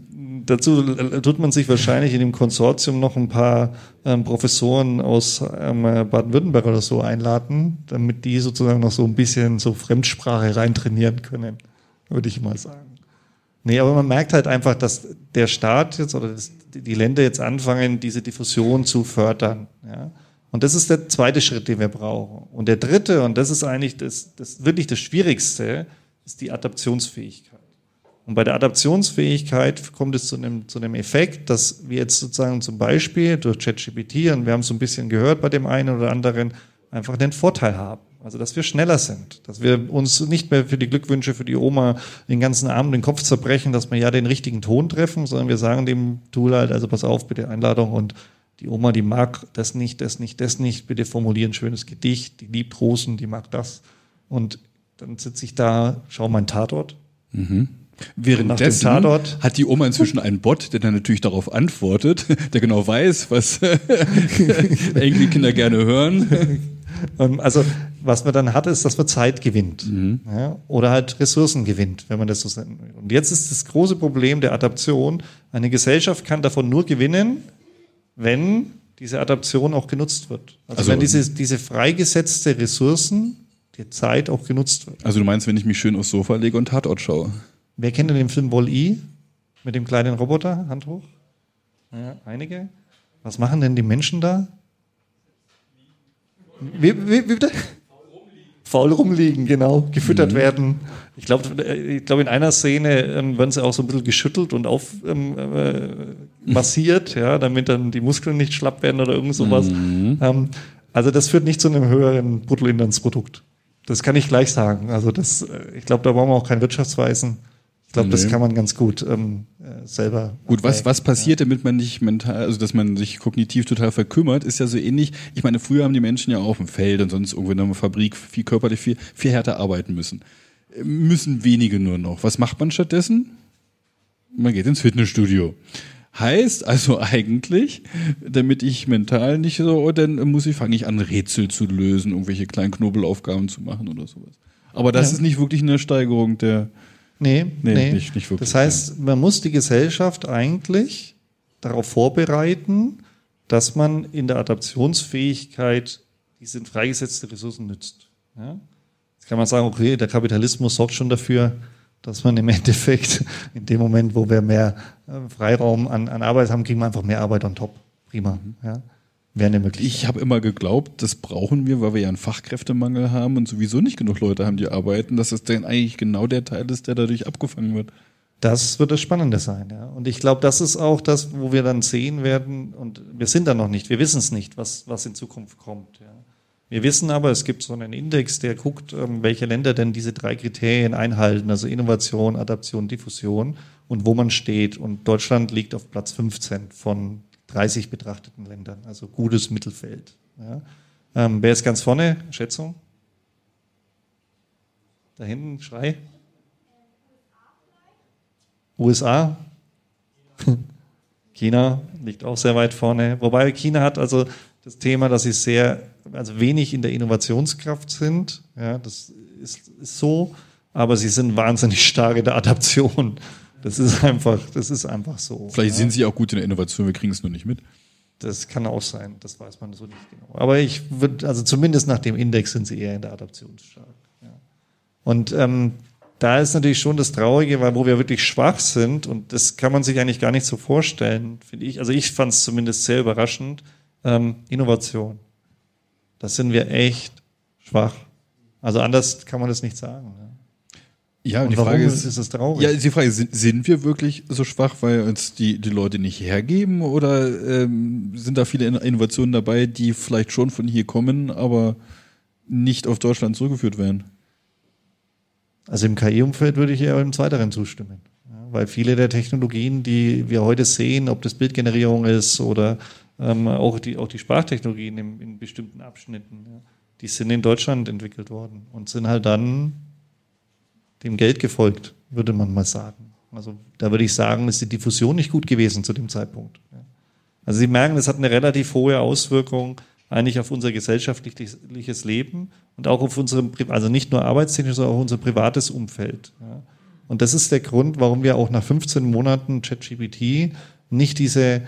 Dazu tut man sich wahrscheinlich in dem Konsortium noch ein paar Professoren aus Baden-Württemberg oder so einladen, damit die sozusagen noch so ein bisschen so Fremdsprache reintrainieren können, würde ich mal sagen. Nee, aber man merkt halt einfach, dass der Staat jetzt oder die Länder jetzt anfangen, diese Diffusion zu fördern. Ja? Und das ist der zweite Schritt, den wir brauchen. Und der dritte, und das ist eigentlich das wirklich das Schwierigste, ist die Adaptionsfähigkeit. Und bei der Adaptionsfähigkeit kommt es zu einem Effekt, dass wir jetzt sozusagen zum Beispiel durch ChatGPT, und wir haben es so ein bisschen gehört bei dem einen oder anderen, einfach den Vorteil haben. Also, dass wir schneller sind, dass wir uns nicht mehr für die Glückwünsche für die Oma den ganzen Abend den Kopf zerbrechen, dass wir ja den richtigen Ton treffen, sondern wir sagen dem Tool halt, also pass auf, bitte Einladung, und die Oma, die mag das nicht, bitte formulieren ein schönes Gedicht, die liebt Rosen, die mag das. Und dann sitze ich da, schaue mein Tatort. Mhm. Währenddessen hat die Oma inzwischen einen Bot, der dann natürlich darauf antwortet, der genau weiß, was Enkelkinder gerne hören. Also was man dann hat, ist, dass man Zeit gewinnt. Ja, oder halt Ressourcen gewinnt, wenn man das so nennt. Und jetzt ist das große Problem der Adaption. Eine Gesellschaft kann davon nur gewinnen, wenn diese Adaption auch genutzt wird. Also wenn diese freigesetzte Ressourcen, die Zeit auch genutzt wird. Also du meinst, wenn ich mich schön aufs Sofa lege und Tatort schaue? Wer kennt denn den Film Wall-E mit dem kleinen Roboter? Hand hoch. Ja, einige. Was machen denn die Menschen da? Wie bitte? Faul rumliegen, genau. Gefüttert werden. Ich glaube, in einer Szene werden sie auch so ein bisschen geschüttelt und massiert, ja, damit dann die Muskeln nicht schlapp werden oder irgend sowas. Also das führt nicht zu einem höheren Bruttoinlandsprodukt. Das kann ich gleich sagen. Also ich glaube, da brauchen wir auch kein Wirtschaftsweisen. Ich glaube, das kann man ganz gut selber. Gut, was passiert, damit man nicht mental, also dass man sich kognitiv total verkümmert, ist ja so ähnlich. Ich meine, früher haben die Menschen ja auch auf dem Feld und sonst irgendwo in einer Fabrik viel körperlich, viel härter arbeiten müssen. Müssen wenige nur noch. Was macht man stattdessen? Man geht ins Fitnessstudio. Heißt also eigentlich, damit ich mental nicht so, dann fange ich an, Rätsel zu lösen, irgendwelche kleinen Knobelaufgaben zu machen oder sowas. Aber das ist nicht wirklich eine Steigerung der... Nee. Nicht wirklich. Das heißt, man muss die Gesellschaft eigentlich darauf vorbereiten, dass man in der Adaptionsfähigkeit diese freigesetzte Ressourcen nützt. Ja? Jetzt kann man sagen, okay, der Kapitalismus sorgt schon dafür, dass man im Endeffekt in dem Moment, wo wir mehr Freiraum an Arbeit haben, kriegen wir einfach mehr Arbeit on top. Prima. Ja? Wäre eine Möglichkeit. Ich habe immer geglaubt, das brauchen wir, weil wir ja einen Fachkräftemangel haben und sowieso nicht genug Leute haben, die arbeiten, dass es dann eigentlich genau der Teil ist, der dadurch abgefangen wird. Das wird das Spannende sein, ja. Und ich glaube, das ist auch das, wo wir dann sehen werden, und wir sind da noch nicht, wir wissen es nicht, was in Zukunft kommt. Ja. Wir wissen aber, es gibt so einen Index, der guckt, welche Länder denn diese 3 Kriterien einhalten, also Innovation, Adaption, Diffusion, und wo man steht. Und Deutschland liegt auf Platz 15 von 30 betrachteten Ländern, also gutes Mittelfeld. Ja. Wer ist ganz vorne? Schätzung? Da hinten, Schrei. USA? China liegt auch sehr weit vorne. Wobei China hat also das Thema, dass sie wenig in der Innovationskraft sind. Ja, das ist so, aber sie sind wahnsinnig stark in der Adaption. Das ist einfach so. Vielleicht sind sie auch gut in der Innovation, wir kriegen es nur nicht mit. Das kann auch sein, das weiß man so nicht genau. Aber ich würde, also zumindest nach dem Index sind sie eher in der Adaption stark. Ja. Und da ist natürlich schon das Traurige, weil wo wir wirklich schwach sind, und das kann man sich eigentlich gar nicht so vorstellen, finde ich, also ich fand es zumindest sehr überraschend, Innovation. Da sind wir echt schwach. Also anders kann man das nicht sagen. Ja, und die warum Frage ist es traurig? Ja, die Frage ist, sind wir wirklich so schwach, weil uns die Leute nicht hergeben, oder sind da viele Innovationen dabei, die vielleicht schon von hier kommen, aber nicht auf Deutschland zurückgeführt werden? Also im KI-Umfeld würde ich eher im Zweiteren zustimmen. Ja, weil viele der Technologien, die wir heute sehen, ob das Bildgenerierung ist oder auch die Sprachtechnologien in bestimmten Abschnitten, ja, die sind in Deutschland entwickelt worden und sind halt dann dem Geld gefolgt, würde man mal sagen. Also da würde ich sagen, ist die Diffusion nicht gut gewesen zu dem Zeitpunkt. Ja. Also Sie merken, das hat eine relativ hohe Auswirkung eigentlich auf unser gesellschaftliches Leben und auch auf unserem, also nicht nur arbeitstechnisch, sondern auch unser privates Umfeld. Ja. Und das ist der Grund, warum wir auch nach 15 Monaten ChatGPT nicht diese,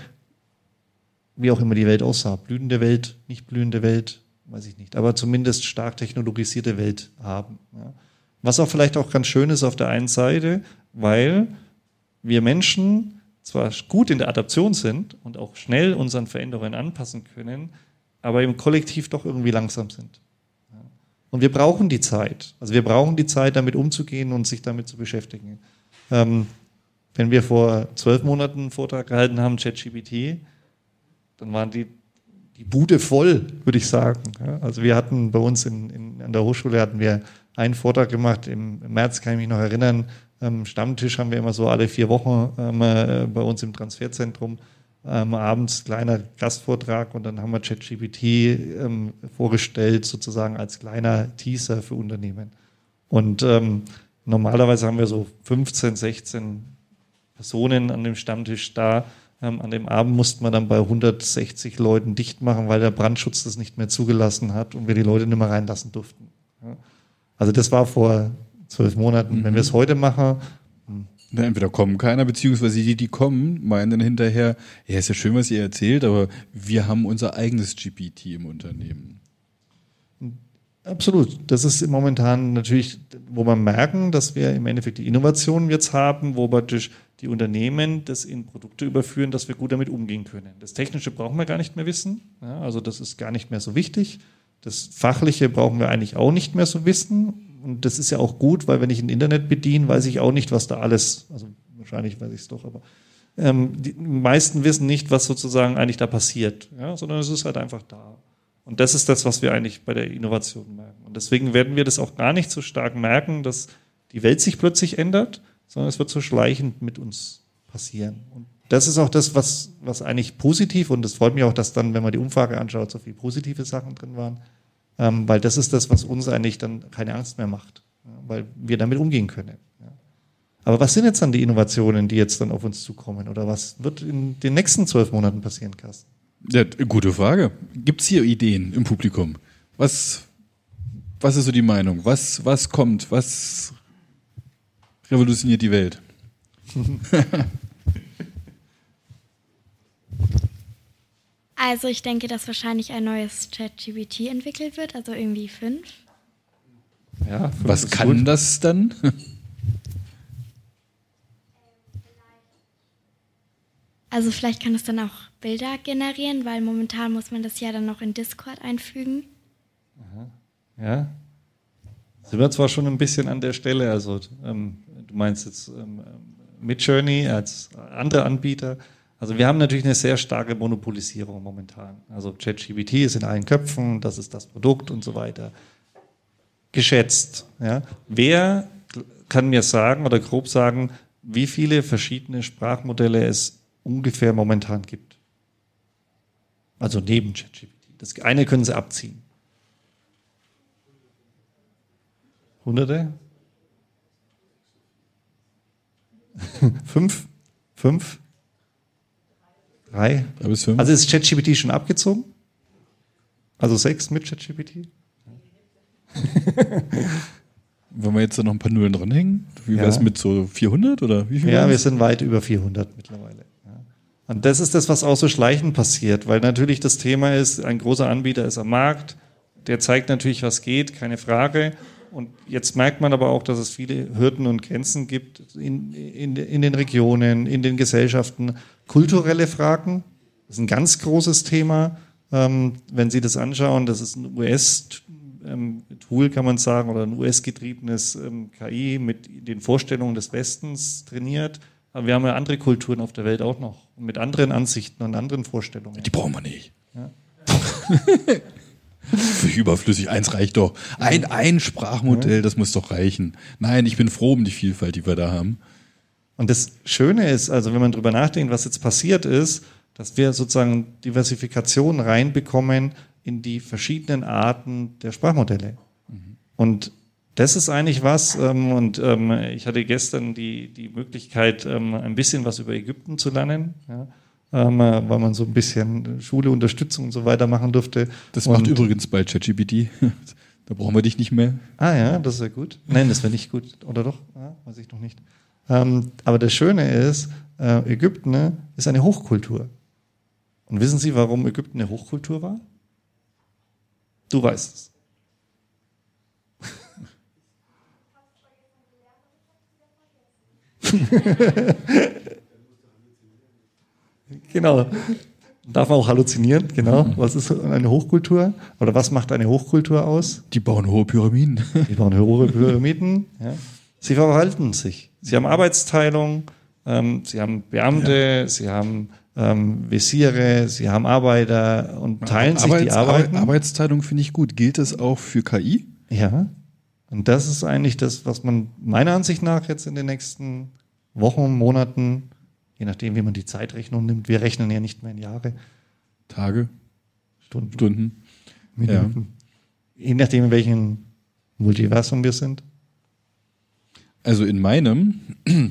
wie auch immer die Welt aussah, blühende Welt, nicht blühende Welt, weiß ich nicht, aber zumindest stark technologisierte Welt haben. Ja. Was auch vielleicht auch ganz schön ist auf der einen Seite, weil wir Menschen zwar gut in der Adaption sind und auch schnell unseren Veränderungen anpassen können, aber im Kollektiv doch irgendwie langsam sind. Und wir brauchen die Zeit. Also wir brauchen die Zeit, damit umzugehen und sich damit zu beschäftigen. Wenn wir vor 12 Monaten einen Vortrag gehalten haben, ChatGPT, dann waren die Bude voll, würde ich sagen. Also wir hatten bei uns an der Hochschule hatten wir einen Vortrag gemacht, im März kann ich mich noch erinnern, Stammtisch haben wir immer so alle 4 Wochen bei uns im Transferzentrum, abends kleiner Gastvortrag und dann haben wir ChatGPT vorgestellt, sozusagen als kleiner Teaser für Unternehmen. Und normalerweise haben wir so 15, 16 Personen an dem Stammtisch da. An dem Abend mussten wir dann bei 160 Leuten dicht machen, weil der Brandschutz das nicht mehr zugelassen hat und wir die Leute nicht mehr reinlassen durften. Ja. Also das war vor 12 Monaten. Wenn wir es heute machen... Na, entweder kommen keiner, beziehungsweise die kommen, meinen dann hinterher, ja, ist ja schön, was ihr erzählt, aber wir haben unser eigenes GPT im Unternehmen. Absolut. Das ist momentan natürlich, wo wir merken, dass wir im Endeffekt die Innovationen jetzt haben, wo praktisch die Unternehmen das in Produkte überführen, dass wir gut damit umgehen können. Das Technische brauchen wir gar nicht mehr wissen. Ja, also das ist gar nicht mehr so wichtig. Das Fachliche brauchen wir eigentlich auch nicht mehr so wissen. Und das ist ja auch gut, weil wenn ich ein Internet bediene, weiß ich auch nicht, was da alles, also wahrscheinlich weiß ich es doch, aber die meisten wissen nicht, was sozusagen eigentlich da passiert, ja, sondern es ist halt einfach da. Und das ist das, was wir eigentlich bei der Innovation merken. Und deswegen werden wir das auch gar nicht so stark merken, dass die Welt sich plötzlich ändert, sondern es wird so schleichend mit uns passieren. Und das ist auch das, was eigentlich positiv, und es freut mich auch, dass dann, wenn man die Umfrage anschaut, so viele positive Sachen drin waren, weil das ist das, was uns eigentlich dann keine Angst mehr macht, weil wir damit umgehen können. Aber was sind jetzt dann die Innovationen, die jetzt dann auf uns zukommen? Oder was wird in den nächsten 12 Monaten passieren, Carsten? Ja, gute Frage. Gibt es hier Ideen im Publikum? Was ist so die Meinung? Was kommt? Was revolutioniert die Welt? Also ich denke, dass wahrscheinlich ein neues ChatGPT entwickelt wird, also irgendwie 5. Ja, was kann das dann? Also vielleicht kann es dann auch Bilder generieren, weil momentan muss man das ja dann noch in Discord einfügen. Aha. Ja. Sind wir zwar schon ein bisschen an der Stelle, also du meinst jetzt Midjourney als andere Anbieter. Also wir haben natürlich eine sehr starke Monopolisierung momentan. Also ChatGPT ist in allen Köpfen, das ist das Produkt und so weiter. Geschätzt. Ja. Wer kann mir sagen oder grob sagen, wie viele verschiedene Sprachmodelle es ungefähr momentan gibt? Also neben ChatGPT. Das eine können Sie abziehen. Hunderte? 5? 3? Also ist ChatGPT schon abgezogen? Also 6 mit ChatGPT? Wollen wir jetzt da noch ein paar Nullen dranhängen? Wie wäre es mit so 400 oder wie viel? Ja, wir sind weit über 400 mittlerweile. Ja. Und das ist das, was auch so schleichend passiert, weil natürlich das Thema ist, ein großer Anbieter ist am Markt, der zeigt natürlich, was geht, keine Frage. Und jetzt merkt man aber auch, dass es viele Hürden und Grenzen gibt in den Regionen, in den Gesellschaften. Kulturelle Fragen, das ist ein ganz großes Thema. Wenn Sie das anschauen, das ist ein US-Tool, kann man sagen, oder ein US-getriebenes KI mit den Vorstellungen des Westens trainiert. Aber wir haben ja andere Kulturen auf der Welt auch noch. Und mit anderen Ansichten und anderen Vorstellungen. Die brauchen wir nicht. Ja. Für überflüssig, eins reicht doch. Ein Sprachmodell, das muss doch reichen. Nein, ich bin froh um die Vielfalt, die wir da haben. Und das Schöne ist, also wenn man drüber nachdenkt, was jetzt passiert ist, dass wir sozusagen Diversifikation reinbekommen in die verschiedenen Arten der Sprachmodelle. Und das ist eigentlich was, ich hatte gestern die Möglichkeit, ein bisschen was über Ägypten zu lernen, ja, weil man so ein bisschen Schule, Unterstützung und so weiter machen durfte. Das macht übrigens bei ChatGPT. Da brauchen wir dich nicht mehr. Ah ja, das wäre gut. Nein, das wäre nicht gut. Oder doch? Ja, weiß ich noch nicht. Aber das Schöne ist, Ägypten ist eine Hochkultur. Und wissen Sie, warum Ägypten eine Hochkultur war? Du weißt es. Genau. Darf man auch halluzinieren, genau. Was ist eine Hochkultur? Oder was macht eine Hochkultur aus? Die bauen hohe Pyramiden. Die bauen hohe Pyramiden. Ja. Sie verwalten sich. Sie haben Arbeitsteilung, sie haben Beamte, sie haben Wesire, sie haben Arbeiter und teilen sich die Arbeiten. Arbeitsteilung finde ich gut. Gilt das auch für KI? Ja. Und das ist eigentlich das, was man meiner Ansicht nach jetzt in den nächsten Wochen, Monaten, je nachdem, wie man die Zeitrechnung nimmt, wir rechnen ja nicht mehr in Jahre. Tage? Stunden? Minuten. Ja. Je nachdem, in welchem Multiversum wir sind. Also in meinem,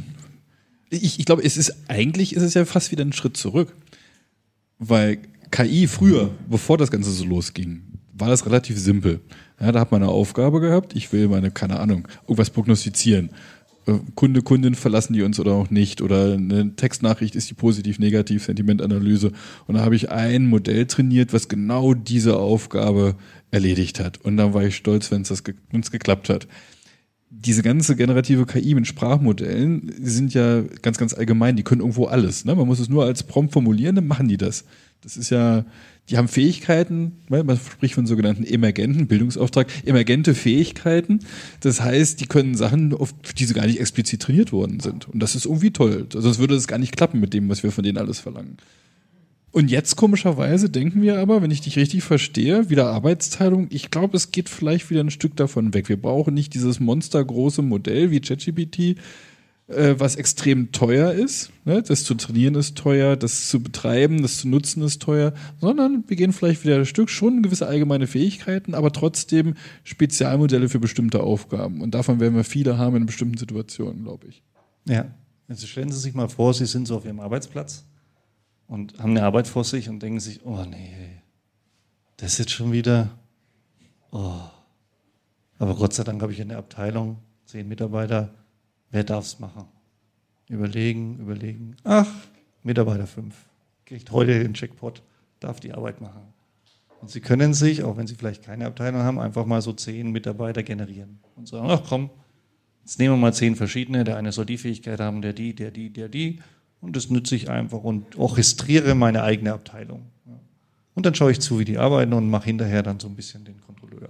ich glaube, es ist ja fast wieder ein Schritt zurück. Weil KI früher, bevor das Ganze so losging, war das relativ simpel. Ja, da hat man eine Aufgabe gehabt, ich will keine Ahnung, irgendwas prognostizieren. Kunde, Kundin verlassen die uns oder auch nicht, oder eine Textnachricht, ist die positiv, negativ, Sentimentanalyse. Und da habe ich ein Modell trainiert, was genau diese Aufgabe erledigt hat. Und dann war ich stolz, wenn es geklappt hat. Diese ganze generative KI mit Sprachmodellen sind ja ganz, ganz allgemein, die können irgendwo alles. Ne? Man muss es nur als Prompt formulieren, dann machen die das. Das ist ja, die haben Fähigkeiten, man spricht von sogenannten emergenten, Bildungsauftrag, emergente Fähigkeiten. Das heißt, die können Sachen, auf die sie gar nicht explizit trainiert worden sind. Und das ist irgendwie toll. Sonst würde das gar nicht klappen mit dem, was wir von denen alles verlangen. Und jetzt komischerweise denken wir aber, wenn ich dich richtig verstehe, wieder Arbeitsteilung. Ich glaube, es geht vielleicht wieder ein Stück davon weg. Wir brauchen nicht dieses monstergroße Modell wie ChatGPT, was extrem teuer ist. Ne? Das zu trainieren ist teuer, das zu betreiben, das zu nutzen ist teuer, sondern wir gehen vielleicht wieder ein Stück, schon gewisse allgemeine Fähigkeiten, aber trotzdem Spezialmodelle für bestimmte Aufgaben. Und davon werden wir viele haben in bestimmten Situationen, glaube ich. Ja, also stellen Sie sich mal vor, Sie sind so auf Ihrem Arbeitsplatz und haben eine Arbeit vor sich und denken sich, oh nee, das ist jetzt schon wieder, oh. Aber Gott sei Dank habe ich eine Abteilung, 10 Mitarbeiter, wer darf es machen? Überlegen. Ach, Mitarbeiter 5. Kriegt heute den Jackpot, darf die Arbeit machen. Und Sie können sich, auch wenn Sie vielleicht keine Abteilung haben, einfach mal so 10 Mitarbeiter generieren. Und sagen, ach komm, jetzt nehmen wir mal 10 verschiedene. Der eine soll die Fähigkeit haben, der die. Und das nütze ich einfach und orchestriere meine eigene Abteilung. Und dann schaue ich zu, wie die arbeiten und mache hinterher dann so ein bisschen den Kontrolleur.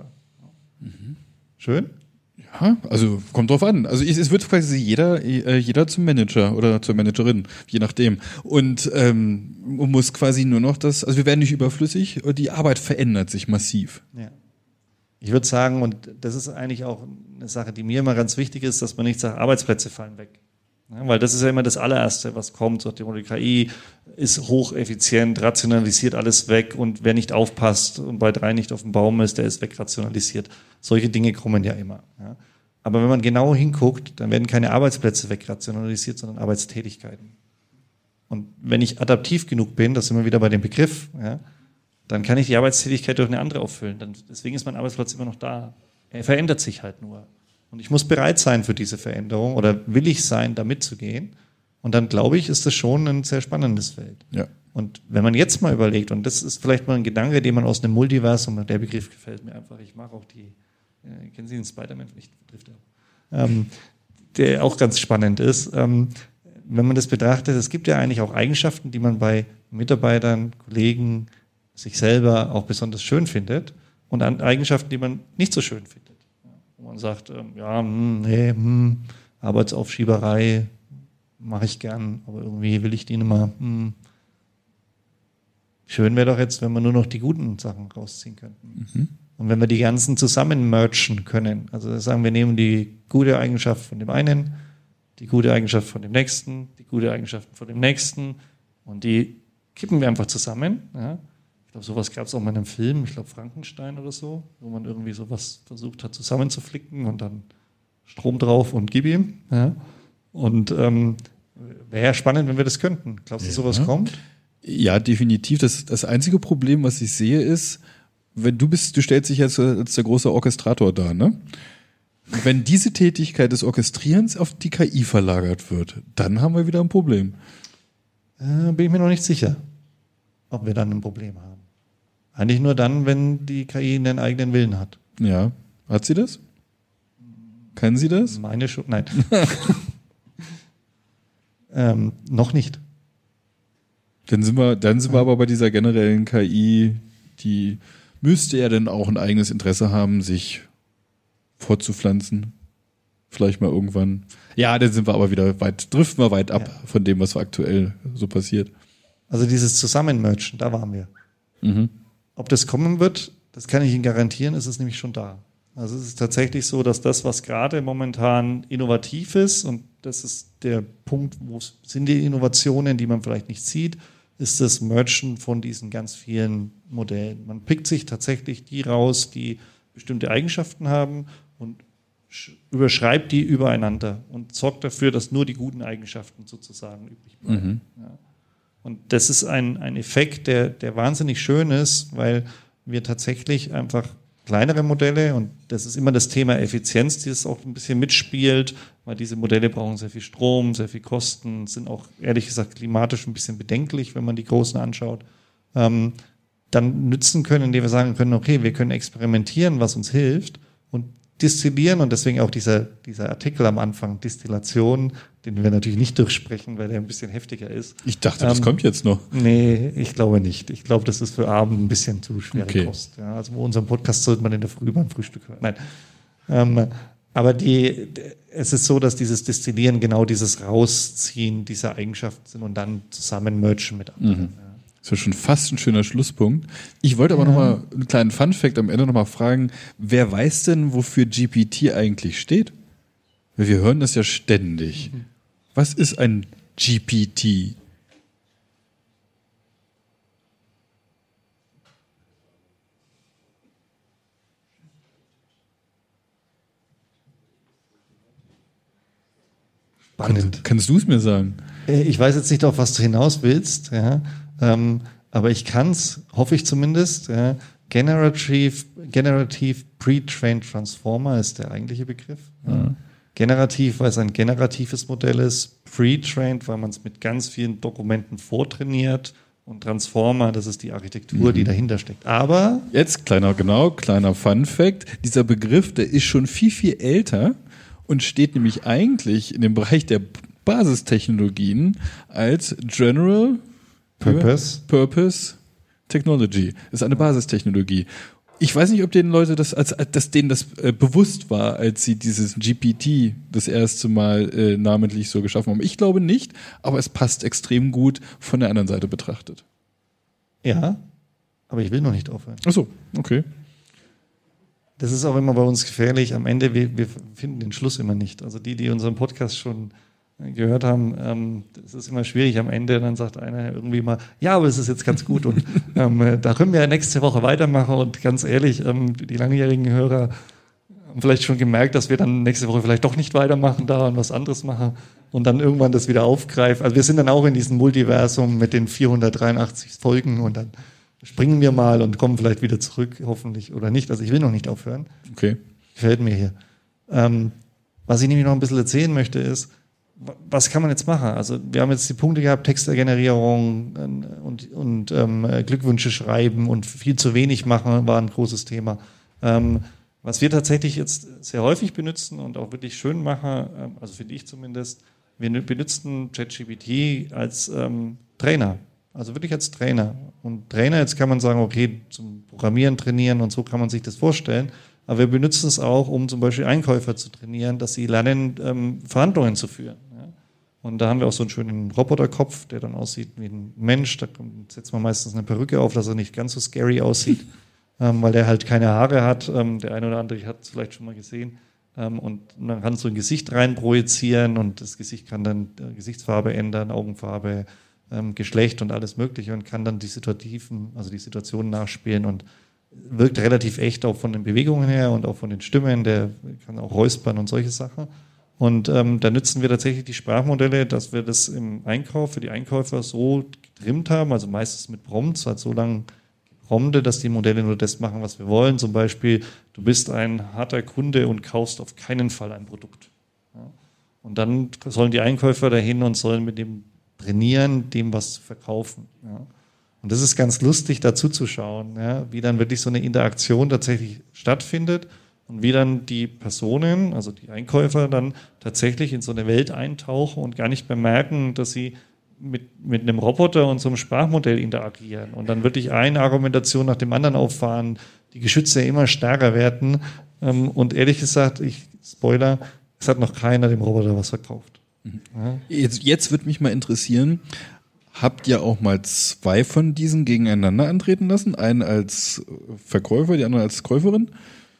Schön? Ja, also kommt drauf an. Also es wird quasi jeder zum Manager oder zur Managerin, je nachdem. Und man muss quasi nur noch also wir werden nicht überflüssig, die Arbeit verändert sich massiv. Ja. Ich würde sagen, und das ist eigentlich auch eine Sache, die mir immer ganz wichtig ist, dass man nicht sagt, Arbeitsplätze fallen weg. Ja, weil das ist ja immer das allererste, was kommt. So, die KI ist hocheffizient, rationalisiert alles weg und wer nicht aufpasst und bei 3 nicht auf dem Baum ist, der ist wegrationalisiert. Solche Dinge kommen ja immer. Ja. Aber wenn man genau hinguckt, dann werden keine Arbeitsplätze wegrationalisiert, sondern Arbeitstätigkeiten. Und wenn ich adaptiv genug bin, das sind wir wieder bei dem Begriff, ja, dann kann ich die Arbeitstätigkeit durch eine andere auffüllen. Deswegen ist mein Arbeitsplatz immer noch da. Er verändert sich halt nur. Und ich muss bereit sein für diese Veränderung oder will ich sein, da mitzugehen. Und dann, glaube ich, ist das schon ein sehr spannendes Feld. Ja. Und wenn man jetzt mal überlegt, und das ist vielleicht mal ein Gedanke, den man aus einem Multiversum, der Begriff gefällt mir einfach, ich mag auch kennen Sie den Spider-Man? Nicht, trifft er. Der auch ganz spannend ist. Wenn man das betrachtet, es gibt ja eigentlich auch Eigenschaften, die man bei Mitarbeitern, Kollegen, sich selber auch besonders schön findet und Eigenschaften, die man nicht so schön findet. Wo man sagt, Arbeitsaufschieberei mache ich gern, aber irgendwie will ich die nicht mehr. Schön wäre doch jetzt, wenn wir nur noch die guten Sachen rausziehen könnten. Mhm. Und wenn wir die ganzen zusammen mergen können, also sagen wir nehmen die gute Eigenschaft von dem einen, die gute Eigenschaft von dem nächsten, die gute Eigenschaften von dem nächsten und die kippen wir einfach zusammen. Ja. Ich glaube, sowas gab es auch mal in einem Film, ich glaube Frankenstein oder so, wo man irgendwie sowas versucht hat zusammenzuflicken und dann Strom drauf und gib ihm. Ja. Und wäre spannend, wenn wir das könnten. Glaubst du, sowas kommt? Ja, definitiv. Das einzige Problem, was ich sehe, ist, du stellst dich jetzt als der große Orchestrator dar, ne? Wenn diese Tätigkeit des Orchestrierens auf die KI verlagert wird, dann haben wir wieder ein Problem. Bin ich mir noch nicht sicher, ob wir dann ein Problem haben. Eigentlich nur dann, wenn die KI einen eigenen Willen hat. Ja. Hat sie das? Kann sie das? Meine schon, nein. Noch nicht. Dann sind wir aber bei dieser generellen KI, die müsste ja dann auch ein eigenes Interesse haben, sich fortzupflanzen. Vielleicht mal irgendwann. Ja, dann sind wir aber wieder driften wir weit ab von dem, was aktuell so passiert. Also dieses Zusammenmerchen, da waren wir. Mhm. Ob das kommen wird, das kann ich Ihnen garantieren, ist es nämlich schon da. Also es ist tatsächlich so, dass das, was gerade momentan innovativ ist, und das ist der Punkt, wo sind die Innovationen, die man vielleicht nicht sieht, ist das Mergen von diesen ganz vielen Modellen. Man pickt sich tatsächlich die raus, die bestimmte Eigenschaften haben und überschreibt die übereinander und sorgt dafür, dass nur die guten Eigenschaften sozusagen übrig bleiben. Mhm. Ja. Und das ist ein Effekt, der wahnsinnig schön ist, weil wir tatsächlich einfach kleinere Modelle, und das ist immer das Thema Effizienz, die das auch ein bisschen mitspielt, weil diese Modelle brauchen sehr viel Strom, sehr viel Kosten, sind auch ehrlich gesagt klimatisch ein bisschen bedenklich, wenn man die großen anschaut, dann nützen können, indem wir sagen können, okay, wir können experimentieren, was uns hilft, und destillieren, und deswegen auch dieser Artikel am Anfang, Destillation, den wir natürlich nicht durchsprechen, weil der ein bisschen heftiger ist. Ich dachte, das kommt jetzt noch. Nee, ich glaube nicht. Ich glaube, das ist für Abend ein bisschen zu schwere Kost. Ja, also unseren Podcast sollte man in der Früh beim Frühstück hören. Nein. Aber es ist so, dass dieses Destillieren genau dieses Rausziehen dieser Eigenschaften sind und dann zusammen mergen mit anderen. Mhm. Das wäre schon fast ein schöner Schlusspunkt. Ich wollte aber nochmal einen kleinen Fun-Fact am Ende nochmal fragen, wer weiß denn, wofür GPT eigentlich steht? Wir hören das ja ständig. Was ist ein GPT? Spannend. Kannst du es mir sagen? Ich weiß jetzt nicht, auf was du hinaus willst, ja. Aber ich kann es, hoffe ich zumindest. Ja. Generative Pre-Trained Transformer ist der eigentliche Begriff. Ja. Generativ, weil es ein generatives Modell ist. Pre-Trained, weil man es mit ganz vielen Dokumenten vortrainiert. Und Transformer, das ist die Architektur, die dahinter steckt. Aber jetzt kleiner Fun-Fact. Dieser Begriff, der ist schon viel, viel älter und steht nämlich eigentlich in dem Bereich der Basistechnologien als General Purpose Technology. Das ist eine Basistechnologie. Ich weiß nicht, ob den Leute dass denen das bewusst war, als sie dieses GPT das erste Mal namentlich so geschaffen haben. Ich glaube nicht, aber es passt extrem gut von der anderen Seite betrachtet. Ja, aber ich will noch nicht aufhören. Ach so, okay. Das ist auch immer bei uns gefährlich. Am Ende, wir finden den Schluss immer nicht. Also die unseren Podcast schon gehört haben, das ist immer schwierig am Ende, dann sagt einer irgendwie mal, ja, aber es ist jetzt ganz gut und da können wir ja nächste Woche weitermachen, und ganz ehrlich, die langjährigen Hörer haben vielleicht schon gemerkt, dass wir dann nächste Woche vielleicht doch nicht weitermachen da und was anderes machen und dann irgendwann das wieder aufgreifen. Also wir sind dann auch in diesem Multiversum mit den 483 Folgen und dann springen wir mal und kommen vielleicht wieder zurück, hoffentlich, oder nicht. Also ich will noch nicht aufhören. Okay. Gefällt mir hier. Was ich nämlich noch ein bisschen erzählen möchte ist, was kann man jetzt machen? Also wir haben jetzt die Punkte gehabt, Textgenerierung und Glückwünsche schreiben und viel zu wenig machen war ein großes Thema. Was wir tatsächlich jetzt sehr häufig benutzen und auch wirklich schön machen, also finde ich zumindest, wir benutzen ChatGPT als Trainer, also wirklich als Trainer. Und Trainer, jetzt kann man sagen, okay, zum Programmieren trainieren und so kann man sich das vorstellen, aber wir benutzen es auch, um zum Beispiel Einkäufer zu trainieren, dass sie lernen, Verhandlungen zu führen. Ja? Und da haben wir auch so einen schönen Roboterkopf, der dann aussieht wie ein Mensch, da setzt man meistens eine Perücke auf, dass er nicht ganz so scary aussieht, weil der halt keine Haare hat, der eine oder andere hat es vielleicht schon mal gesehen. Und man kann so ein Gesicht rein projizieren und das Gesicht kann dann Gesichtsfarbe ändern, Augenfarbe, Geschlecht und alles Mögliche und kann dann die Situationen nachspielen und wirkt relativ echt auch von den Bewegungen her und auch von den Stimmen, der kann auch räuspern und solche Sachen. Und da nützen wir tatsächlich die Sprachmodelle, dass wir das im Einkauf für die Einkäufer so getrimmt haben, also meistens mit Prompts, halt so lang Prompte, dass die Modelle nur das machen, was wir wollen. Zum Beispiel, du bist ein harter Kunde und kaufst auf keinen Fall ein Produkt. Ja. Und dann sollen die Einkäufer dahin und sollen mit dem trainieren, dem was zu verkaufen. Ja. Und das ist ganz lustig, dazu zu schauen, ja, wie dann wirklich so eine Interaktion tatsächlich stattfindet und wie dann die Personen, also die Einkäufer, dann tatsächlich in so eine Welt eintauchen und gar nicht bemerken, dass sie mit einem Roboter und so einem Sprachmodell interagieren und dann wirklich eine Argumentation nach dem anderen auffahren, die Geschütze immer stärker werden und ehrlich gesagt, Spoiler, es hat noch keiner dem Roboter was verkauft. Ja. Jetzt würde mich mal interessieren, habt ihr auch mal 2 von diesen gegeneinander antreten lassen? Einen als Verkäufer, die andere als Käuferin?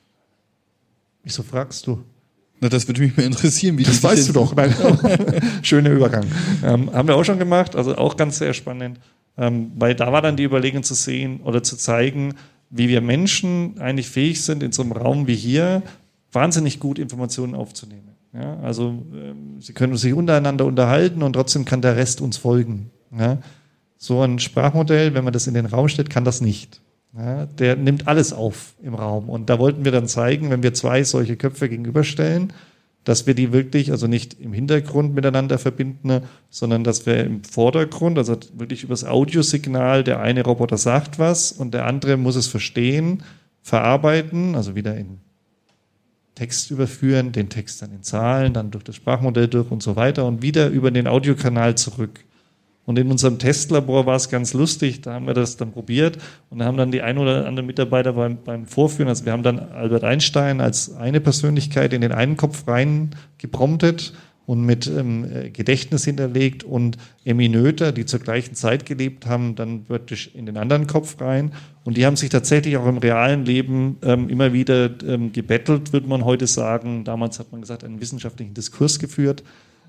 Wieso fragst du? Na, das würde mich mal interessieren. Wie das weißt du doch. Nein. Schöner Übergang. Haben wir auch schon gemacht, also auch ganz sehr spannend, weil da war dann die Überlegung zu sehen oder zu zeigen, wie wir Menschen eigentlich fähig sind, in so einem Raum wie hier wahnsinnig gut Informationen aufzunehmen. Ja, also sie können sich untereinander unterhalten und trotzdem kann der Rest uns folgen. Ja, so ein Sprachmodell, wenn man das in den Raum stellt, kann das nicht. Ja, der nimmt alles auf im Raum. Und da wollten wir dann zeigen, wenn wir 2 solche Köpfe gegenüberstellen, dass wir die wirklich, also nicht im Hintergrund miteinander verbinden, sondern dass wir im Vordergrund, also wirklich übers Audiosignal, der eine Roboter sagt was und der andere muss es verstehen, verarbeiten, also wieder in Text überführen, den Text dann in Zahlen, dann durch das Sprachmodell durch und so weiter und wieder über den Audiokanal zurück. Und in unserem Testlabor war es ganz lustig, da haben wir das dann probiert und da haben dann die ein oder anderen Mitarbeiter beim Vorführen, also wir haben dann Albert Einstein als eine Persönlichkeit in den einen Kopf rein gepromptet und mit Gedächtnis hinterlegt und Emmy Noether, die zur gleichen Zeit gelebt haben, dann wirklich in den anderen Kopf rein. Und die haben sich tatsächlich auch im realen Leben immer wieder gebettelt, würde man heute sagen. Damals hat man gesagt, einen wissenschaftlichen Diskurs geführt,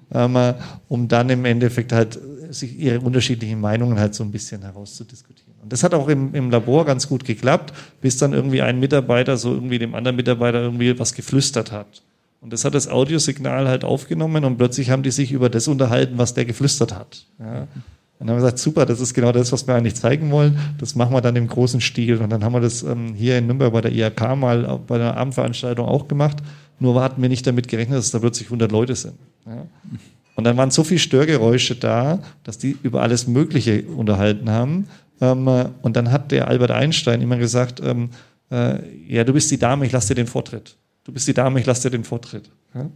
um dann im Endeffekt halt sich ihre unterschiedlichen Meinungen halt so ein bisschen herauszudiskutieren. Und das hat auch im Labor ganz gut geklappt, bis dann irgendwie ein Mitarbeiter so irgendwie dem anderen Mitarbeiter irgendwie was geflüstert hat. Und das hat das Audiosignal halt aufgenommen und plötzlich haben die sich über das unterhalten, was der geflüstert hat. Ja. Und dann haben wir gesagt, super, das ist genau das, was wir eigentlich zeigen wollen. Das machen wir dann im großen Stil. Und dann haben wir das hier in Nürnberg bei der IHK mal bei einer Abendveranstaltung auch gemacht. Nur hatten wir nicht damit gerechnet, dass da plötzlich 100 Leute sind. Ja. Und dann waren so viele Störgeräusche da, dass die über alles Mögliche unterhalten haben. Und dann hat der Albert Einstein immer gesagt, ja, du bist die Dame, ich lasse dir den Vortritt. Du bist die Dame, ich lasse dir den Vortritt. Ja?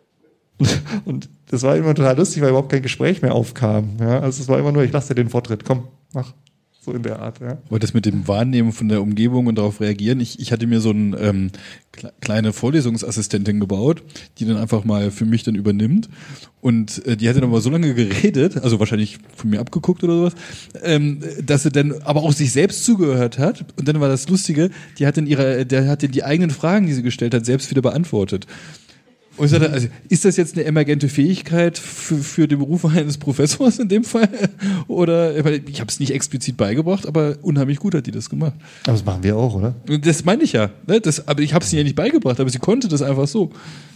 Und das war immer total lustig, weil überhaupt kein Gespräch mehr aufkam. Ja? Also es war immer nur, ich lasse dir den Vortritt, komm, mach. So in der Art. Ja. Aber das mit dem Wahrnehmen von der Umgebung und darauf reagieren, ich hatte mir so eine kleine Vorlesungsassistentin gebaut, die dann einfach mal für mich dann übernimmt. Und die hat dann aber so lange geredet, also wahrscheinlich von mir abgeguckt oder sowas, dass sie dann aber auch sich selbst zugehört hat. Und dann war das Lustige, der hat die eigenen Fragen, die sie gestellt hat, selbst wieder beantwortet. Und ich sagte, also, ist das jetzt eine emergente Fähigkeit für den Beruf eines Professors in dem Fall? Oder, ich habe es nicht explizit beigebracht, aber unheimlich gut hat die das gemacht. Aber das machen wir auch, oder? Das meine ich ja. Ne? Aber ich habe es ihr ja nicht beigebracht, aber sie konnte das einfach so.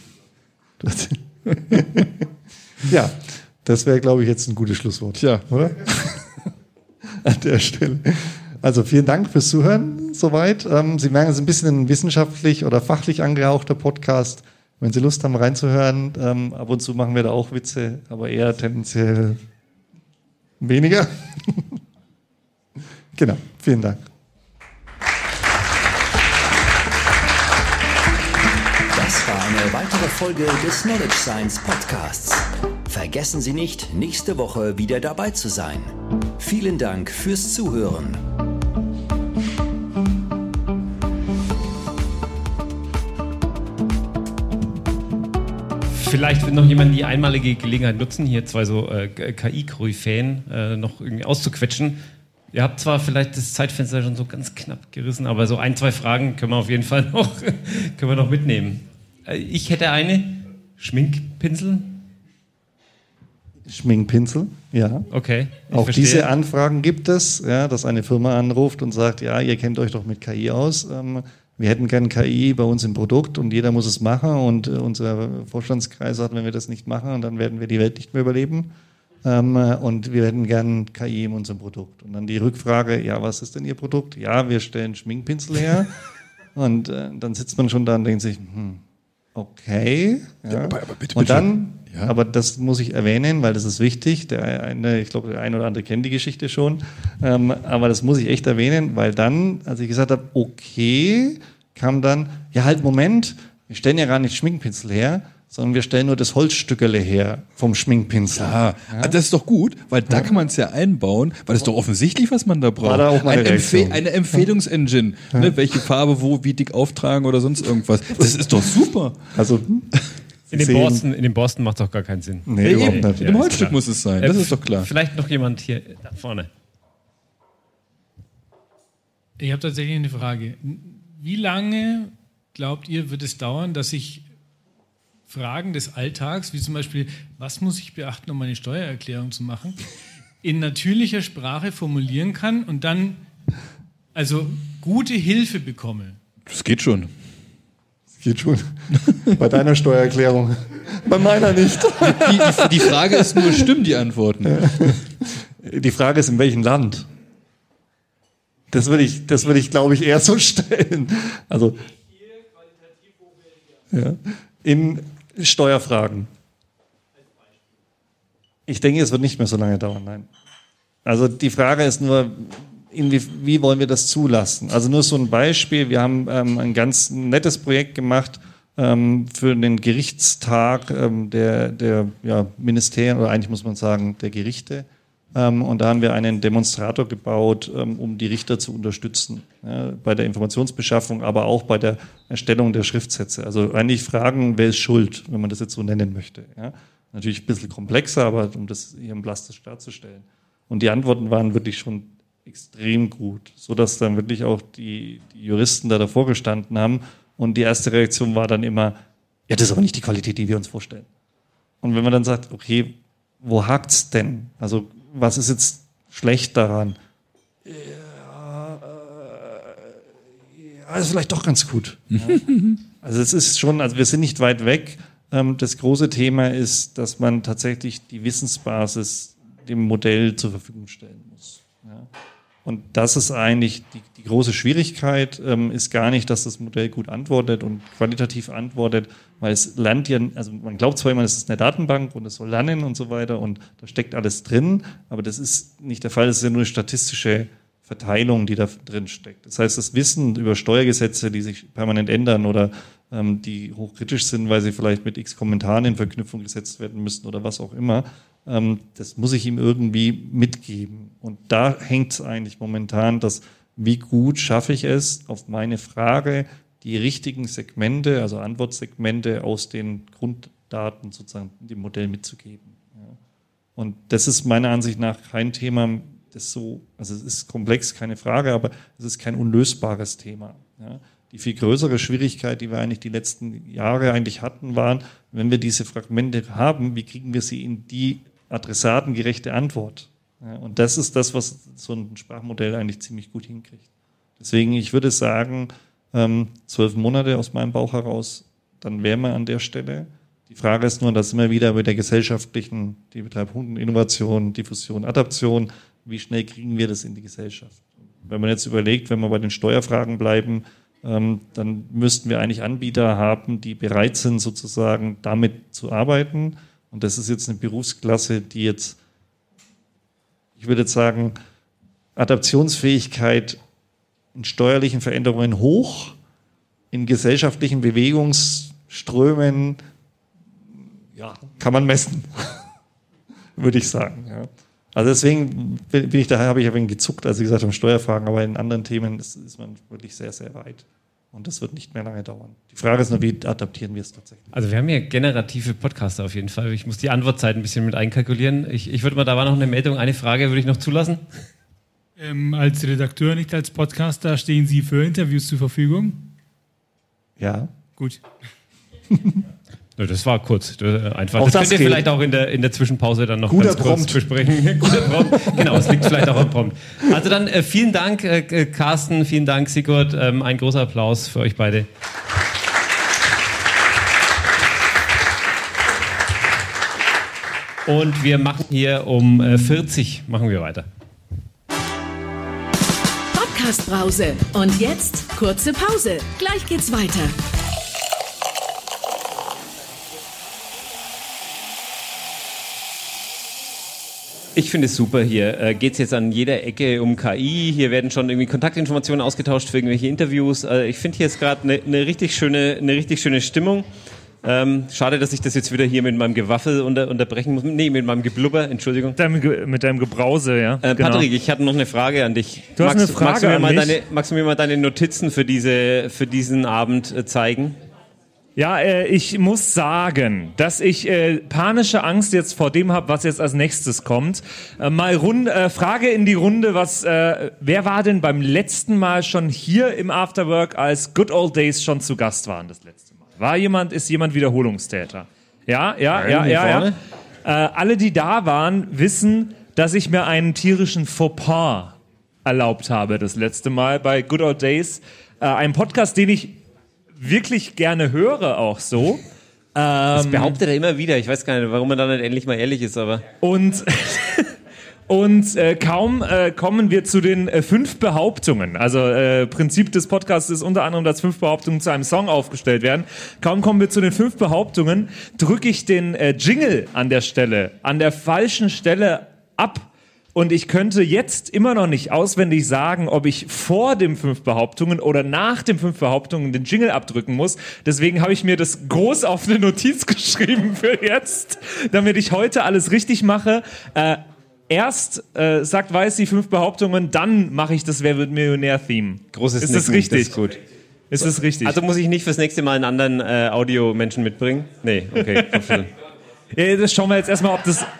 Ja, das wäre, glaube ich, jetzt ein gutes Schlusswort. Ja. Oder? An der Stelle. Also vielen Dank fürs Zuhören soweit. Sie merken, es ist ein bisschen ein wissenschaftlich oder fachlich angehauchter Podcast. Wenn Sie Lust haben, reinzuhören, ab und zu machen wir da auch Witze, aber eher tendenziell weniger. Genau, vielen Dank. Das war eine weitere Folge des Knowledge Science Podcasts. Vergessen Sie nicht, nächste Woche wieder dabei zu sein. Vielen Dank fürs Zuhören. Vielleicht wird noch jemand die einmalige Gelegenheit nutzen, hier zwei so KI-Koryphäen noch irgendwie auszuquetschen. Ihr habt zwar vielleicht das Zeitfenster schon so ganz knapp gerissen, aber so 1, 2 Fragen können wir auf jeden Fall noch mitnehmen. Ich hätte eine. Schminkpinsel? Schminkpinsel, ja. Okay. Auch verstehe. diese Anfragen gibt es, ja, dass eine Firma anruft und sagt, ja, ihr kennt euch doch mit KI aus. Wir hätten gern KI bei uns im Produkt und jeder muss es machen und unser Vorstandskreis sagt, wenn wir das nicht machen, dann werden wir die Welt nicht mehr überleben und wir hätten gern KI in unserem Produkt. Und dann die Rückfrage, ja, was ist denn Ihr Produkt? Ja, wir stellen Schminkpinsel her und dann sitzt man schon da und denkt sich, okay. Ja. Aber bitte, und dann, ja. aber das muss ich erwähnen, weil das ist wichtig. Ich glaube, der eine oder andere kennt die Geschichte schon. Aber das muss ich echt erwähnen, weil dann, als ich gesagt habe, okay, kam dann, ja halt, Moment, wir stellen ja gar nicht Schminkpinsel her, sondern wir stellen nur das Holzstückerle her vom Schminkpinsel. Ja, das ist doch gut, weil da kann man es ja einbauen, weil das ist doch offensichtlich, was man da braucht. War da auch meine Reaktion. Eine Empfehlungsengine, ne, welche Farbe wo wie dick auftragen oder sonst irgendwas. Das ist doch super. Also in dem Borsten macht es auch gar keinen Sinn. Nee, überhaupt nicht. In dem Holzstück muss es sein, das ist doch klar. Vielleicht noch jemand hier da vorne. Ich habe tatsächlich eine Frage. Wie lange, glaubt ihr, wird es dauern, dass ich Fragen des Alltags, wie zum Beispiel, was muss ich beachten, um meine Steuererklärung zu machen, in natürlicher Sprache formulieren kann und dann also gute Hilfe bekomme? Das geht schon. Geht schon. Bei deiner Steuererklärung. Bei meiner nicht. Die Frage ist nur, stimmen die Antworten? Die Frage ist, in welchem Land? Das würde ich, glaube ich, eher so stellen. Also, ja. In Steuerfragen. Ich denke, es wird nicht mehr so lange dauern, nein. Also die Frage ist nur, wie wollen wir das zulassen? Also nur so ein Beispiel, wir haben ein ganz nettes Projekt gemacht für den Gerichtstag der Ministerien, oder eigentlich muss man sagen, der Gerichte. Und da haben wir einen Demonstrator gebaut, um die Richter zu unterstützen, ja, bei der Informationsbeschaffung, aber auch bei der Erstellung der Schriftsätze. Also eigentlich Fragen, wer ist schuld, wenn man das jetzt so nennen möchte. Ja. Natürlich ein bisschen komplexer, aber um das hier plastisch darzustellen. Und die Antworten waren wirklich schon extrem gut, sodass dann wirklich auch die Juristen da davor gestanden haben. Und die erste Reaktion war dann immer, ja, das ist aber nicht die Qualität, die wir uns vorstellen. Und wenn man dann sagt, okay, wo hakt's denn? Also was ist jetzt schlecht daran? Ja, ist vielleicht doch ganz gut. Ja. Also es ist schon, also wir sind nicht weit weg. Das große Thema ist, dass man tatsächlich die Wissensbasis dem Modell zur Verfügung stellen muss. Ja. Und das ist eigentlich die große Schwierigkeit, ist gar nicht, dass das Modell gut antwortet und qualitativ antwortet, weil es lernt ja, also man glaubt zwar immer, es ist eine Datenbank und es soll lernen und so weiter und da steckt alles drin, aber das ist nicht der Fall, es ist ja nur eine statistische Verteilung, die da drin steckt. Das heißt, das Wissen über Steuergesetze, die sich permanent ändern oder die hochkritisch sind, weil sie vielleicht mit x Kommentaren in Verknüpfung gesetzt werden müssen oder was auch immer, das muss ich ihm irgendwie mitgeben. Und da hängt es eigentlich momentan, dass wie gut schaffe ich es, auf meine Frage die richtigen Segmente, also Antwortsegmente aus den Grunddaten sozusagen dem Modell mitzugeben. Ja. Und das ist meiner Ansicht nach kein Thema, das so, also es ist komplex, keine Frage, aber es ist kein unlösbares Thema. Ja. Die viel größere Schwierigkeit, die wir eigentlich die letzten Jahre eigentlich hatten, waren, wenn wir diese Fragmente haben, wie kriegen wir sie in die adressatengerechte Antwort? Ja, und das ist das, was so ein Sprachmodell eigentlich ziemlich gut hinkriegt. Deswegen, ich würde sagen, 12 Monate aus meinem Bauch heraus, dann wären wir an der Stelle. Die Frage ist nur, dass immer wieder mit der gesellschaftlichen, die betreibt Innovation, Diffusion, Adaption, wie schnell kriegen wir das in die Gesellschaft? Wenn man jetzt überlegt, wenn wir bei den Steuerfragen bleiben, dann müssten wir eigentlich Anbieter haben, die bereit sind, sozusagen damit zu arbeiten. Und das ist jetzt eine Berufsklasse, die jetzt, ich würde jetzt sagen, Adaptionsfähigkeit in steuerlichen Veränderungen hoch, in gesellschaftlichen Bewegungsströmen kann man messen, würde ich sagen. Ja. Also deswegen habe ich ein wenig gezuckt, als ich gesagt habe, Steuerfragen, aber in anderen Themen ist man wirklich sehr, sehr weit. Und das wird nicht mehr lange dauern. Die Frage ist nur, wie adaptieren wir es tatsächlich? Also wir haben hier generative Podcaster auf jeden Fall. Ich muss die Antwortzeit ein bisschen mit einkalkulieren. Ich würde mal, da war noch eine Meldung, eine Frage würde ich noch zulassen. Als Redakteur, nicht als Podcaster, stehen Sie für Interviews zur Verfügung? Ja. Gut. Das war kurz, einfach. Auch das könnt ihr vielleicht auch in der Zwischenpause dann noch ganz kurz besprechen. Guter Prompt. Genau, es liegt vielleicht auch am Prompt. Also dann vielen Dank, Carsten, vielen Dank, Sigurd. Ein großer Applaus für euch beide. Und wir machen hier um 40 machen wir weiter. Podcast-Brause. Und jetzt kurze Pause. Gleich geht's weiter. Ich finde es super hier. Geht es jetzt an jeder Ecke um KI. Hier werden schon irgendwie Kontaktinformationen ausgetauscht für irgendwelche Interviews. Ich finde hier jetzt gerade eine richtig schöne Stimmung. Schade, dass ich das jetzt wieder hier mit meinem Gewaffel unterbrechen muss. Nee, mit meinem Geblubber, Entschuldigung. Mit deinem Gebrause, ja. Genau. Patrick, ich hatte noch eine Frage an dich. Du hast eine Frage an mich? Magst du mir mal deine Notizen für diesen Abend zeigen? Ja, ich muss sagen, dass ich panische Angst jetzt vor dem habe, was jetzt als nächstes kommt. Frage in die Runde, wer war denn beim letzten Mal schon hier im Afterwork, als Good Old Days schon zu Gast waren das letzte Mal? Ist jemand Wiederholungstäter? Ja. Alle, die da waren, wissen, dass ich mir einen tierischen Fauxpas erlaubt habe das letzte Mal bei Good Old Days. Ein Podcast, den ich wirklich gerne höre, auch so. Das behauptet er immer wieder. Ich weiß gar nicht, warum er dann nicht endlich mal ehrlich ist, aber. Und kaum kommen wir zu den 5 Behauptungen. Also Prinzip des Podcasts ist unter anderem, dass 5 Behauptungen zu einem Song aufgestellt werden. Kaum kommen wir zu den 5 Behauptungen, drücke ich den Jingle an der falschen Stelle ab. Und ich könnte jetzt immer noch nicht auswendig sagen, ob ich vor dem 5 Behauptungen oder nach dem 5 Behauptungen den Jingle abdrücken muss. Deswegen habe ich mir das groß auf eine Notiz geschrieben für jetzt, damit ich heute alles richtig mache. Erst sagt Weiß die 5 Behauptungen, dann mache ich das Wer wird Millionär-Theme. Großes Ist das Nicken, richtig? Das ist gut. Ist das richtig? Also muss ich nicht fürs nächste Mal einen anderen Audiomenschen mitbringen? Nee, okay. Ja, das schauen wir jetzt erstmal, ob das...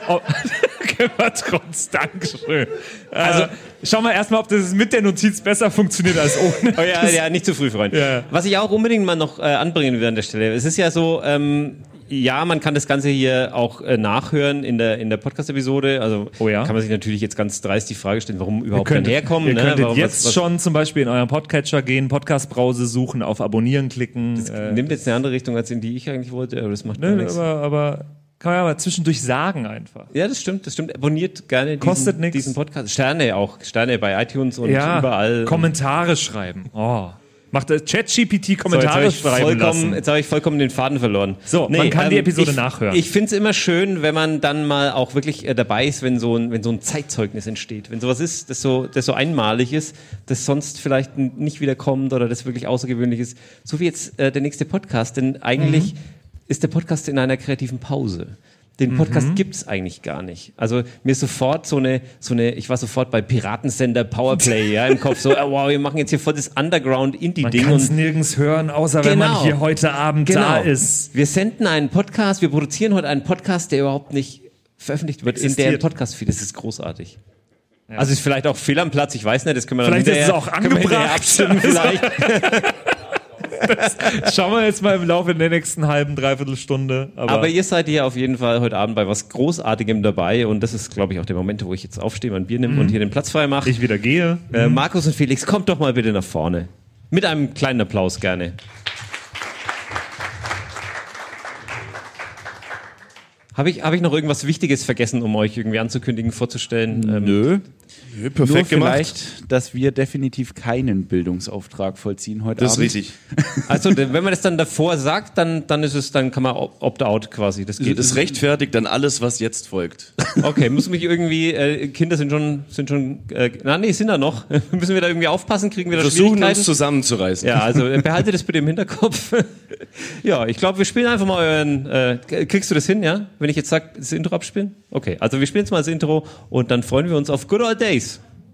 Trotz, Dankeschön. Also, schauen wir erstmal, ob das mit der Notiz besser funktioniert als ohne. Oh ja, nicht zu früh, Freund. Ja. Was ich auch unbedingt mal noch anbringen will an der Stelle, es ist ja so, man kann das Ganze hier auch nachhören in der Podcast-Episode. Also kann man sich natürlich jetzt ganz dreist die Frage stellen, warum überhaupt dann herkommen. Ihr könntet jetzt schon zum Beispiel in euren Podcatcher gehen, Podcast-Brause suchen, auf Abonnieren klicken. Das nimmt jetzt eine andere Richtung, als in die ich eigentlich wollte, aber das macht gar nichts. Aber kann man ja mal zwischendurch sagen einfach. Ja, das stimmt. Abonniert gerne diesen Podcast. Sterne bei iTunes und überall. Kommentare schreiben. Macht ChatGPT Kommentare schreiben lassen. Jetzt habe ich vollkommen den Faden verloren. So, man kann die Episode nachhören. Ich finde es immer schön, wenn man dann mal auch wirklich dabei ist, wenn so ein Zeitzeugnis entsteht. Wenn sowas ist, das so einmalig ist, das sonst vielleicht nicht wiederkommt oder das wirklich außergewöhnlich ist. So wie jetzt der nächste Podcast. Denn eigentlich ist der Podcast in einer kreativen Pause. Den Podcast gibt's eigentlich gar nicht. Also mir ist sofort ich war sofort bei Piratensender Powerplay, im Kopf so, wow, wir machen jetzt hier voll das Underground-Indie-Ding. Man kann es nirgends hören, außer wenn man hier heute Abend da ist. Wir senden einen Podcast, wir produzieren heute einen Podcast, der überhaupt nicht veröffentlicht wird in deren Podcast-Feed. Das ist großartig. Ja. Also ist vielleicht auch fehl am Platz, ich weiß nicht, das können wir dann vielleicht ist es auch angebracht. Abstimmen vielleicht. Das schauen wir jetzt mal im Laufe der nächsten halben, dreiviertel Stunde. Aber ihr seid hier auf jeden Fall heute Abend bei was Großartigem dabei und das ist, glaube ich, auch der Moment, wo ich jetzt aufstehe, mein Bier nehme und hier den Platz frei mache. Ich wieder gehe. Markus und Felix, kommt doch mal bitte nach vorne. Mit einem kleinen Applaus gerne. Habe ich noch irgendwas Wichtiges vergessen, um euch irgendwie anzukündigen, vorzustellen? Nö. Perfekt Nur gemacht. vielleicht, dass wir definitiv keinen Bildungsauftrag vollziehen heute Das Abend. ist richtig. Also wenn man das dann davor sagt, dann kann man opt-out quasi. Das geht. Das rechtfertigt dann alles, was jetzt folgt. Okay, muss mich irgendwie, Kinder sind schon, sind da noch. Müssen wir da irgendwie aufpassen, kriegen wir da Versuchen Schwierigkeiten? uns zusammenzureißen. Ja, also behaltet das bitte im Hinterkopf. Ja, ich glaube, wir spielen einfach mal euren, kriegst du das hin, ja? Wenn ich jetzt sage, das Intro abspielen? Okay, also wir spielen jetzt mal das Intro und dann freuen wir uns auf Good Old Days.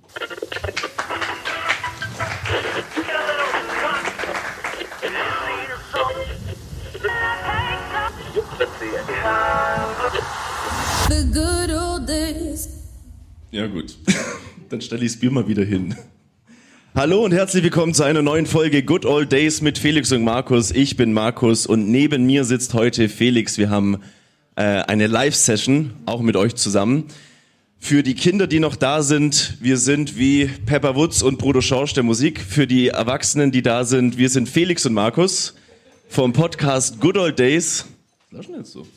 The good old days. Ja gut, dann stelle ich das Bier mal wieder hin. Hallo und herzlich willkommen zu einer neuen Folge Good Old Days mit Felix und Markus. Ich bin Markus und neben mir sitzt heute Felix. Wir haben eine Live-Session, auch mit euch zusammen. Für die Kinder, die noch da sind, wir sind wie Pepper Woods und Bruder Schorsch der Musik. Für die Erwachsenen, die da sind, wir sind Felix und Markus vom Podcast Good Old Days. Lass jetzt so.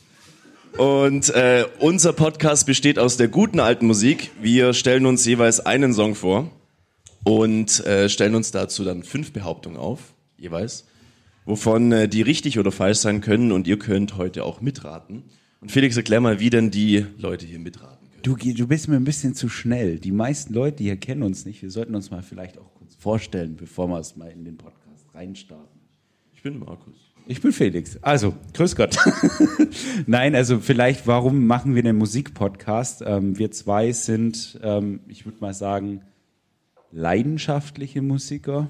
Und unser Podcast besteht aus der guten alten Musik. Wir stellen uns jeweils einen Song vor und stellen uns dazu dann 5 Behauptungen auf, jeweils, wovon die richtig oder falsch sein können. Und ihr könnt heute auch mitraten. Und Felix, erklär mal, wie denn die Leute hier mitraten. Du bist mir ein bisschen zu schnell. Die meisten Leute hier kennen uns nicht. Wir sollten uns mal vielleicht auch kurz vorstellen, bevor wir es mal in den Podcast reinstarten. Ich bin Markus. Ich bin Felix. Also, grüß Gott. Nein, also vielleicht, warum machen wir den Musikpodcast? Wir zwei sind, ich würde mal sagen, leidenschaftliche Musiker,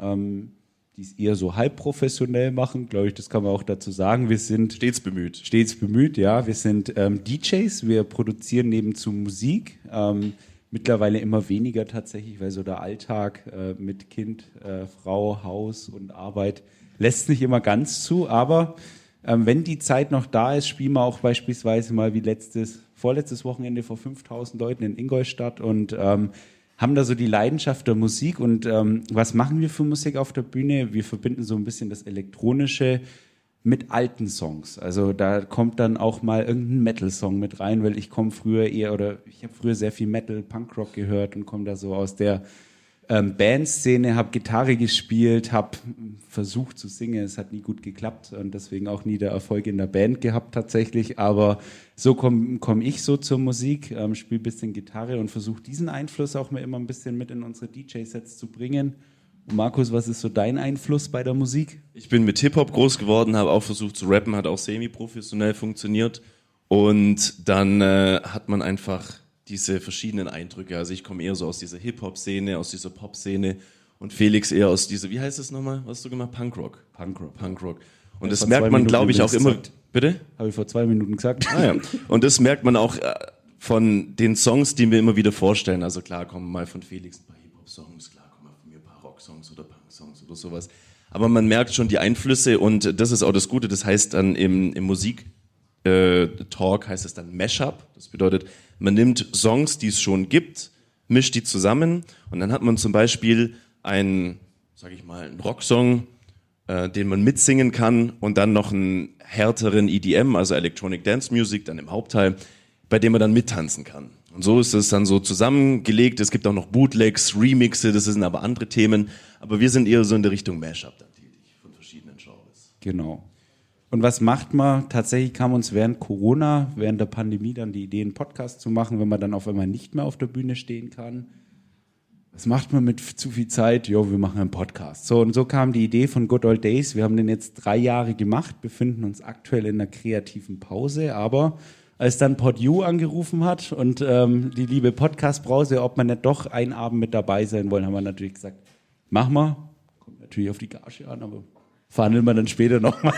die es eher so halbprofessionell machen, glaube ich, das kann man auch dazu sagen. Wir sind stets bemüht. Stets bemüht, ja. Wir sind DJs, wir produzieren nebenzu Musik, mittlerweile immer weniger tatsächlich, weil so der Alltag mit Kind, Frau, Haus und Arbeit lässt nicht immer ganz zu, aber wenn die Zeit noch da ist, spielen wir auch beispielsweise mal wie vorletztes Wochenende vor 5.000 Leuten in Ingolstadt und haben da so die Leidenschaft der Musik und was machen wir für Musik auf der Bühne? Wir verbinden so ein bisschen das Elektronische mit alten Songs. Also da kommt dann auch mal irgendein Metal-Song mit rein, weil ich habe früher sehr viel Metal, Punkrock gehört und komme da so aus der Bandszene, habe Gitarre gespielt, habe versucht zu singen, es hat nie gut geklappt und deswegen auch nie der Erfolg in der Band gehabt tatsächlich, aber so komm ich so zur Musik, spiele ein bisschen Gitarre und versuche diesen Einfluss auch mal immer ein bisschen mit in unsere DJ-Sets zu bringen. Und Markus, was ist so dein Einfluss bei der Musik? Ich bin mit Hip-Hop groß geworden, habe auch versucht zu rappen, hat auch semi-professionell funktioniert und dann hat man einfach diese verschiedenen Eindrücke. Also ich komme eher so aus dieser Hip-Hop-Szene, aus dieser Pop-Szene und Felix eher aus dieser, wie heißt es nochmal, was hast du gemacht? Punkrock. Und das merkt man, glaube ich, auch immer. Bitte? Habe ich vor 2 Minuten gesagt. Ah, ja. Und das merkt man auch von den Songs, die wir immer wieder vorstellen. Also klar kommen mal von Felix ein paar Hip-Hop-Songs, klar kommen mal von mir ein paar Rock-Songs oder Punk-Songs oder sowas. Aber man merkt schon die Einflüsse und das ist auch das Gute. Das heißt dann im Musik-Talk heißt es dann Mashup. Das bedeutet, man nimmt Songs, die es schon gibt, mischt die zusammen und dann hat man zum Beispiel einen Rocksong, den man mitsingen kann und dann noch einen härteren EDM, also Electronic Dance Music, dann im Hauptteil, bei dem man dann mittanzen kann. Und so ist es dann so zusammengelegt. Es gibt auch noch Bootlegs, Remixe, das sind aber andere Themen. Aber wir sind eher so in der Richtung Mashup dann tätig, von verschiedenen Genres. Genau. Und was macht man? Tatsächlich kam uns während Corona, während der Pandemie dann die Idee, einen Podcast zu machen, wenn man dann auf einmal nicht mehr auf der Bühne stehen kann. Was macht man mit zu viel Zeit? Jo, wir machen einen Podcast. So, und so kam die Idee von Good Old Days. Wir haben den jetzt 3 Jahre gemacht, befinden uns aktuell in einer kreativen Pause, aber als dann PodU angerufen hat und die liebe Podcast-Brause, ob man nicht doch einen Abend mit dabei sein wollen, haben wir natürlich gesagt, mach mal. Kommt natürlich auf die Gage an, aber verhandeln wir dann später nochmal.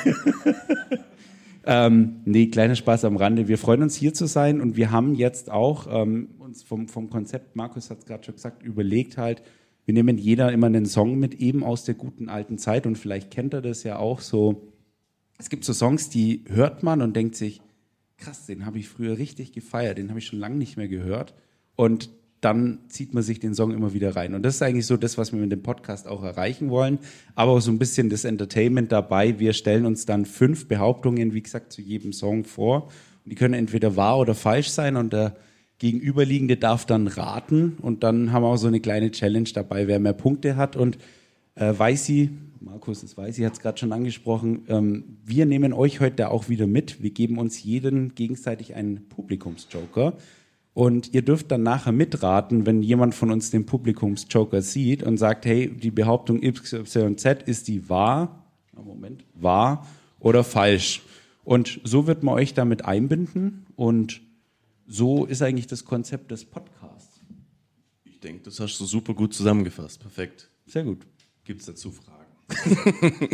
Nee, kleiner Spaß am Rande. Wir freuen uns, hier zu sein und wir haben jetzt auch uns vom Konzept, Markus hat es gerade schon gesagt, überlegt halt, wir nehmen jeder immer einen Song mit, eben aus der guten alten Zeit und vielleicht kennt er das ja auch so. Es gibt so Songs, die hört man und denkt sich, krass, den habe ich früher richtig gefeiert, den habe ich schon lange nicht mehr gehört und dann zieht man sich den Song immer wieder rein. Und das ist eigentlich so das, was wir mit dem Podcast auch erreichen wollen. Aber auch so ein bisschen das Entertainment dabei. Wir stellen uns dann 5 Behauptungen, wie gesagt, zu jedem Song vor Die können entweder wahr oder falsch sein und der Gegenüberliegende darf dann raten und dann haben wir auch so eine kleine Challenge dabei, wer mehr Punkte hat und Markus, das Weißi hat es gerade schon angesprochen, wir nehmen euch heute auch wieder mit. Wir geben uns jeden gegenseitig einen Publikumsjoker und ihr dürft dann nachher mitraten, wenn jemand von uns den Publikumsjoker sieht und sagt, hey, die Behauptung XYZ, ist die wahr oder falsch? Und so wird man euch damit einbinden und so ist eigentlich das Konzept des Podcasts. Ich denke, das hast du super gut zusammengefasst. Perfekt. Sehr gut. Gibt es dazu Fragen?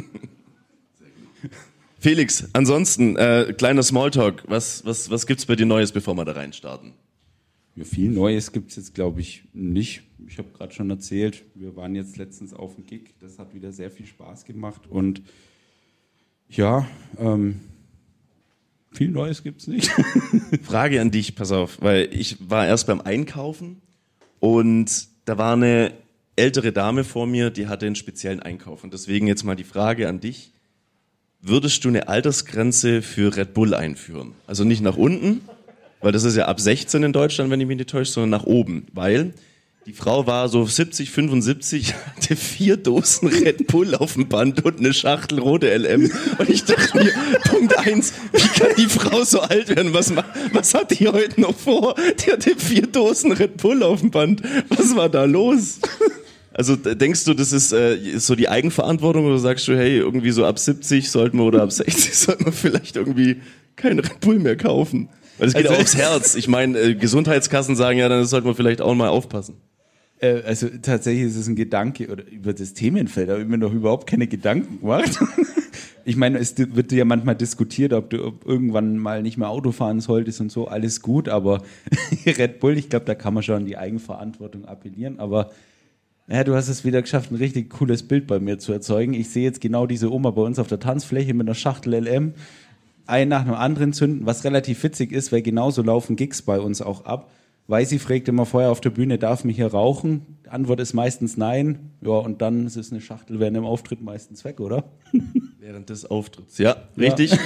Felix, ansonsten, kleiner Smalltalk. Was gibt es bei dir Neues, bevor wir da reinstarten? Ja, viel Neues gibt es jetzt, glaube ich, nicht. Ich habe gerade schon erzählt, wir waren jetzt letztens auf dem Gig. Das hat wieder sehr viel Spaß gemacht. Und ja, viel Neues gibt es nicht. Frage an dich, pass auf, weil ich war erst beim Einkaufen und da war eine ältere Dame vor mir, die hatte einen speziellen Einkauf. Und deswegen jetzt mal die Frage an dich. Würdest du eine Altersgrenze für Red Bull einführen? Also nicht nach unten, weil das ist ja ab 16 in Deutschland, wenn ich mich nicht täusche, sondern nach oben. Weil die Frau war so 70, 75, hatte 4 Dosen Red Bull auf dem Band und eine Schachtel rote LM. Und ich dachte mir, Punkt 1, wie kann die Frau so alt werden? Was hat die heute noch vor? Die hatte 4 Dosen Red Bull auf dem Band. Was war da los? Also denkst du, das ist so die Eigenverantwortung oder sagst du, hey, irgendwie so ab 70 sollten wir oder ab 60 sollten wir vielleicht irgendwie kein Red Bull mehr kaufen? Weil es geht auch aufs Herz. Ich meine, Gesundheitskassen sagen ja, dann sollten wir vielleicht auch mal aufpassen. Also tatsächlich ist es ein Gedanke, oder über das Themenfeld habe ich mir noch überhaupt keine Gedanken gemacht. Ich meine, es wird ja manchmal diskutiert, ob du irgendwann mal nicht mehr Auto fahren solltest und so, alles gut, aber Red Bull, ich glaube, da kann man schon an die Eigenverantwortung appellieren, aber ja, du hast es wieder geschafft, ein richtig cooles Bild bei mir zu erzeugen. Ich sehe jetzt genau diese Oma bei uns auf der Tanzfläche mit einer Schachtel LM, einen nach dem anderen zünden, was relativ witzig ist, weil genauso laufen Gigs bei uns auch ab. Weil sie fragt immer vorher auf der Bühne, darf mich hier rauchen? Die Antwort ist meistens nein. Ja, und dann ist es eine Schachtel während dem Auftritt meistens weg, oder? Während des Auftritts, ja, richtig. Ja.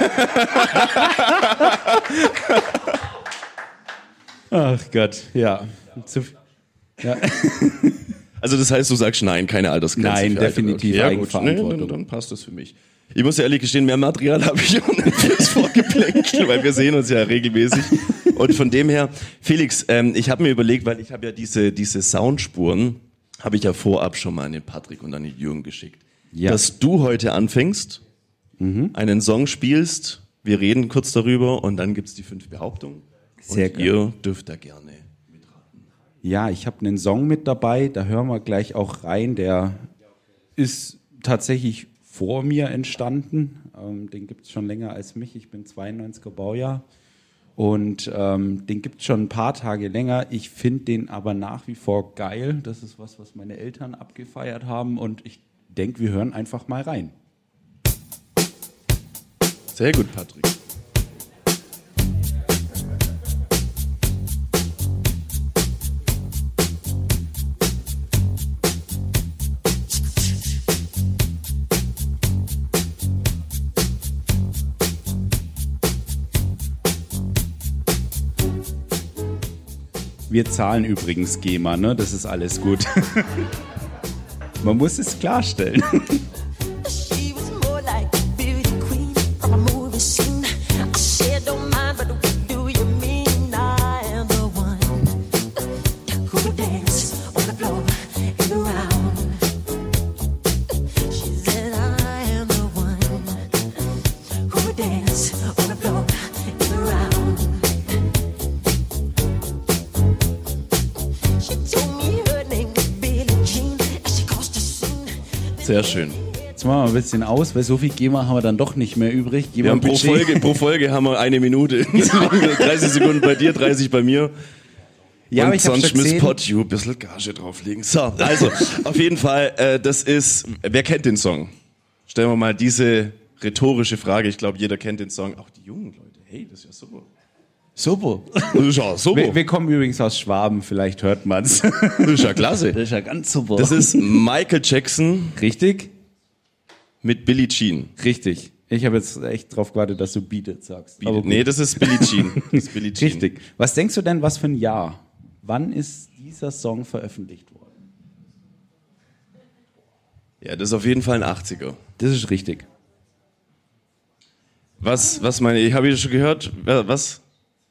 Ach Gott, ja. Ja. Also das heißt, du sagst nein, keine Altersgrenze. Nein, definitiv okay. Ja, Eigenverantwortung. Nee, dann passt das für mich. Ich muss ja ehrlich gestehen, mehr Material habe ich auch nicht fürs Vorgeplänkel, weil wir sehen uns ja regelmäßig. Und von dem her, Felix, ich habe mir überlegt, weil ich habe ja diese Soundspuren, habe ich ja vorab schon mal an den Patrick und an den Jürgen geschickt. Ja. Dass du heute anfängst, einen Song spielst, wir reden kurz darüber und dann gibt's die 5 Behauptungen. Sehr und ihr dürft da gerne mitraten. Ja, ich habe einen Song mit dabei, da hören wir gleich auch rein, der ist tatsächlich vor mir entstanden. Den gibt es schon länger als mich. Ich bin 92er Baujahr und den gibt es schon ein paar Tage länger. Ich finde den aber nach wie vor geil. Das ist was meine Eltern abgefeiert haben und ich denke, wir hören einfach mal rein. Sehr gut, Patrick. Wir zahlen übrigens GEMA, ne? Das ist alles gut. Man muss es klarstellen. Sehr schön. Jetzt machen wir ein bisschen aus, weil so viel GEMA haben wir dann doch nicht mehr übrig. Wir haben pro Folge haben wir 1 Minute. 30 Sekunden bei dir, 30 bei mir. Ja, und aber ich sonst müsst Potju ein bisschen Gage drauflegen. So, also auf jeden Fall, das ist, wer kennt den Song? Stellen wir mal diese rhetorische Frage. Ich glaube, jeder kennt den Song. Auch die jungen Leute. Hey, das ist ja super. Super. Das ist ja super. Wir kommen übrigens aus Schwaben, vielleicht hört man's. Das ist ja klasse. Das ist ja ganz super. Das ist Michael Jackson. Richtig. Mit Billie Jean. Richtig. Ich habe jetzt echt drauf gewartet, dass du Beat It sagst. Beat It. Nee, das ist Billie Jean. Das ist Billie Jean. Richtig. Was denkst du denn, was für ein Jahr? Wann ist dieser Song veröffentlicht worden? Ja, das ist auf jeden Fall ein 80er. Das ist richtig. Was meine ich? Habe ich schon gehört? Was?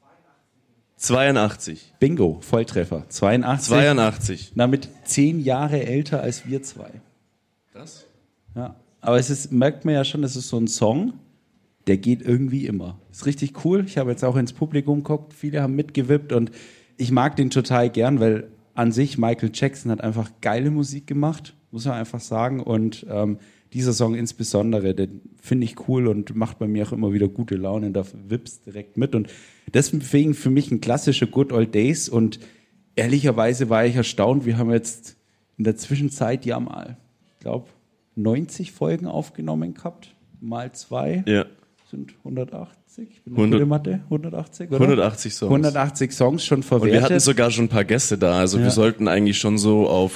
82. Bingo, Volltreffer. 82. 82. Damit 10 Jahre älter als wir zwei. Krass. Ja. Aber merkt man ja schon, das ist so ein Song, der geht irgendwie immer. Ist richtig cool. Ich habe jetzt auch ins Publikum geguckt, viele haben mitgewippt und ich mag den total gern, weil an sich Michael Jackson hat einfach geile Musik gemacht, muss man einfach sagen. Und dieser Song insbesondere, den finde ich cool und macht bei mir auch immer wieder gute Laune. Da wippst direkt mit. Und deswegen für mich ein klassischer Good Old Days. Und ehrlicherweise war ich erstaunt, wir haben jetzt in der Zwischenzeit ja mal, ich glaube, 90 Folgen aufgenommen gehabt, mal 2, sind 180, ich bin eine gute Mathe, 180, oder? 180 Songs. 180 Songs schon verwertet. Und wir hatten sogar schon ein paar Gäste da, also wir sollten eigentlich schon so auf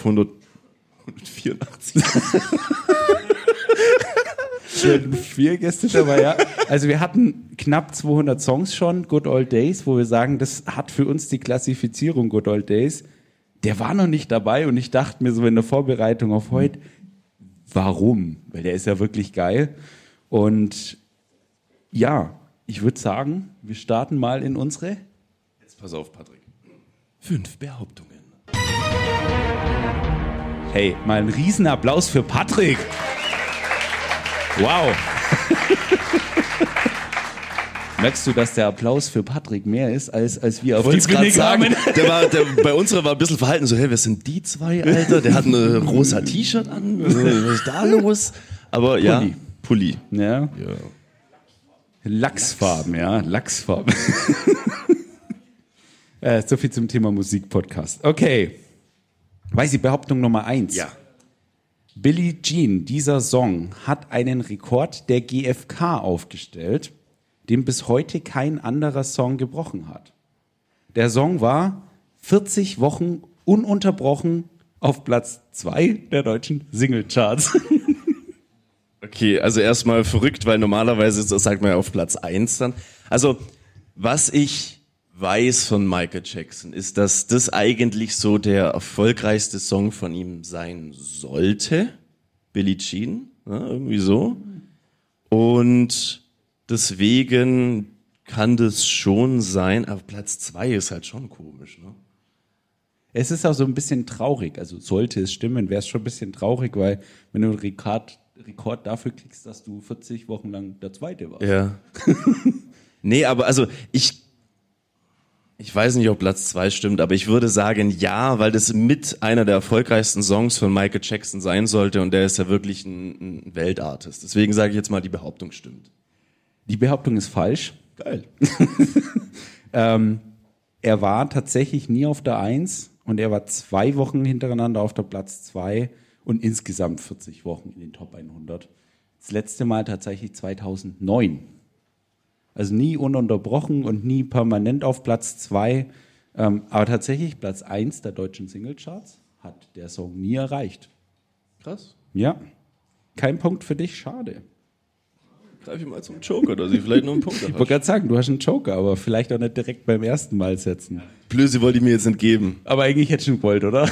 184. Wir hatten 4 Gäste dabei, ja. Also wir hatten knapp 200 Songs schon, Good Old Days, wo wir sagen, das hat für uns die Klassifizierung Good Old Days. Der war noch nicht dabei und ich dachte mir so in der Vorbereitung auf heute, warum? Weil der ist ja wirklich geil. Und ja, ich würde sagen, wir starten mal in unsere... Jetzt pass auf, Patrick. 5 Behauptungen. Hey, mal einen riesen Applaus für Patrick. Wow. Merkst du, dass der Applaus für Patrick mehr ist, als wir auf die Bühne sagen? Bei unserer war ein bisschen verhalten, so, hey, wer sind die zwei, Alter? Der hat ein rosa T-Shirt an, was ist da los? Aber ja, Pulli. Ja. Lachsfarben, Lachsfarben. So viel zum Thema Musikpodcast. Okay. Weiß ich, Behauptung Nummer 1. Ja. Billie Jean, dieser Song, hat einen Rekord der GfK aufgestellt, den bis heute kein anderer Song gebrochen hat. Der Song war 40 Wochen ununterbrochen auf Platz 2 der deutschen Singlecharts. Okay, also erstmal verrückt, weil normalerweise sagt man ja auf Platz 1 dann. Also, was ich weiß von Michael Jackson, ist, dass das eigentlich so der erfolgreichste Song von ihm sein sollte. Billie Jean, irgendwie so. Und deswegen kann das schon sein, aber Platz 2 ist halt schon komisch, ne? Es ist auch so ein bisschen traurig, also sollte es stimmen, wäre es schon ein bisschen traurig, weil wenn du einen Rekord dafür kriegst, dass du 40 Wochen lang der Zweite warst. Ja. Nee, aber also ich weiß nicht, ob Platz 2 stimmt, aber ich würde sagen ja, weil das mit einer der erfolgreichsten Songs von Michael Jackson sein sollte und der ist ja wirklich ein Weltartist. Deswegen sage ich jetzt mal, die Behauptung stimmt. Die Behauptung ist falsch. Geil. Er war tatsächlich nie auf der 1 und er war 2 Wochen hintereinander auf der Platz 2 und insgesamt 40 Wochen in den Top 100. Das letzte Mal tatsächlich 2009. Also nie ununterbrochen und nie permanent auf Platz 2. Aber tatsächlich Platz 1 der deutschen Singlecharts hat der Song nie erreicht. Krass. Ja. Kein Punkt für dich, schade. Greif ich mal zum Joker, dass ich vielleicht noch einen Punkt habe. Ich wollte gerade sagen, du hast einen Joker, aber vielleicht auch nicht direkt beim ersten Mal setzen. Blöße wollte ich mir jetzt entgeben. Aber eigentlich hätte ich schon gewollt, oder?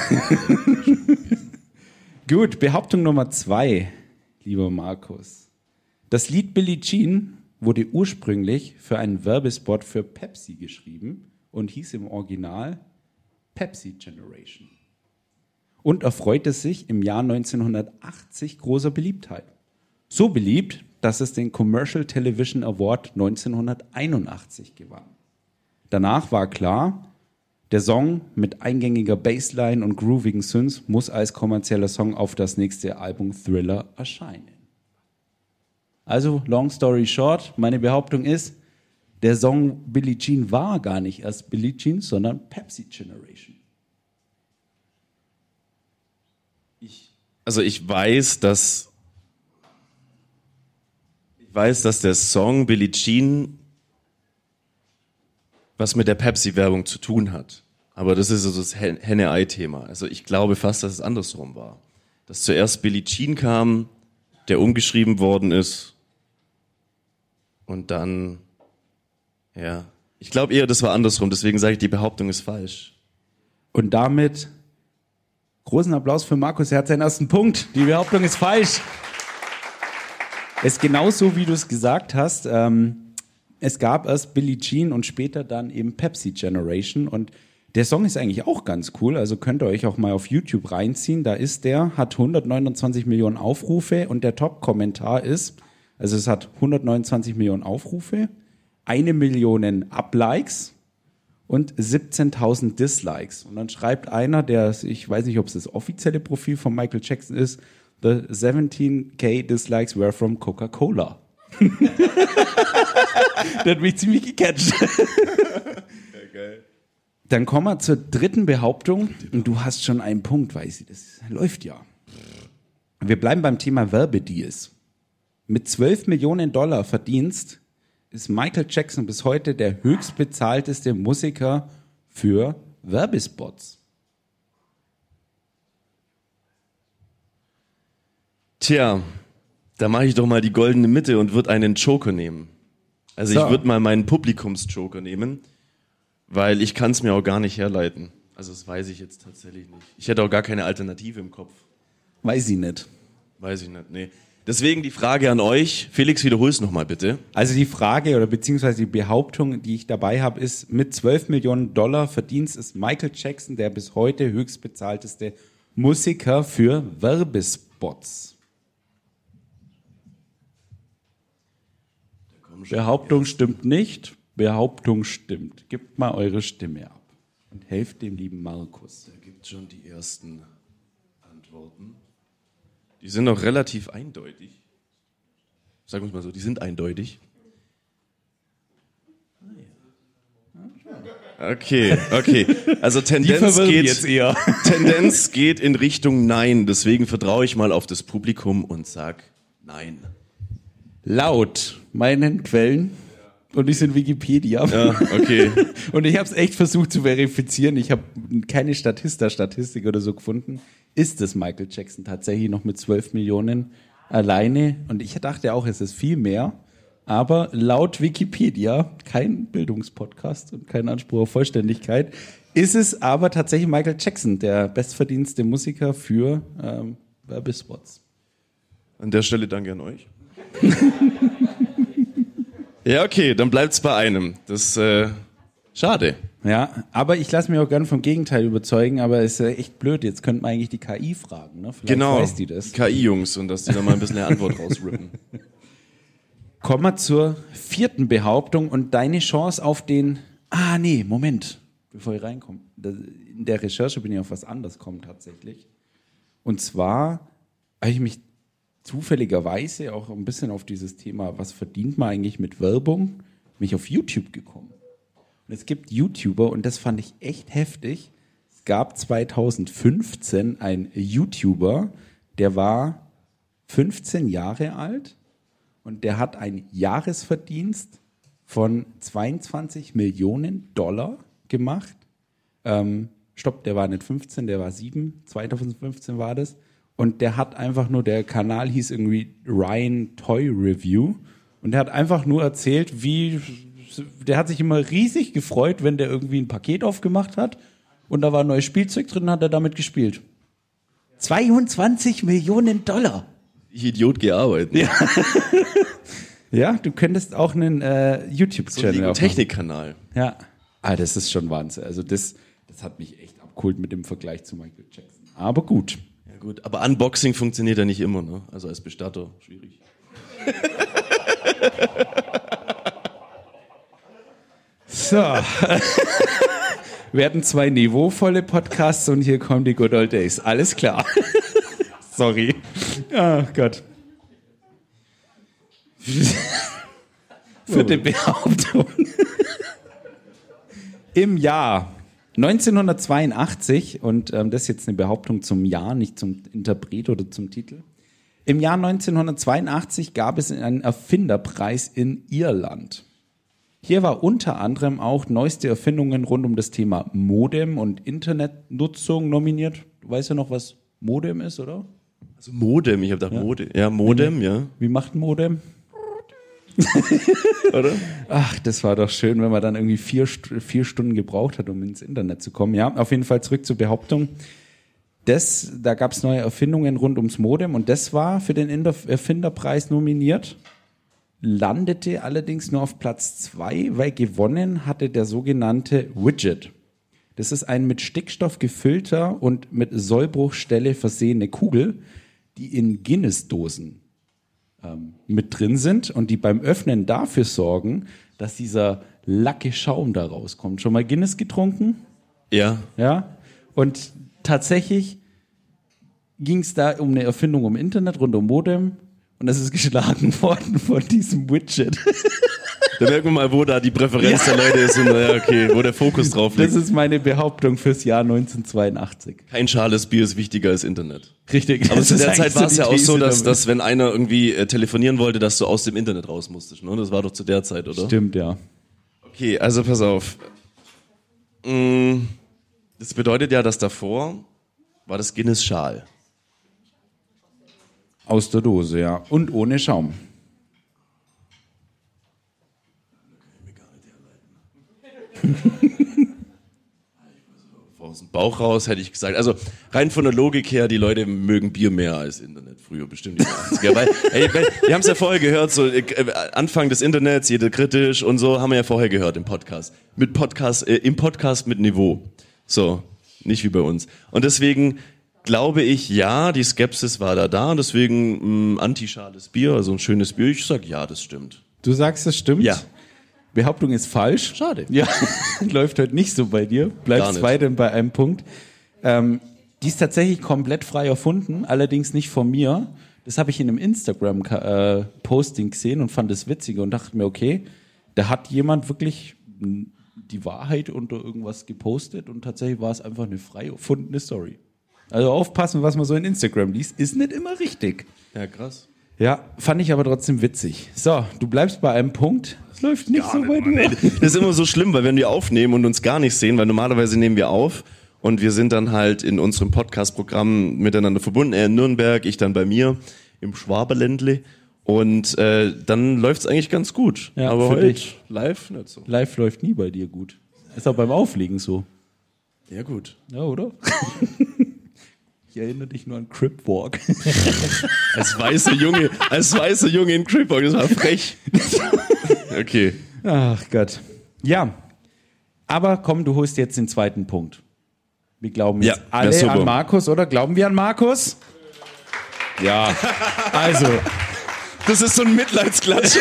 Gut, Behauptung Nummer 2, lieber Markus. Das Lied Billie Jean wurde ursprünglich für einen Werbespot für Pepsi geschrieben und hieß im Original Pepsi Generation. Und erfreute sich im Jahr 1980 großer Beliebtheit. So beliebt, dass es den Commercial Television Award 1981 gewann. Danach war klar, der Song mit eingängiger Bassline und groovigen Synths muss als kommerzieller Song auf das nächste Album Thriller erscheinen. Also, long story short, meine Behauptung ist, der Song Billie Jean war gar nicht erst Billie Jean, sondern Pepsi Generation. Ich weiß, dass der Song Billie Jean was mit der Pepsi-Werbung zu tun hat. Aber das ist so das Henne-Ei-Thema. Also ich glaube fast, dass es andersrum war. Dass zuerst Billie Jean kam, der umgeschrieben worden ist Und dann, ja, ich glaube eher, das war andersrum, deswegen sage ich, die Behauptung ist falsch. Und damit großen Applaus für Markus, er hat seinen ersten Punkt. Die Behauptung ist falsch. Es ist genauso, wie du es gesagt hast. Es gab erst Billie Jean und später dann eben Pepsi Generation. Und der Song ist eigentlich auch ganz cool. Also könnt ihr euch auch mal auf YouTube reinziehen. Da ist der, hat 129 Millionen Aufrufe und der Top-Kommentar ist, also es hat 129 Millionen Aufrufe, 1 Million Uplikes und 17.000 Dislikes. Und dann schreibt einer, ich weiß nicht, ob es das offizielle Profil von Michael Jackson ist, the 17k dislikes were from Coca-Cola. Das hat mich ziemlich gecatcht. Ja, geil. Dann kommen wir zur dritten Behauptung. Und du hast schon einen Punkt, Weißi. Das läuft ja. Wir bleiben beim Thema Werbedeals. Mit 12 Millionen $ Verdienst ist Michael Jackson bis heute der höchstbezahlteste Musiker für Werbespots. Tja, da mache ich doch mal die goldene Mitte und würde einen Joker nehmen. Also ich würde mal meinen Publikumsjoker nehmen, weil ich kann es mir auch gar nicht herleiten. Also das weiß ich jetzt tatsächlich nicht. Ich hätte auch gar keine Alternative im Kopf. Weiß ich nicht, nee. Deswegen die Frage an euch. Felix, wiederhol es nochmal bitte. Also die Frage oder beziehungsweise die Behauptung, die ich dabei habe, ist, mit 12 Millionen $ Verdienst ist Michael Jackson der bis heute höchstbezahlteste Musiker für Werbespots. Behauptung stimmt nicht, Behauptung stimmt. Gebt mal eure Stimme ab und helft dem lieben Markus. Da gibt es schon die ersten Antworten. Die sind auch relativ eindeutig. Sagen wir mal so, die sind eindeutig. Okay. Also Tendenz geht in Richtung Nein. Deswegen vertraue ich mal auf das Publikum und sag Nein. Laut meinen Quellen, und die sind Wikipedia. Ja, okay. Und ich habe es echt versucht zu verifizieren. Ich habe keine Statistik oder so gefunden. Ist es Michael Jackson tatsächlich noch mit 12 Millionen alleine? Und ich dachte auch, es ist viel mehr. Aber laut Wikipedia, kein Bildungspodcast und kein Anspruch auf Vollständigkeit, ist es aber tatsächlich Michael Jackson, der bestverdienste Musiker für Werbespots. An der Stelle danke an euch. Ja, okay, dann bleibt's bei einem. Das schade. Ja, aber ich lasse mich auch gerne vom Gegenteil überzeugen, aber es ist echt blöd. Jetzt könnte man eigentlich die KI fragen, ne? Vielleicht genau, weiß die das. KI-Jungs, und dass die da mal ein bisschen eine Antwort rausrippen. Kommen wir zur vierten Behauptung und deine Chance auf den... Moment, bevor ich reinkomme. In der Recherche bin ich auf was anderes gekommen tatsächlich. Und zwar habe ich mich zufälligerweise auch ein bisschen auf dieses Thema, was verdient man eigentlich mit Werbung, mich auf YouTube gekommen. Und es gibt YouTuber, und das fand ich echt heftig. Es gab 2015 einen YouTuber, der war 15 Jahre alt und der hat einen Jahresverdienst von 22 Millionen $ gemacht. Der war nicht 15, der war 7. 2015 war das. Und der hat einfach nur, der Kanal hieß irgendwie Ryan Toy Review. Und der hat einfach nur erzählt, der hat sich immer riesig gefreut, wenn der irgendwie ein Paket aufgemacht hat. Und da war ein neues Spielzeug drin, hat er damit gespielt. 22 Millionen $. Ich Idiot gearbeitet. Ja. Ja, du könntest auch einen YouTube-Channel so einen Technikkanal. Ja. Das ist schon Wahnsinn. Also das hat mich echt abgeholt mit dem Vergleich zu Michael Jackson. Aber gut. Ja gut, aber Unboxing funktioniert ja nicht immer, ne? Also als Bestatter schwierig. So. Wir hatten 2 niveauvolle Podcasts und hier kommen die Good Old Days. Alles klar. Sorry. Oh Gott. Vierte Behauptung. Im Jahr 1982, und das ist jetzt eine Behauptung zum Jahr, nicht zum Interpret oder zum Titel. Im Jahr 1982 gab es einen Erfinderpreis in Irland. Hier war unter anderem auch neueste Erfindungen rund um das Thema Modem und Internetnutzung nominiert. Du weißt ja noch, was Modem ist, oder? Also Modem, ich habe gedacht Modem. Ja, Modem, ja. Wie macht ein Modem? Oder? Ach, das war doch schön, wenn man dann irgendwie 4 Stunden gebraucht hat, um ins Internet zu kommen. Ja, auf jeden Fall zurück zur Behauptung. Da gab es neue Erfindungen rund ums Modem und das war für den Erfinderpreis nominiert, landete allerdings nur auf Platz 2, weil gewonnen hatte der sogenannte Widget. Das ist ein mit Stickstoff gefüllter und mit Sollbruchstelle versehene Kugel, die in Guinness-Dosen mit drin sind und die beim Öffnen dafür sorgen, dass dieser lacke Schaum da rauskommt. Schon mal Guinness getrunken? Ja. Ja. Und tatsächlich ging es da um eine Erfindung im Internet rund um Modem und das ist geschlagen worden von diesem Widget. Da merkt man mal, wo da die Präferenz der Leute ist und wo der Fokus drauf liegt. Das ist meine Behauptung fürs Jahr 1982. Kein schales Bier ist wichtiger als Internet. Richtig. Aber zu der Zeit war es ja auch so, dass wenn einer irgendwie telefonieren wollte, dass du aus dem Internet raus musstest. Ne? Das war doch zu der Zeit, oder? Stimmt, ja. Okay, also pass auf. Das bedeutet ja, dass davor war das Guinness Schal. Aus der Dose, ja. Und ohne Schaum. Aus dem Bauch raus hätte ich gesagt. Also rein von der Logik her, die Leute mögen Bier mehr als Internet. Früher bestimmt die 80er. Weil, wir haben es ja vorher gehört, so Anfang des Internets, jeder kritisch und so, haben wir ja vorher gehört im Podcast. Im Podcast mit Niveau. So, nicht wie bei uns. Und deswegen glaube ich, ja, die Skepsis war da und deswegen antischales Bier, also ein schönes Bier. Ich sag ja, das stimmt. Du sagst, das stimmt? Ja. Behauptung ist falsch. Schade. Ja, läuft heute nicht so bei dir. Bleibst weiterhin bei einem Punkt. Die ist tatsächlich komplett frei erfunden, allerdings nicht von mir. Das habe ich in einem Instagram-Posting gesehen und fand es witziger und dachte mir, okay, da hat jemand wirklich die Wahrheit unter irgendwas gepostet und tatsächlich war es einfach eine frei erfundene Story. Also aufpassen, was man so in Instagram liest, ist nicht immer richtig. Ja, krass. Ja, fand ich aber trotzdem witzig. So, du bleibst bei einem Punkt. Es läuft nicht so bei dir. Das ist immer so schlimm, weil wenn wir aufnehmen und uns gar nicht sehen, weil normalerweise nehmen wir auf und wir sind dann halt in unserem Podcast-Programm miteinander verbunden. Er in Nürnberg, ich dann bei mir im Schwaberländle. Und dann läuft's eigentlich ganz gut. Ja, aber für heute dich. live nicht so. Live läuft nie bei dir gut. Ist auch beim Auflegen so. Ja, gut. Ja, oder? Ich erinnere dich nur an Cripwalk. Als weißer Junge in Cripwalk, das war frech. Okay. Ach Gott. Ja, aber komm, du holst jetzt den zweiten Punkt. Wir glauben jetzt alle an Markus, oder? Glauben wir an Markus? Ja, also. Das ist so ein Mitleidsklatsch.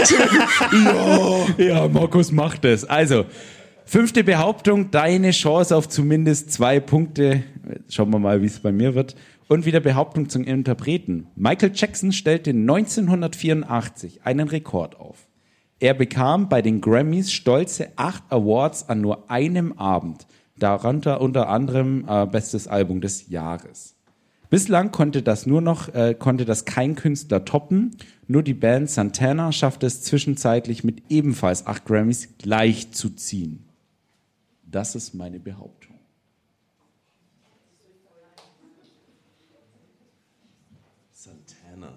Ja, Markus macht das. Also, 5. Behauptung, deine Chance auf zumindest 2 Punkte. Schauen wir mal, wie es bei mir wird. Und wieder Behauptung zum Interpreten. Michael Jackson stellte 1984 einen Rekord auf. Er bekam bei den Grammys stolze 8 Awards an nur einem Abend. Darunter unter anderem Bestes Album des Jahres. Bislang konnte das kein Künstler toppen. Nur die Band Santana schaffte es zwischenzeitlich mit ebenfalls 8 Grammys gleichzuziehen. Das ist meine Behauptung. Santana.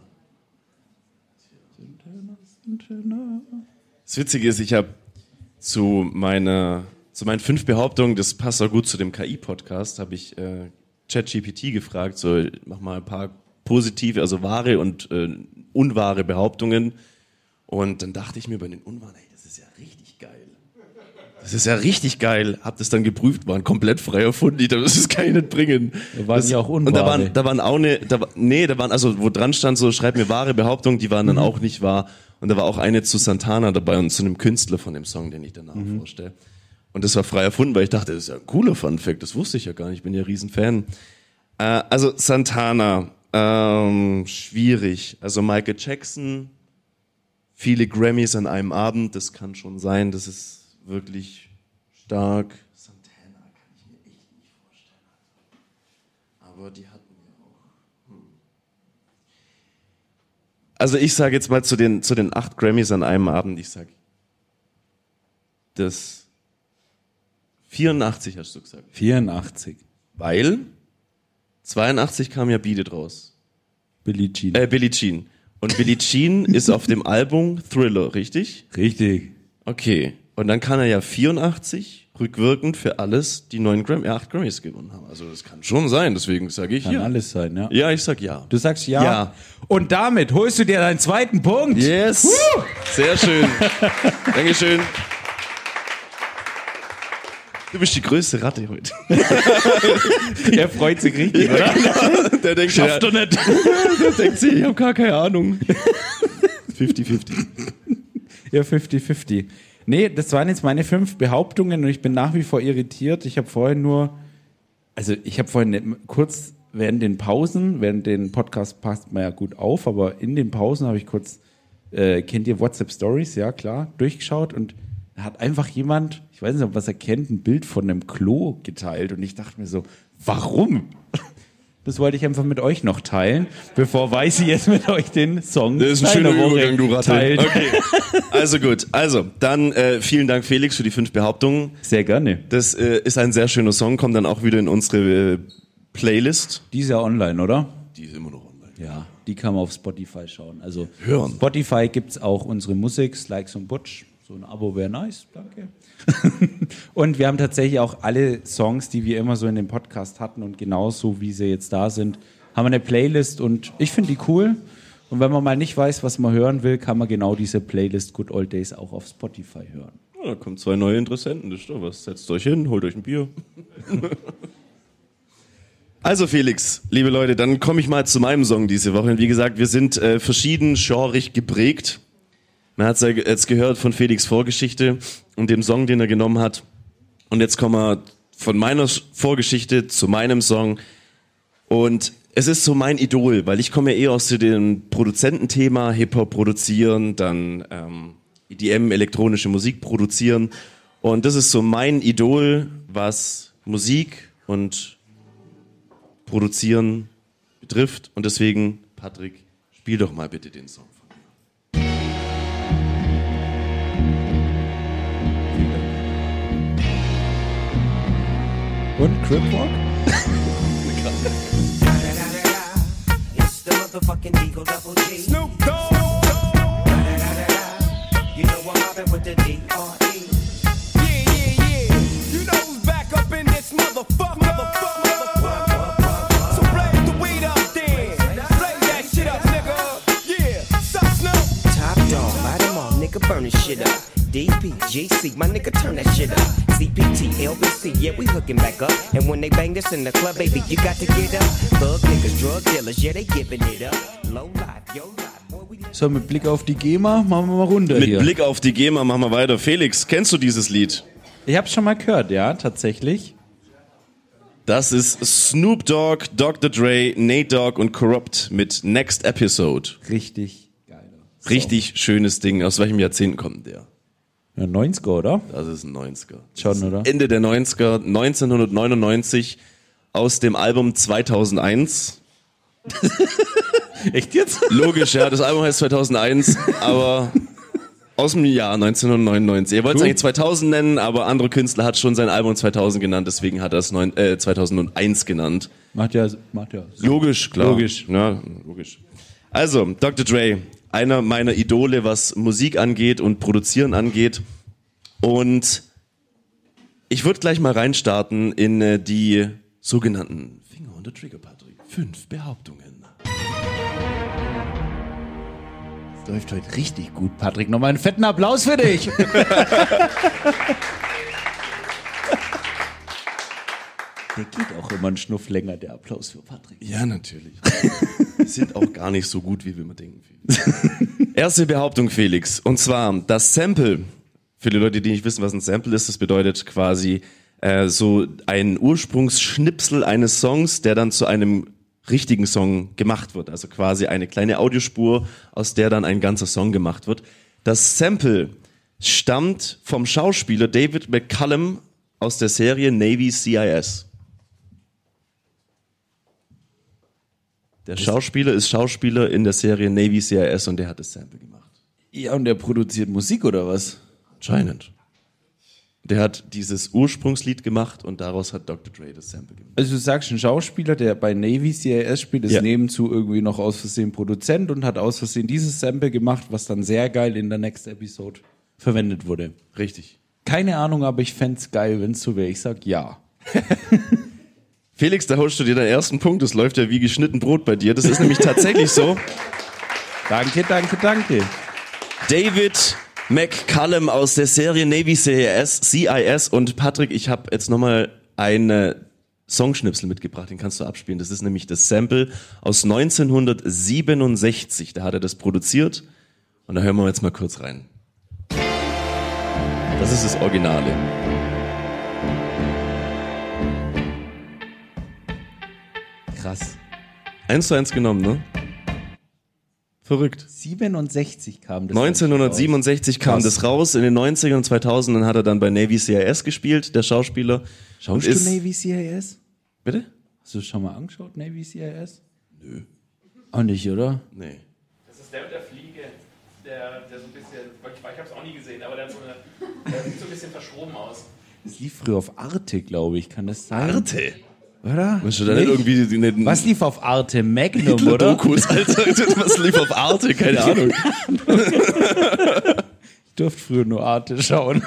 Das Witzige ist, ich habe zu meinen 5 Behauptungen, das passt auch gut zu dem KI-Podcast, habe ich ChatGPT gefragt, so mach mal ein paar positive, also wahre und unwahre Behauptungen. Und dann dachte ich mir bei den unwahren, hey, das ist ja richtig geil. Das ist ja richtig geil. Hab das dann geprüft, waren komplett frei erfunden. Das kann ich nicht bringen. Da waren ja auch unwahre. Und da waren also, wo dran stand so, schreib mir wahre Behauptungen, die waren dann auch nicht wahr. Und da war auch eine zu Santana dabei und zu einem Künstler von dem Song, den ich danach vorstelle. Und das war frei erfunden, weil ich dachte, das ist ja ein cooler Funfact, das wusste ich ja gar nicht, ich bin ja riesen Fan. Also Santana, schwierig. Also Michael Jackson, viele Grammys an einem Abend, das kann schon sein, das ist wirklich stark. Santana kann ich mir echt nicht vorstellen. Aber die hatten ja auch. Also ich sage jetzt mal zu den 8 Grammys an einem Abend, ich sage, das 84 hast du gesagt. 84. Weil 82 kam ja Beat It raus. Billie Jean. Billie Jean. Und Billie Jean ist auf dem Album Thriller, richtig? Richtig. Okay. Und dann kann er ja 84 rückwirkend für alles die 8 Grammys gewonnen haben. Also das kann schon sein, deswegen sage ich Kann ja. alles sein, ja. Ja, ich sag ja. Du sagst ja? Ja. Und damit holst du dir deinen zweiten Punkt. Yes. Sehr schön. Dankeschön. Du bist die größte Ratte heute. Der freut sich richtig, oder? Genau. Der denkt, Schafft doch nicht. Der denkt sich, ich habe gar keine Ahnung. 50-50. Ja, 50-50. Nee, das waren jetzt meine 5 Behauptungen und ich bin nach wie vor irritiert. Ich habe vorhin kurz während den Pausen, während den Podcast passt man ja gut auf, aber in den Pausen habe ich kurz, kennt ihr WhatsApp Stories? Ja, klar, durchgeschaut und da hat einfach jemand, ich weiß nicht, ob was er kennt, ein Bild von einem Klo geteilt und ich dachte mir so, warum? Das wollte ich einfach mit euch noch teilen, bevor Weißi jetzt mit euch den Song das ist ein schöner Übergang, du Ratte. Teilt. Okay. Also gut. Also, dann vielen Dank, Felix, für die 5 Behauptungen. Sehr gerne. Das ist ein sehr schöner Song, kommt dann auch wieder in unsere Playlist. Die ist ja online, oder? Die ist immer noch online. Ja, die kann man auf Spotify schauen. Also hören. Spotify gibt's auch unsere Musik, Likes und Butch. So ein Abo wäre nice, danke. Und wir haben tatsächlich auch alle Songs, die wir immer so in dem Podcast hatten und genauso wie sie jetzt da sind, haben wir eine Playlist und ich finde die cool. Und wenn man mal nicht weiß, was man hören will, kann man genau diese Playlist Good Old Days auch auf Spotify hören. Ja, da kommen 2 neue Interessenten, das ist doch was. Setzt euch hin, holt euch ein Bier. Also Felix, liebe Leute, dann komme ich mal zu meinem Song diese Woche. Und wie gesagt, wir sind verschieden genrig geprägt. Man hat es ja jetzt gehört von Felix' Vorgeschichte und dem Song, den er genommen hat. Und jetzt kommen wir von meiner Vorgeschichte zu meinem Song. Und es ist so mein Idol, weil ich komme ja eher aus dem Produzententhema, Hip-Hop produzieren, dann EDM, elektronische Musik produzieren. Und das ist so mein Idol, was Musik und Produzieren betrifft. Und deswegen, Patrick, spiel doch mal bitte den Song. Und Cripwalk? It's the motherfucking Eagle Double G. Snoop Dogg. You know I'm mobbing with the D.R.E. Yeah. You know who's back up in this motherfucker. So blaze the weed up then. Blaze that shit up, nigga. Yeah. Sup, Snoop? Top dog, light 'em all, nigga, burn this shit up. DPGC, my nigga, turn that shit up. CPT, LBC, yeah, we hooking back up. And when they bang this in the club, baby, you got to get up. Thug niggas, drug dealers, yeah, they giving it up. Low life, yo life, boy, we... So, mit Blick auf die GEMA machen wir mal runter Mit hier. Blick auf die GEMA machen wir weiter. Felix, kennst du dieses Lied? Ich hab's schon mal gehört, ja, tatsächlich. Das ist Snoop Dogg, Dr. Dre, Nate Dogg und Corrupt mit Next Episode. Richtig geil. Richtig schönes Ding. Aus welchem Jahrzehnt kommt der? Ja, 90er, oder? Das ist ein 90er. Schon, oder? Ende der 90er, 1999, aus dem Album 2001. Echt jetzt? Logisch, ja, das Album heißt 2001, aber aus dem Jahr 1999. Ihr wollt es eigentlich 2000 nennen, aber andere Künstler hat schon sein Album 2000 genannt, deswegen hat er es 2001 genannt. Macht ja. Logisch, klar. Logisch. Ja, logisch. Also, Dr. Dre, einer meiner Idole, was Musik angeht und Produzieren angeht. Und ich würde gleich mal reinstarten in die sogenannten Finger on the Trigger, Patrick. 5 Behauptungen. Das läuft heute richtig gut, Patrick. Nochmal einen fetten Applaus für dich. Der geht auch immer einen Schnuff länger, der Applaus für Patrick. Ja, natürlich. Sind auch gar nicht so gut, wie wir immer denken. Erste Behauptung, Felix. Und zwar, das Sample, für die Leute, die nicht wissen, was ein Sample ist, das bedeutet quasi so ein Ursprungsschnipsel eines Songs, der dann zu einem richtigen Song gemacht wird. Also quasi eine kleine Audiospur, aus der dann ein ganzer Song gemacht wird. Das Sample stammt vom Schauspieler David McCallum aus der Serie Navy CIS. Der Schauspieler ist Schauspieler in der Serie Navy CIS und der hat das Sample gemacht. Ja, und der produziert Musik oder was? Anscheinend. Der hat dieses Ursprungslied gemacht und daraus hat Dr. Dre das Sample gemacht. Also du sagst, ein Schauspieler, der bei Navy CIS spielt, ist nebenzu irgendwie noch aus Versehen Produzent und hat aus Versehen dieses Sample gemacht, was dann sehr geil in der Next Episode verwendet wurde. Richtig. Keine Ahnung, aber ich fänd's geil, wenn's so wäre. Ich sag ja. Felix, da holst du dir deinen ersten Punkt. Das läuft ja wie geschnitten Brot bei dir. Das ist nämlich tatsächlich so. Danke. David McCallum aus der Serie Navy CIS. Und Patrick, ich habe jetzt nochmal eine Songschnipsel mitgebracht, den kannst du abspielen. Das ist nämlich das Sample aus 1967. Da hat er das produziert. Und da hören wir jetzt mal kurz rein. Das ist das Originale. Krass. 1:1 genommen, ne? Verrückt. 67 kam das. 1967 kam das raus. In den 90ern und 2000ern hat er dann bei Navy CIS gespielt, der Schauspieler. Schaust du Navy CIS? Bitte? Hast du schon mal angeschaut, Navy CIS? Nö. Auch nicht, oder? Nee. Das ist der mit der Fliege, der so ein bisschen, ich habe es auch nie gesehen, aber der sieht so ein bisschen verschroben aus. Das lief früher auf Arte, glaube ich. Kann das sein? Arte? Oder? Was, da nicht irgendwie was lief auf Arte? Magnum, Hitler oder? Dokus, Alter. Was lief auf Arte? Keine Ahnung. Ich durfte früher nur Arte schauen.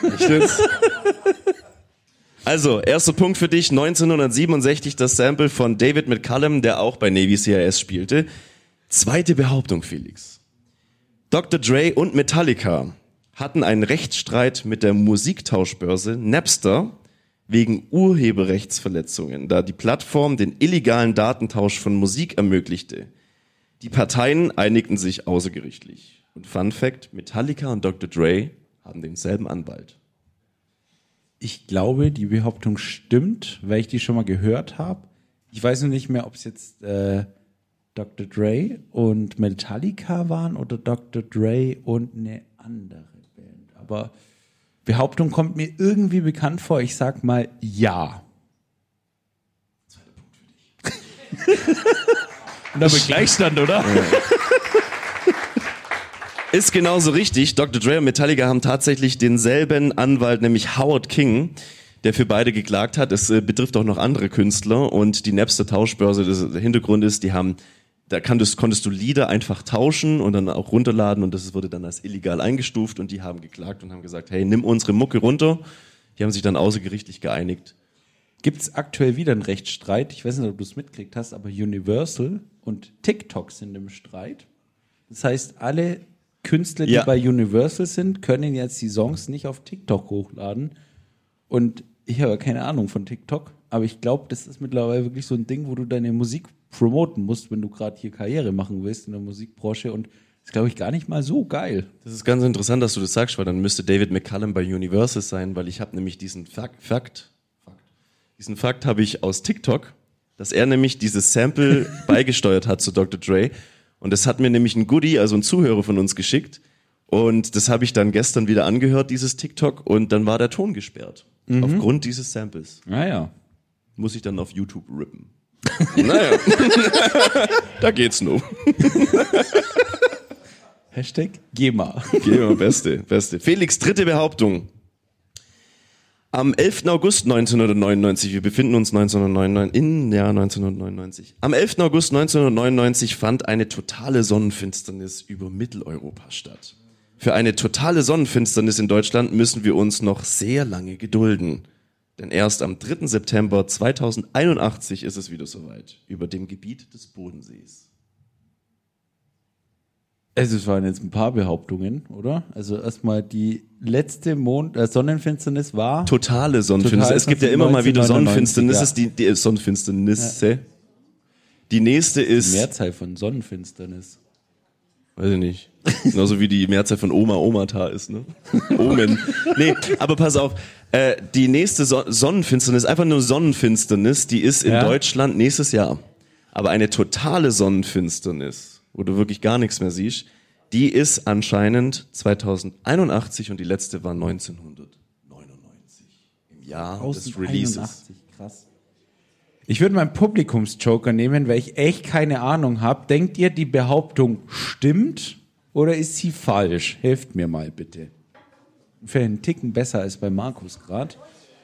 Also, erster Punkt für dich. 1967 das Sample von David McCallum, der auch bei Navy CIS spielte. Zweite Behauptung, Felix. Dr. Dre und Metallica hatten einen Rechtsstreit mit der Musiktauschbörse Napster wegen Urheberrechtsverletzungen, da die Plattform den illegalen Datentausch von Musik ermöglichte. Die Parteien einigten sich außergerichtlich. Und Fun Fact, Metallica und Dr. Dre haben denselben Anwalt. Ich glaube, die Behauptung stimmt, weil ich die schon mal gehört habe. Ich weiß noch nicht mehr, ob es jetzt Dr. Dre und Metallica waren oder Dr. Dre und eine andere Band. Aber Behauptung kommt mir irgendwie bekannt vor. Ich sag mal ja. Zweiter Punkt für dich. Und damit Gleichstand, oder? Ja. Ist genauso richtig. Dr. Dre und Metallica haben tatsächlich denselben Anwalt, nämlich Howard King, der für beide geklagt hat. Es betrifft auch noch andere Künstler und die Napster-Tauschbörse, der Hintergrund ist, da konntest du Lieder einfach tauschen und dann auch runterladen und das wurde dann als illegal eingestuft und die haben geklagt und haben gesagt, hey, nimm unsere Mucke runter. Die haben sich dann außergerichtlich geeinigt. Gibt es aktuell wieder einen Rechtsstreit? Ich weiß nicht, ob du es mitgekriegt hast, aber Universal und TikTok sind im Streit. Das heißt, alle Künstler, die bei Universal sind, können jetzt die Songs nicht auf TikTok hochladen. Und ich habe keine Ahnung von TikTok, aber ich glaube, das ist mittlerweile wirklich so ein Ding, wo du deine Musik promoten musst, wenn du gerade hier Karriere machen willst in der Musikbranche. Und das ist, glaube ich, gar nicht mal so geil. Das ist ganz interessant, dass du das sagst, weil dann müsste David McCallum bei Universal sein, weil ich habe nämlich diesen Fakt habe ich aus TikTok, dass er nämlich dieses Sample beigesteuert hat zu Dr. Dre. Und das hat mir nämlich ein Goodie, also ein Zuhörer von uns geschickt. Und das habe ich dann gestern wieder angehört, dieses TikTok. Und dann war der Ton gesperrt. Aufgrund dieses Samples. Naja. Muss ich dann auf YouTube rippen. Naja. Da geht's nur. Hashtag GEMA. GEMA, beste. Felix, dritte Behauptung. Am 11. August 1999, wir befinden uns im Jahr 1999. Am 11. August 1999 fand eine totale Sonnenfinsternis über Mitteleuropa statt. Für eine totale Sonnenfinsternis in Deutschland müssen wir uns noch sehr lange gedulden. Denn erst am 3. September 2081 ist es wieder soweit, über dem Gebiet des Bodensees. Also es waren jetzt ein paar Behauptungen, oder? Also erstmal die letzte Sonnenfinsternis war... Totale Sonnenfinsternis. Es gibt ja immer mal wieder Sonnenfinsternisse. Ja. Die Sonnenfinsternisse. Ja. Die nächste ist... Die Mehrzahl von Sonnenfinsternis. Weiß ich nicht. Genauso wie die Mehrzahl von Omata ist, ne? Omen. Nee, aber pass auf. Die nächste Sonnenfinsternis, einfach nur Sonnenfinsternis, die ist in Deutschland nächstes Jahr. Aber eine totale Sonnenfinsternis, wo du wirklich gar nichts mehr siehst, die ist anscheinend 2081 und die letzte war 1999. Im Jahr des Releases. Krass. Ich würde meinen Publikumsjoker nehmen, weil ich echt keine Ahnung habe. Denkt ihr, die Behauptung stimmt oder ist sie falsch? Helft mir mal bitte. vielleicht einen Ticken besser als bei Markus gerade.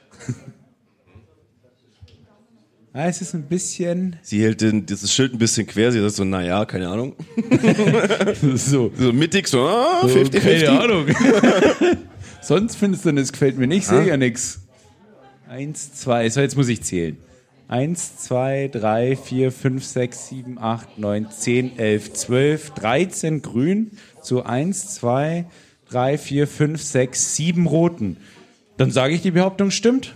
Ja, es ist ein bisschen... Sie hält das Schild ein bisschen quer, sie sagt so, naja, keine Ahnung. so mittig, so 50-50. Keine Ahnung. Sonst Finsternis gefällt mir nicht, sehe ja nix. 1, 2, so jetzt muss ich zählen. 1, 2, 3, 4, 5, 6, 7, 8, 9, 10, 11, 12, 13 grün zu 1, 2, 3, 4, 5, 6, 7 roten. Dann sage ich, die Behauptung stimmt.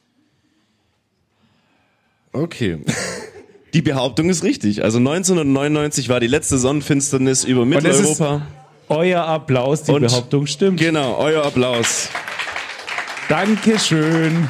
Okay. Die Behauptung ist richtig. Also 1999 war die letzte Sonnenfinsternis über Mitteleuropa. Euer Applaus, die Behauptung stimmt. Genau, euer Applaus. Dankeschön.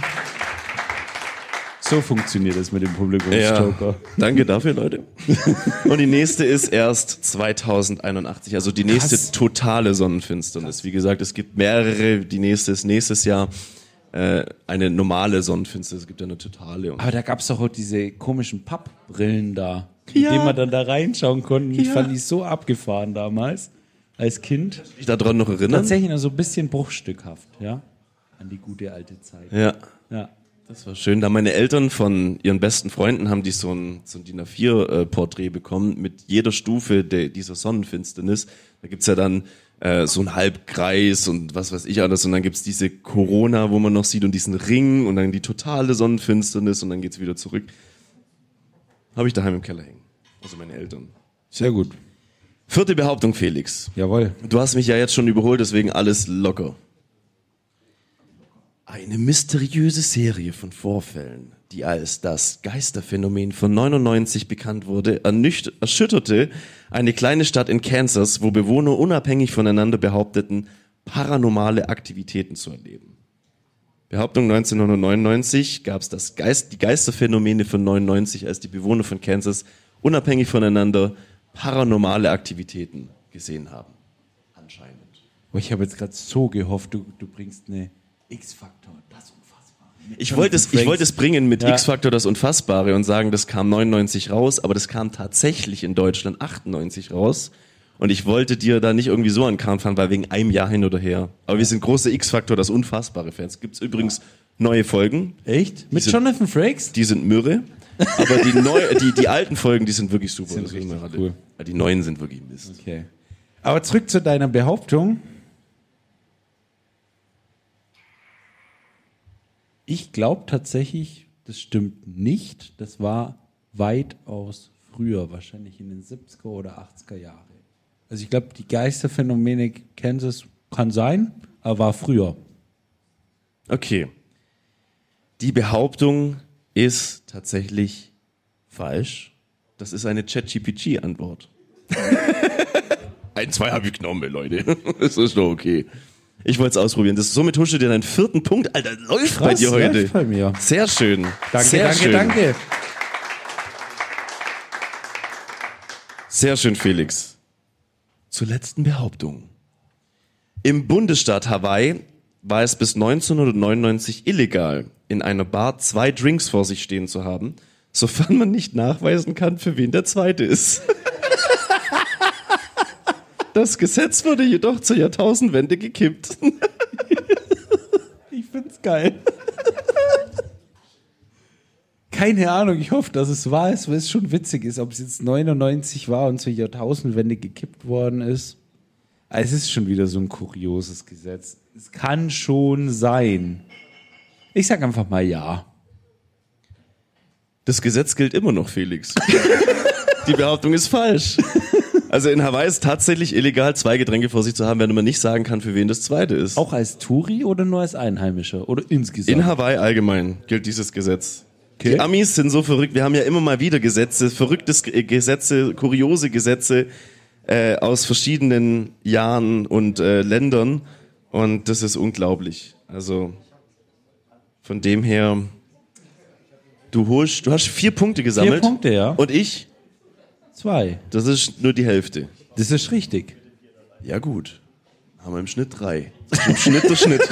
So funktioniert es mit dem Publikumsjoker. Ja, danke dafür, Leute. Und die nächste ist erst 2081, also die nächste totale Sonnenfinsternis. Wie gesagt, es gibt mehrere, die nächste ist nächstes Jahr. Eine normale Sonnenfinsternis, es gibt ja eine totale. Aber da gab es doch auch diese komischen Pappbrillen da, mit denen man dann da reinschauen konnte. Ich fand die so abgefahren damals, als Kind. Kannst du dich daran noch erinnern? Tatsächlich noch so ein bisschen bruchstückhaft, ja, an die gute alte Zeit. Ja. Ja. Das war schön. Da meine Eltern von ihren besten Freunden haben die so ein DIN A4-Porträt bekommen mit jeder Stufe dieser Sonnenfinsternis. Da gibt's ja dann so ein Halbkreis und was weiß ich alles. Und dann gibt's diese Corona, wo man noch sieht, und diesen Ring und dann die totale Sonnenfinsternis und dann geht's wieder zurück. Habe ich daheim im Keller hängen. Also meine Eltern. Sehr gut. 4. Behauptung, Felix. Jawohl. Du hast mich ja jetzt schon überholt, deswegen alles locker. Eine mysteriöse Serie von Vorfällen, die als das Geisterphänomen von 99 bekannt wurde, erschütterte eine kleine Stadt in Kansas, wo Bewohner unabhängig voneinander behaupteten, paranormale Aktivitäten zu erleben. Behauptung 1999 gab es die Geisterphänomene von 99, als die Bewohner von Kansas unabhängig voneinander paranormale Aktivitäten gesehen haben. Anscheinend. Oh, ich habe jetzt gerade so gehofft, du bringst eine X-Faktor, das Unfassbare. Ich wollte es bringen mit X-Faktor, das Unfassbare und sagen, das kam 99 raus, aber das kam tatsächlich in Deutschland 98 raus. Und ich wollte dir da nicht irgendwie so an den Kahn fahren, weil wegen einem Jahr hin oder her. Aber wir sind große X-Faktor, das Unfassbare Fans. Gibt's übrigens neue Folgen. Echt? Mit Jonathan Frakes? Die sind Mürre. Aber die alten Folgen, die sind wirklich super. Sind richtig cool. Die neuen sind wirklich Mist. Okay. Aber zurück zu deiner Behauptung. Ich glaube tatsächlich, das stimmt nicht. Das war weitaus früher, wahrscheinlich in den 70er oder 80er Jahre. Also ich glaube, die Geisterphänomene Kansas kann sein, aber war früher. Okay. Die Behauptung ist tatsächlich falsch. Das ist eine ChatGPT-Antwort. 1, 2 habe ich genommen, Leute. Das ist doch okay. Ich wollte es ausprobieren. Somit husche dir deinen 4. Punkt. Alter, läuft bei dir heute. Läuft bei mir. Sehr schön. Danke. Sehr schön, Felix. Zur letzten Behauptung. Im Bundesstaat Hawaii war es bis 1999 illegal, in einer Bar 2 Drinks vor sich stehen zu haben, sofern man nicht nachweisen kann, für wen der zweite ist. Das Gesetz wurde jedoch zur Jahrtausendwende gekippt. Ich find's geil. Keine Ahnung, ich hoffe, dass es wahr ist, weil es schon witzig ist, ob es jetzt 99 war und zur Jahrtausendwende gekippt worden ist. Also es ist schon wieder so ein kurioses Gesetz. Es kann schon sein. Ich sag einfach mal ja. Das Gesetz gilt immer noch, Felix. Die Behauptung ist falsch. Also in Hawaii ist es tatsächlich illegal, 2 Getränke vor sich zu haben, wenn man nicht sagen kann, für wen das zweite ist. Auch als Touri oder nur als Einheimischer? Oder insgesamt? In Hawaii allgemein gilt dieses Gesetz. Okay. Die Amis sind so verrückt. Wir haben ja immer mal wieder Gesetze, verrückte Gesetze, kuriose Gesetze aus verschiedenen Jahren und Ländern. Und das ist unglaublich. Also von dem her, du hast 4 Punkte gesammelt. 4 Punkte, ja. Und ich? 2. Das ist nur die Hälfte. Das ist richtig. Ja gut. Haben wir im Schnitt 3. Im Schnitt der Schnitt.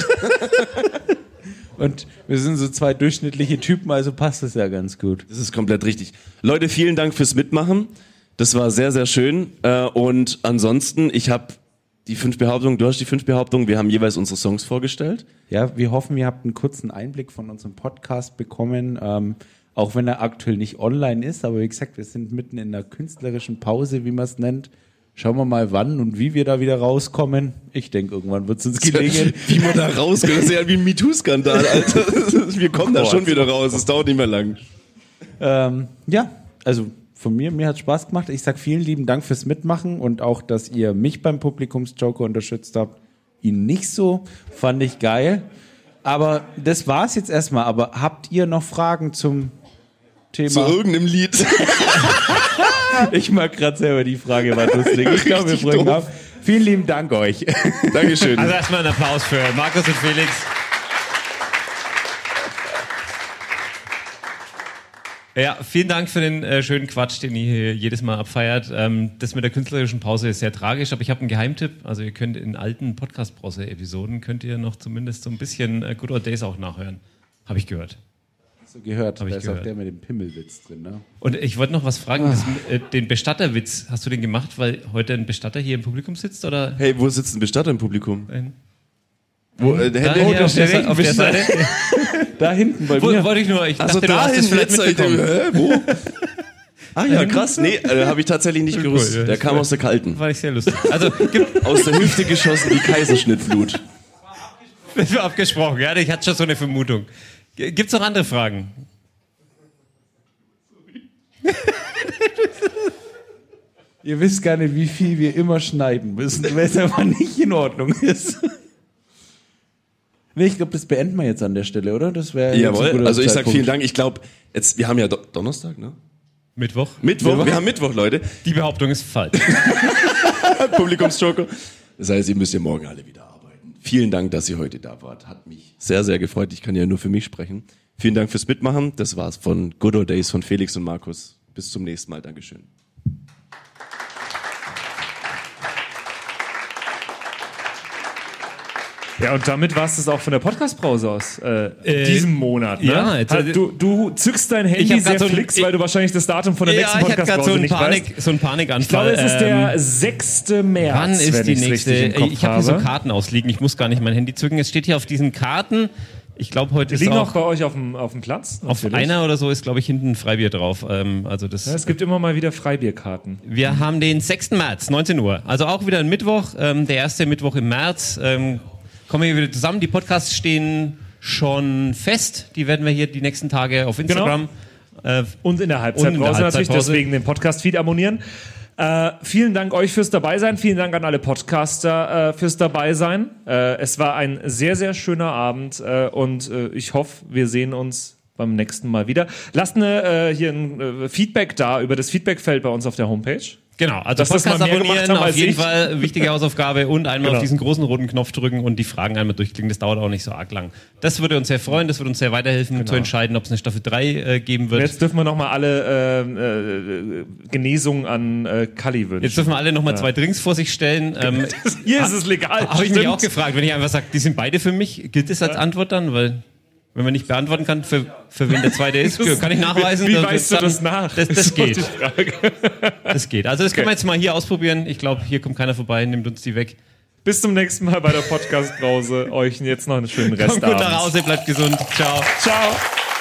Und wir sind so 2 durchschnittliche Typen, also passt das ja ganz gut. Das ist komplett richtig. Leute, vielen Dank fürs Mitmachen. Das war sehr, sehr schön. Und ansonsten, ich habe Die 5 Behauptungen, du hast die 5 Behauptungen, wir haben jeweils unsere Songs vorgestellt. Ja, wir hoffen, ihr habt einen kurzen Einblick von unserem Podcast bekommen, auch wenn er aktuell nicht online ist. Aber wie gesagt, wir sind mitten in einer künstlerischen Pause, wie man es nennt. Schauen wir mal, wann und wie wir da wieder rauskommen. Ich denke, irgendwann wird es uns gelingen. Wie wir da rauskommen, das ist ja wie ein MeToo-Skandal, Alter. Wir kommen da schon wieder raus, es dauert nicht mehr lang. Ja, also von mir hat es Spaß gemacht. Ich sage vielen lieben Dank fürs Mitmachen und auch, dass ihr mich beim Publikumsjoker unterstützt habt. Ihn nicht so, fand ich geil. Aber das war's jetzt erstmal. Aber habt ihr noch Fragen zum Thema? Zu irgendeinem Lied. Ich mag gerade selber die Frage, war lustig. Ich glaube, wir drücken ab. Vielen lieben Dank euch. Dankeschön. Also erstmal einen Applaus für Markus und Felix. Ja, vielen Dank für den schönen Quatsch, den ihr hier jedes Mal abfeiert. Das mit der künstlerischen Pause ist sehr tragisch, aber ich habe einen Geheimtipp. Also ihr könnt in alten Podcast-Brause-Episoden könnt ihr noch zumindest so ein bisschen Good Old Days auch nachhören. Habe ich gehört. So gehört, da ist auch der mit dem Pimmelwitz drin, ne? Und ich wollte noch was fragen, den Bestatterwitz, hast du den gemacht, weil heute ein Bestatter hier im Publikum sitzt, oder? Hey, wo sitzt ein Bestatter im Publikum? Wo, auf der Seite? Da hinten bei mir. Wollte ich nur, ich dachte, da du hast das vielleicht mitbekommen. Wo? Ah ja, krass. Nee, habe ich tatsächlich nicht gewusst. Cool, der kam aus der Kalten. War ich sehr lustig. Also, aus der Hüfte geschossen, die Kaiserschnittflut. Das war abgesprochen, ja, ich hatte schon so eine Vermutung. Gibt's noch andere Fragen? Ihr wisst gar nicht, wie viel wir immer schneiden müssen, weil es aber nicht in Ordnung ist. Nee, ich glaube, das beenden wir jetzt an der Stelle, oder? Das wäre Jawohl, also ich sage vielen Dank. Ich glaube, jetzt, wir haben ja Donnerstag, ne? Mittwoch, wir haben Mittwoch, Leute. Die Behauptung ist falsch. Publikumsjoker. Das heißt, ihr müsst ja morgen alle wieder arbeiten. Vielen Dank, dass ihr heute da wart. Hat mich sehr, sehr gefreut. Ich kann ja nur für mich sprechen. Vielen Dank fürs Mitmachen. Das war's von Good Old Days von Felix und Markus. Bis zum nächsten Mal. Dankeschön. Ja, und damit war es das auch von der Podcast-Brause aus diesem Monat. Ne? Ja, du zückst dein Handy sehr flix, weil du wahrscheinlich das Datum von der nächsten Podcast-Brause nicht weißt. So ein Panikanfall. Ich glaube, es ist der 6. März. Wann ist die nächste? Ich habe hier so Karten ausliegen. Ich muss gar nicht mein Handy zücken. Es steht hier auf diesen Karten. Ich glaube, heute ist liegen auch auch bei euch auf dem Platz. Auf einer oder so ist, glaube ich, hinten ein Freibier drauf. Also das. Ja, es gibt immer mal wieder Freibierkarten. Wir haben den 6. März, 19 Uhr. Also auch wieder ein Mittwoch. Der erste Mittwoch im März. Kommen wir hier wieder zusammen. Die Podcasts stehen schon fest. Die werden wir hier die nächsten Tage auf Instagram. Genau. Und in der Halbzeitpause natürlich, deswegen den Podcast-Feed abonnieren. Vielen Dank euch fürs Dabeisein. Vielen Dank an alle Podcaster fürs Dabeisein. Es war ein sehr, sehr schöner Abend und ich hoffe, wir sehen uns beim nächsten Mal wieder. Lasst hier ein Feedback da über das Feedbackfeld bei uns auf der Homepage. Genau, also Podcast abonnieren, auf jeden Fall wichtige Hausaufgabe und einmal auf diesen großen roten Knopf drücken und die Fragen einmal durchklicken. Das dauert auch nicht so arg lang. Das würde uns sehr freuen, das würde uns sehr weiterhelfen, zu entscheiden, ob es eine Staffel 3 geben wird. Und jetzt dürfen wir nochmal alle Genesungen an Kalli wünschen. Jetzt dürfen wir alle nochmal 2 Drinks vor sich stellen. Hier ist es legal. Habe ich mich auch gefragt, wenn ich einfach sage, die sind beide für mich, gilt das als Antwort dann? Weil wenn man nicht beantworten kann, für wen der zweite ist, kann ich nachweisen. Wie weißt du das nach? Das geht. Das geht. Also das können wir jetzt mal hier ausprobieren. Ich glaube, hier kommt keiner vorbei, nimmt uns die weg. Bis zum nächsten Mal bei der Podcast-Brause. Euch jetzt noch einen schönen Restabend. Kommt gut nach Hause, bleibt gesund. Ciao. Ciao.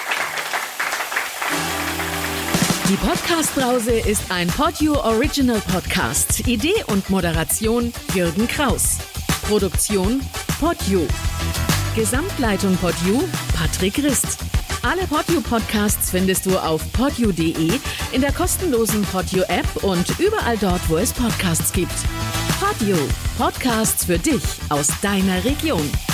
Die Podcast-Brause ist ein PodU Original Podcast. Idee und Moderation Jürgen Kraus. Produktion PodU. Gesamtleitung PodU Patrick Rist. Alle PodU-Podcasts findest du auf podu.de, in der kostenlosen PodU-App und überall dort, wo es Podcasts gibt. PodU. Podcasts für dich aus deiner Region.